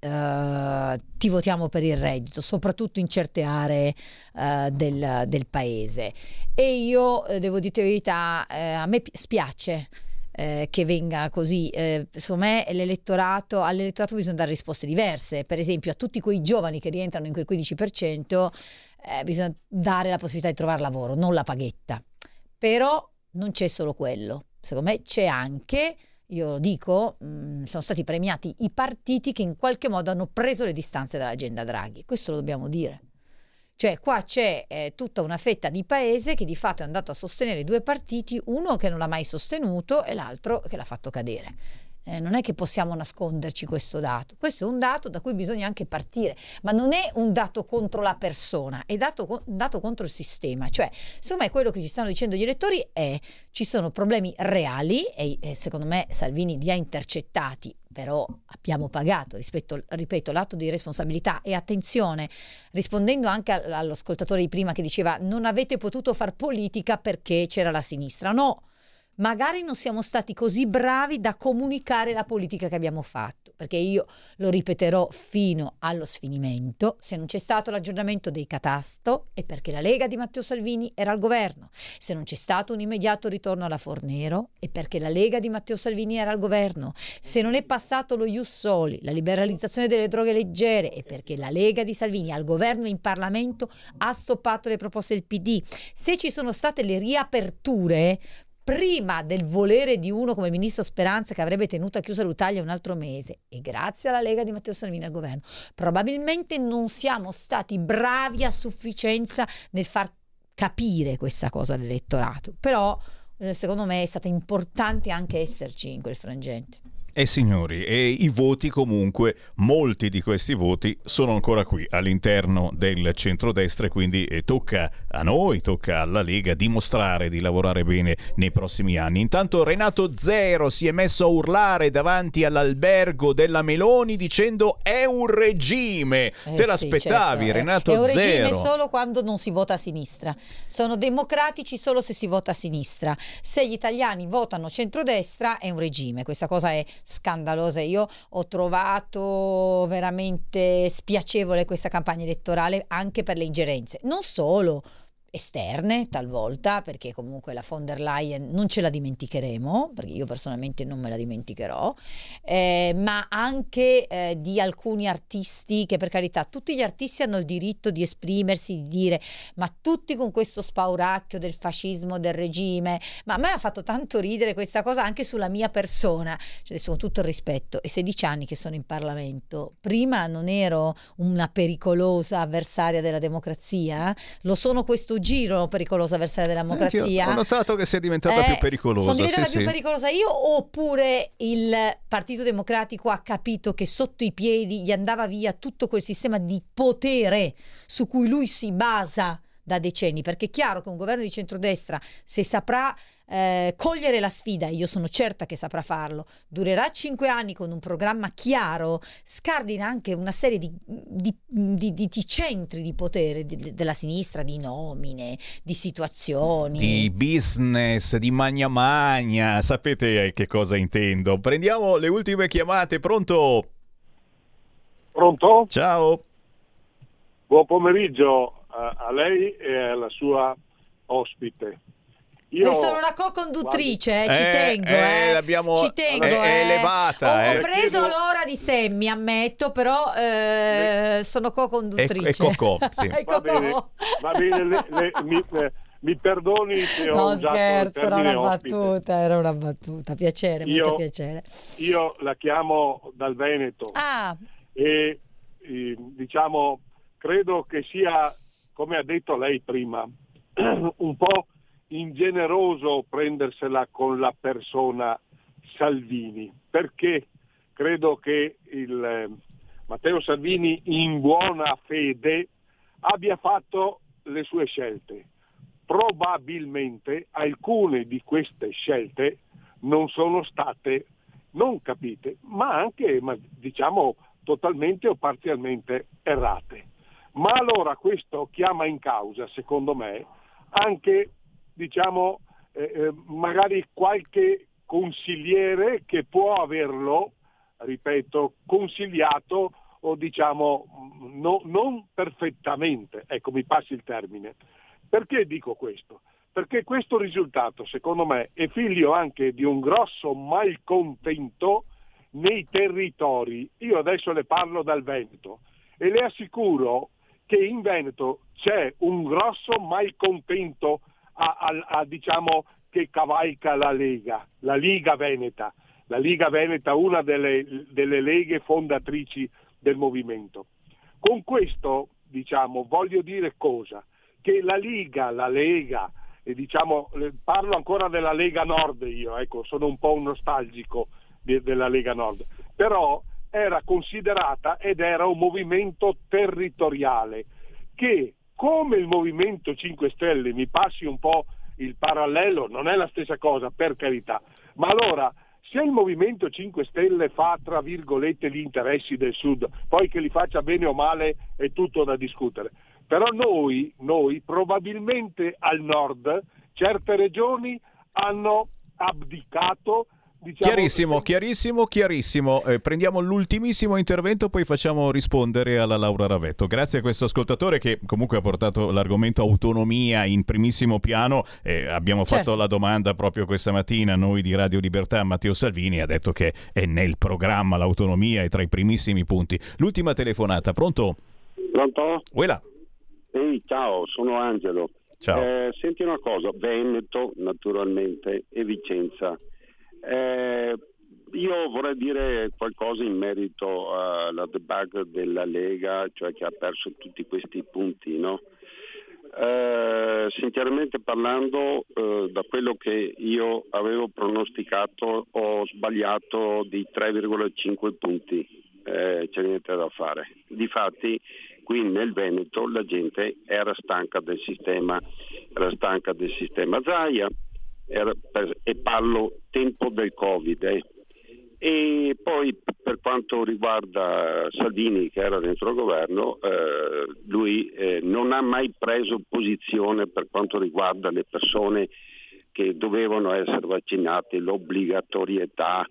eh, ti votiamo per il reddito, soprattutto in certe aree eh, del, del paese. E io eh, devo dire la verità, eh, a me pi- spiace eh, che venga così. Eh, secondo me l'elettorato, all'elettorato bisogna dare risposte diverse. Per esempio a tutti quei giovani che rientrano in quel quindici per cento eh, bisogna dare la possibilità di trovare lavoro, non la paghetta. Però non c'è solo quello, secondo me c'è anche, io lo dico, mh, sono stati premiati i partiti che in qualche modo hanno preso le distanze dall'agenda Draghi, questo lo dobbiamo dire. Cioè qua c'è eh, tutta una fetta di paese che di fatto è andato a sostenere due partiti, uno che non l'ha mai sostenuto e l'altro che l'ha fatto cadere. Eh, non è che possiamo nasconderci questo dato, questo è un dato da cui bisogna anche partire, ma non è un dato contro la persona, è dato, un dato contro il sistema. Cioè, secondo me quello che ci stanno dicendo gli elettori è ci sono problemi reali e, e secondo me Salvini li ha intercettati, però abbiamo pagato, rispetto, ripeto, l'atto di responsabilità. E attenzione, rispondendo anche all'ascoltatore di prima che diceva non avete potuto far politica perché c'era la sinistra, no. Magari non siamo stati così bravi da comunicare la politica che abbiamo fatto, perché io lo ripeterò fino allo sfinimento, se non c'è stato l'aggiornamento dei catasto è perché la Lega di Matteo Salvini era al governo, se non c'è stato un immediato ritorno alla Fornero è perché la Lega di Matteo Salvini era al governo, se non è passato lo Ius Soli, la liberalizzazione delle droghe leggere è perché la Lega di Salvini al governo e in Parlamento ha stoppato le proposte del P D, se ci sono state le riaperture prima del volere di uno come ministro Speranza che avrebbe tenuto a chiusa l'Italia un altro mese e grazie alla Lega di Matteo Salvini al governo, probabilmente non siamo stati bravi a sufficienza nel far capire questa cosa all'elettorato, però secondo me è stato importante anche esserci in quel frangente. E signori, e i voti comunque, molti di questi voti sono ancora qui all'interno del centrodestra e quindi eh, tocca a noi, tocca alla Lega dimostrare di lavorare bene nei prossimi anni. Intanto Renato Zero si è messo a urlare davanti all'albergo della Meloni dicendo è un regime. Eh Te sì, l'aspettavi, certo. Renato È un Zero? regime solo quando non si vota a sinistra. Sono democratici solo se si vota a sinistra. Se gli italiani votano centrodestra è un regime. Questa cosa è scandalosa. Io ho trovato veramente spiacevole questa campagna elettorale anche per le ingerenze. Non solo, esterne talvolta, perché comunque la von der Leyen non ce la dimenticheremo, perché io personalmente non me la dimenticherò, eh, ma anche eh, di alcuni artisti che, per carità, tutti gli artisti hanno il diritto di esprimersi, di dire, ma tutti con questo spauracchio del fascismo, del regime. Ma a me ha fatto tanto ridere questa cosa anche sulla mia persona, cioè, adesso, con tutto il rispetto, è sedici anni che sono in Parlamento, prima non ero una pericolosa avversaria della democrazia, lo sono questo giro pericolosa avversaria della democrazia. Eh, ho notato che sei diventata eh, più pericolosa. Sono diventata sì, più sì. pericolosa io, oppure il Partito Democratico ha capito che sotto i piedi gli andava via tutto quel sistema di potere su cui lui si basa da decenni, perché è chiaro che un governo di centrodestra, se saprà eh, cogliere la sfida, io sono certa che saprà farlo, durerà cinque anni con un programma chiaro, scardina anche una serie di, di, di, di, di centri di potere di, della sinistra, di nomine, di situazioni, di business, di magna magna, sapete che cosa intendo. Prendiamo le ultime chiamate. Pronto? Pronto? Ciao. Buon pomeriggio a lei e alla sua ospite. Io sono una co-conduttrice, eh, ci eh, tengo, eh, eh. l'abbiamo ci tengo, è, eh. è elevata. Ho, eh. ho preso l'ora di Semmi, ammetto, però eh, sono co-conduttrice. E, e cocò, sì. E Va bene, va bene le, le, mi, eh, mi perdoni se ho no, usato scherzo, il era termine una ospite. battuta, era una battuta, piacere, Io, molto piacere. Io la chiamo dal Veneto ah. e eh, diciamo credo che sia, come ha detto lei prima, un po' ingeneroso prendersela con la persona Salvini, perché credo che il eh, Matteo Salvini in buona fede abbia fatto le sue scelte. Probabilmente alcune di queste scelte non sono state non capite, ma anche, ma, diciamo, totalmente o parzialmente errate. Ma allora questo chiama in causa, secondo me, anche, diciamo, eh, magari qualche consigliere che può averlo, ripeto, consigliato o diciamo no, non perfettamente, ecco, mi passi il termine. Perché dico questo? Perché questo risultato, secondo me, è figlio anche di un grosso malcontento nei territori. Io adesso le parlo dal Veneto e le assicuro che in Veneto c'è un grosso malcontento a, a, a, diciamo, che cavalca la Lega, la Liga Veneta, la Liga Veneta, una delle, delle leghe fondatrici del movimento. Con questo, diciamo, voglio dire cosa? Che la Liga, la Lega, e diciamo, parlo ancora della Lega Nord io, ecco, sono un po' un nostalgico de, della Lega Nord, però era considerata ed era un movimento territoriale che, come il Movimento cinque Stelle, mi passi un po' il parallelo, non è la stessa cosa, per carità, ma allora se il Movimento cinque Stelle fa, tra virgolette, gli interessi del Sud, poi che li faccia bene o male è tutto da discutere, però noi, noi probabilmente al Nord certe regioni hanno abdicato. Diciamo, chiarissimo, chiarissimo, chiarissimo. Eh, prendiamo l'ultimissimo intervento, poi facciamo rispondere alla Laura Ravetto. Grazie a questo ascoltatore che comunque ha portato l'argomento autonomia in primissimo piano. Eh, abbiamo certo. fatto la domanda proprio questa mattina, noi di Radio Libertà, Matteo Salvini ha detto che è nel programma l'autonomia, è tra i primissimi punti. L'ultima telefonata, pronto? Pronto? Uela. Ehi, ciao, sono Angelo. Ciao. Eh, senti una cosa, Veneto naturalmente e Vicenza. Eh, io vorrei dire qualcosa in merito alla debug della Lega, cioè che ha perso tutti questi punti, no? Eh, sinceramente parlando, eh, da quello che io avevo pronosticato ho sbagliato di tre virgola cinque punti, eh, c'è niente da fare. Difatti qui nel Veneto la gente era stanca del sistema, era stanca del sistema Zaia, era per, e parlo tempo del Covid. Eh. E poi per quanto riguarda Salvini, che era dentro il governo, eh, lui eh, non ha mai preso posizione per quanto riguarda le persone che dovevano essere vaccinate, l'obbligatorietà,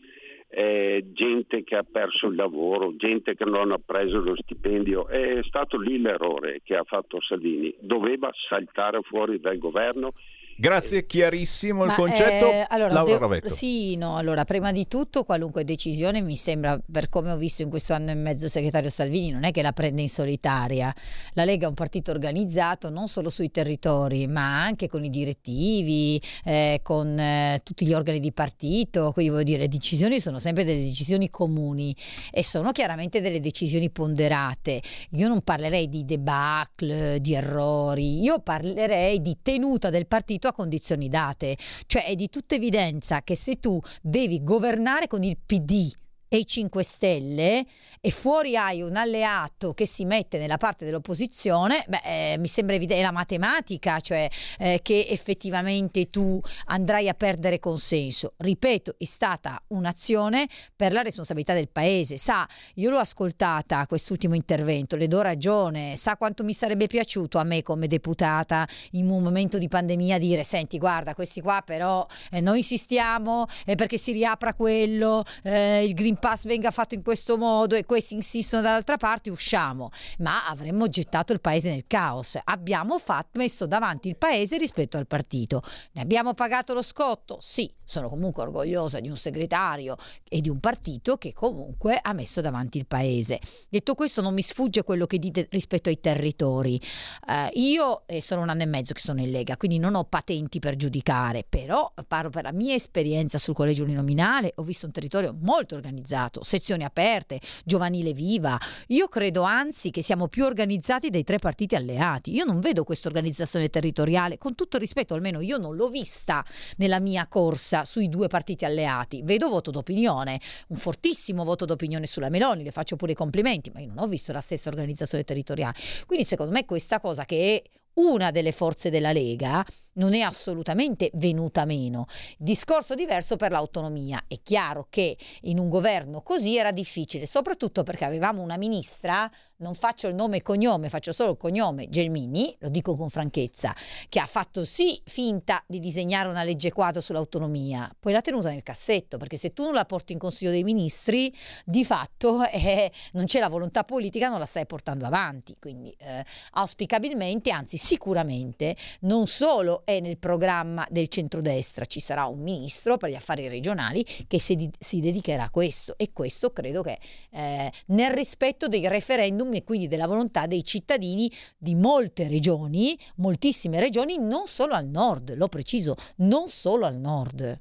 eh, gente che ha perso il lavoro, gente che non ha preso lo stipendio. È stato lì l'errore che ha fatto Salvini, doveva saltare fuori dal governo. Grazie, chiarissimo il Ma, concetto. eh, allora, Laura devo- Ravetto. Sì, no, allora, prima di tutto qualunque decisione mi sembra, per come ho visto in questo anno e mezzo il segretario Salvini, non è che la prende in solitaria. La Lega è un partito organizzato non solo sui territori, ma anche con i direttivi, eh, con eh, tutti gli organi di partito, quindi voglio dire, le decisioni sono sempre delle decisioni comuni e sono chiaramente delle decisioni ponderate. Io non parlerei di debacle, di errori, io parlerei di tenuta del partito a condizioni date, cioè è di tutta evidenza che se tu devi governare con il P D e i cinque Stelle e fuori hai un alleato che si mette nella parte dell'opposizione, beh, eh, mi sembra evidente, è la matematica, cioè eh, che effettivamente tu andrai a perdere consenso. Ripeto, è stata un'azione per la responsabilità del paese. Sa, io l'ho ascoltata quest'ultimo intervento, le do ragione, sa quanto mi sarebbe piaciuto a me come deputata in un momento di pandemia dire: senti, guarda, questi qua però eh, noi insistiamo eh, perché si riapra quello, eh, il Green Pass venga fatto in questo modo e questi insistono dall'altra parte, usciamo. Ma avremmo gettato il paese nel caos. Abbiamo fatto, messo davanti il paese rispetto al partito. Ne abbiamo pagato lo scotto? Sì, sono comunque orgogliosa di un segretario e di un partito che comunque ha messo davanti il paese. Detto questo, non mi sfugge quello che dite rispetto ai territori. Eh, io eh, sono un anno e mezzo che sono in Lega, quindi non ho patenti per giudicare, però parlo per la mia esperienza sul collegio uninominale. Ho visto un territorio molto organizzato, sezioni aperte, giovanile viva. Io credo anzi che siamo più organizzati dei tre partiti alleati. Io non vedo questa organizzazione territoriale, con tutto il rispetto, almeno io non l'ho vista nella mia corsa sui due partiti alleati. Vedo voto d'opinione, un fortissimo voto d'opinione sulla Meloni, le faccio pure i complimenti, ma io non ho visto la stessa organizzazione territoriale. Quindi secondo me questa cosa, che è una delle forze della Lega, non è assolutamente venuta meno. Discorso diverso per l'autonomia. È chiaro che in un governo così era difficile, soprattutto perché avevamo una ministra, non faccio il nome e cognome, faccio solo il cognome, Gelmini, lo dico con franchezza, che ha fatto sì finta di disegnare una legge quadro sull'autonomia, poi l'ha tenuta nel cassetto, perché se tu non la porti in Consiglio dei Ministri, di fatto eh, non c'è la volontà politica, non la stai portando avanti. Quindi eh, auspicabilmente, anzi sicuramente, non solo è nel programma del centrodestra, ci sarà un ministro per gli affari regionali che si, di- si dedicherà a questo, e questo credo che eh, nel rispetto dei referendum e quindi della volontà dei cittadini di molte regioni, moltissime regioni, non solo al nord, lo preciso, non solo al nord.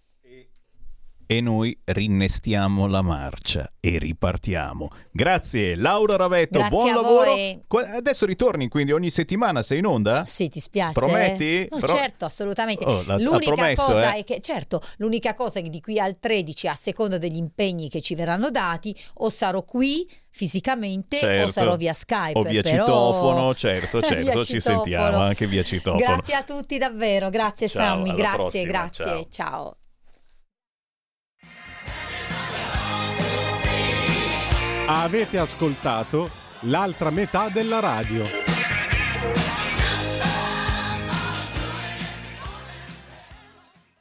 E noi rinnestiamo la marcia e ripartiamo. Grazie Laura Ravetto, Grazie buon a lavoro. voi. Qua- Adesso ritorni, quindi ogni settimana sei in onda? Sì, ti spiace? Prometti? No, Però- certo, assolutamente. Oh, l'ha- ha l'unica promesso, cosa eh. è che, certo, l'unica cosa è che di qui al tredici, a seconda degli impegni che ci verranno dati, o sarò qui fisicamente Certo. o sarò via Skype. O via però- citofono, certo, Via certo, ci citofono. sentiamo anche via citofono. Grazie a tutti davvero, grazie Ciao, Sammy, alla grazie, prossima, grazie, ciao. ciao. Avete ascoltato l'altra metà della radio.